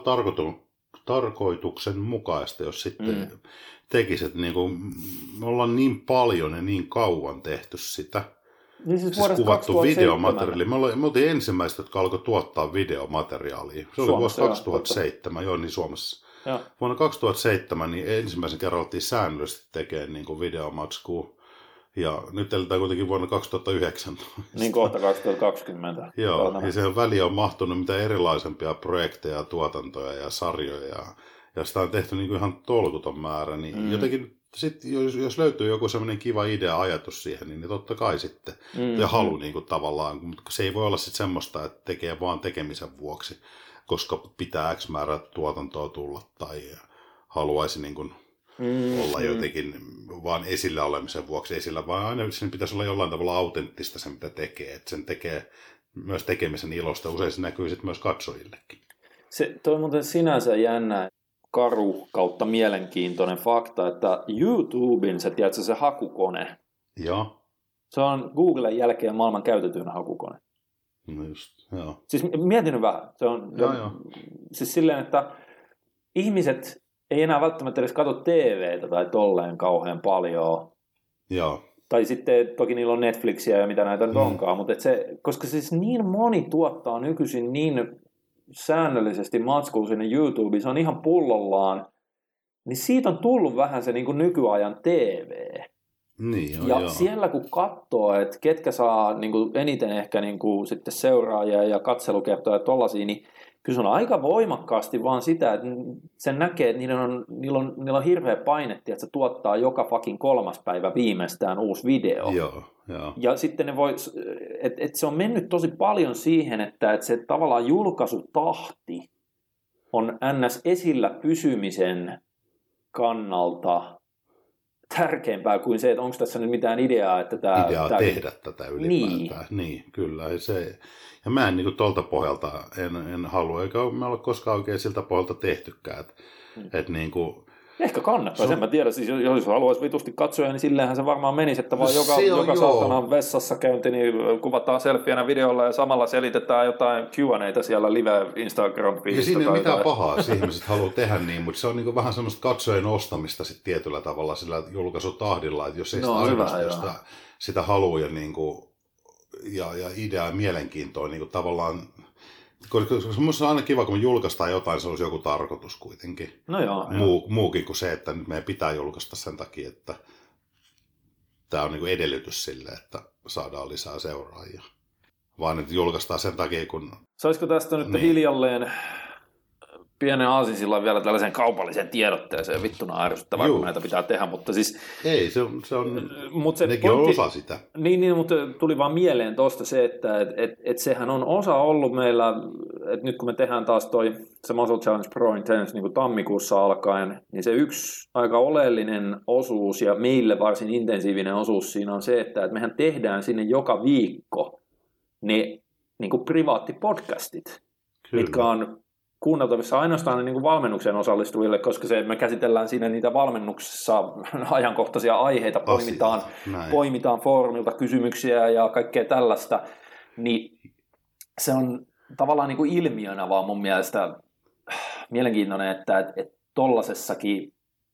tarkoituksenmukaista, jos sitten tekisit, niin kuin, me ollaan niin paljon ja niin kauan tehty sitä. Niin siis kuvattu videomateriaali. Me oltiin ensimmäiset, jotka alkoi tuottaa videomateriaalia. Se oli vuosi 2007, niin Suomessa. Ja. Vuonna 2007 niin ensimmäisen kerran oltiin säännöllisesti tekemään niin kuin videomatskua. Ja nyt eletään kuitenkin vuonna 2019. Niin kohta 2020. Joo, ja siihen väliin on mahtunut mitä erilaisempia projekteja, tuotantoja ja sarjoja. Ja sitä on tehty niin kuin ihan tolkuton määrä. Niin jotenkin sitten, jos löytyy joku semmoinen kiva idea, ajatus siihen, niin totta kai sitten. Ja halu niin kuin tavallaan. Mutta se ei voi olla sitten semmoista, että tekee vaan tekemisen vuoksi, koska pitää X määrä tuotantoa tulla tai haluaisi niin kuin olla jotenkin vaan esillä olemisen vuoksi esillä, vaan aina sen pitäisi olla jollain tavalla autenttista se, mitä tekee. Että sen tekee myös tekemisen ilosta. Usein se näkyy sitten myös katsojillekin. Toi on muuten sinänsä jännä, karu kautta mielenkiintoinen fakta, että YouTuben, tiedätkö, se hakukone. Joo. Se on Googlen jälkeen maailman käytetyn hakukone. No just, joo. Siis mietin vähän. Se on siis silleen, että ihmiset ei enää välttämättä edes katso TVtä tai tolleen kauhean paljon. Joo. Tai sitten toki niillä on Netflixiä ja mitä näitä nyt onkaan, mutta koska siis niin moni tuottaa nykyisin niin säännöllisesti matskua sinne YouTubeen, se on ihan pullollaan, niin siitä on tullut vähän se niin kuin nykyajan TV. Niin, ja siellä kun katsoo, että ketkä saa niin kuin eniten ehkä niin kuin sitten seuraajia ja katselukertoja ja tollaisia, niin kyllä se on aika voimakkaasti vaan sitä, että sen näkee, että niillä on hirveä paine, että se tuottaa joka fucking 3. päivä viimeistään uusi video. Joo. Ja sitten että se on mennyt tosi paljon siihen, että se tavallaan julkaisutahti on ns. Esillä pysymisen kannalta tärkeämpää kuin se, että onko tässä nyt mitään ideaa, että tehdä tätä ylipäätään. Niin, kyllä. Se, ja mä en niin kuin tolta pohjalta en halua, eikä me ole koskaan oikein siltä pohjalta tehtykään. Että niin kuin, ehkä kannattaa, sen mä tiedän, siis jos haluaisi vitusti katsoja, niin silleenhän se varmaan menisi, että vaan joka saatana vessassa käynti, niin kuvataan selfieänä videolla ja samalla selitetään jotain Q&A:tä siellä live Instagram-fiilistä. Ja siinä ei ole mitään pahaa, jos ihmiset haluaa tehdä niin, mutta se on niin kuin vähän semmoista katsojen ostamista sit tietyllä tavalla sillä julkaisutahdilla, että jos ei sitä halua ja, niin kuin, ja ideaa ja mielenkiintoa niin kuin tavallaan. Koska minusta on aina kiva, kun me julkaistaan jotain, se olisi joku tarkoitus kuitenkin. No joo. Muukin kuin se, että nyt meidän pitää julkaista sen takia, että tämä on niin edellytys sille, että saadaan lisää seuraajia. Vaan nyt julkaistaan sen takia, kun... Saisiko tästä nyt hiljalleen pienen aasinsillan vielä tällaisen kaupalliseen tiedotteeseen, vittuna ärsyttävää, kun näitä pitää tehdä, mutta siis... Ei, se on nekin on osa sitä. Niin, mutta tuli vaan mieleen tuosta se, että sehän on osa ollut meillä, että nyt kun me tehdään taas se Muscle Challenge Pro Intense niin kuin tammikuussa alkaen, niin se yksi aika oleellinen osuus ja meille varsin intensiivinen osuus siinä on se, että mehän tehdään sinne joka viikko ne niin kuin privaattipodcastit, mitkä on kuunneltavissa ainoastaan niin kuin valmennukseen osallistuville, koska me käsitellään siinä niitä valmennuksessa ajankohtaisia aiheita, poimitaan foorumilta kysymyksiä ja kaikkea tällaista, niin se on tavallaan niin kuin ilmiönä vaan mun mielestä mielenkiintoinen, että tollasessakin,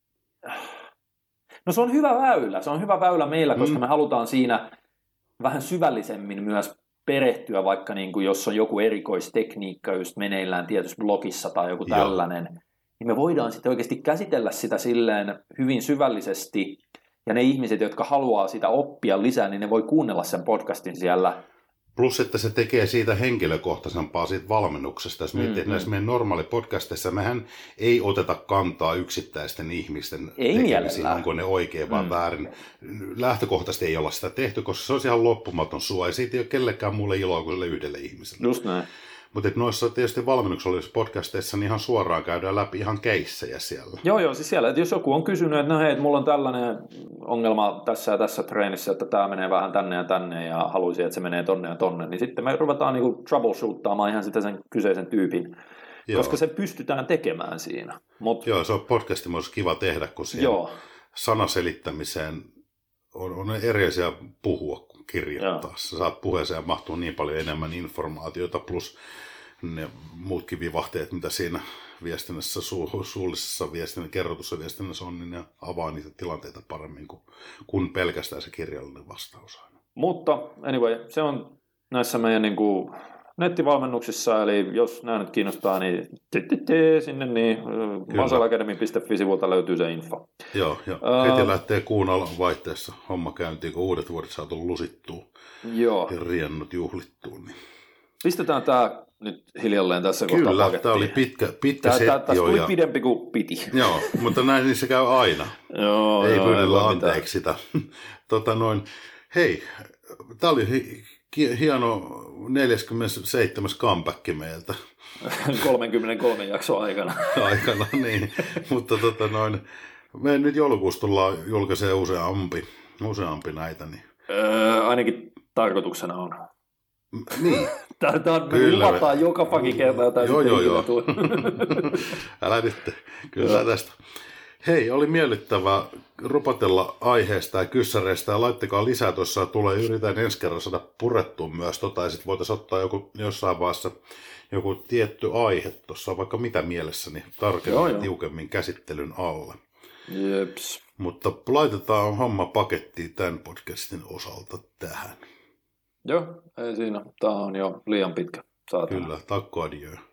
no se on hyvä väylä meillä, koska me halutaan siinä vähän syvällisemmin myös perehtyä, vaikka niin kuin jos on joku erikoistekniikka just meneillään tietyssä blogissa tai joku tällainen, niin me voidaan sitten oikeasti käsitellä sitä silleen hyvin syvällisesti, ja ne ihmiset, jotka haluaa sitä oppia lisää, niin ne voi kuunnella sen podcastin siellä. Plus, että se tekee siitä henkilökohtaisempaa siitä valmennuksesta. Jos miettii, että näissä meidän normaalipodcasteissa mehän ei oteta kantaa yksittäisten ihmisten tekemisiin, onko ne oikein vai väärin. Lähtökohtaisesti ei olla sitä tehty, koska se on ihan loppumaton sua, ja siitä ei ole kellekään muulle iloa kuin sille yhdelle ihmiselle. Just näin. Mutta noissa tietysti valmennuksellisissa podcasteissa niin ihan suoraan käydään läpi ihan keissejä siellä. Joo, siis siellä, että jos joku on kysynyt, että no hei, mulla on tällainen ongelma tässä ja tässä treenissä, että tämä menee vähän tänne ja tänne ja haluaisin, että se menee tonne ja tonne, niin sitten me ruvetaan niinku troubleshoottaamaan ihan sitä sen kyseisen tyypin, koska se pystytään tekemään siinä. Joo, se on podcastin myös kiva tehdä, kun siihen sanaselittämiseen on erilaisia puhua kuin kirjoittaa. Sä saat puheeseen mahtuu niin paljon enemmän informaatiota, plus ne muutkin vivahteet, mitä siinä viestinnässä, suullisessa viestinnässä, kerrotussa viestinnässä on, niin ne avaa niitä tilanteita paremmin kuin pelkästään se kirjallinen vastaus aina. Mutta anyway, se on näissä meidän niin kuin nettivalmennuksissa, eli jos nämä nyt kiinnostaa, niin sinne niin muscleacademy.fi-sivulta löytyy se info. Joo. Heti lähtee kuun alan vaihteessa homma käyntiin, kun uudet vuodet saa tullut lusittua ja riennut juhlittua. Niin. Pistetään tämä nyt hiljalleen tässä kohtaa pakettiin. Kyllä, tämä oli pitkä setti. Tässä tuli pidempi kuin piti. Joo, mutta näin niin se käy aina. Ei pyydellä anteeksi sitä. Hei, tämä oli hieno 47. comeback meiltä. 33 jakson aikana. Niin. Mutta me nyt joulukuussa tullaan julkaisee useampi näitä. Niin. Ainakin tarkoituksena on. Niin. Me luvataan joka pakin kerta jotain. Joo. Älä nyt. Kyllä tästä. Hei, oli miellyttävää rupatella aiheesta ja kyssäreistä ja laittakaa lisää tuossa, yritän ensi kerran saada purettua myös ja sitten voitaisiin ottaa jossain vaiheessa joku tietty aihe tuossa, vaikka mitä mielessäni tarkemmin tiukemmin käsittelyn alle. Jeps. Mutta laitetaan homma pakettiin tämän podcastin osalta tähän. Joo, ei siinä. Tämä on jo liian pitkä. Kyllä, takko adieu.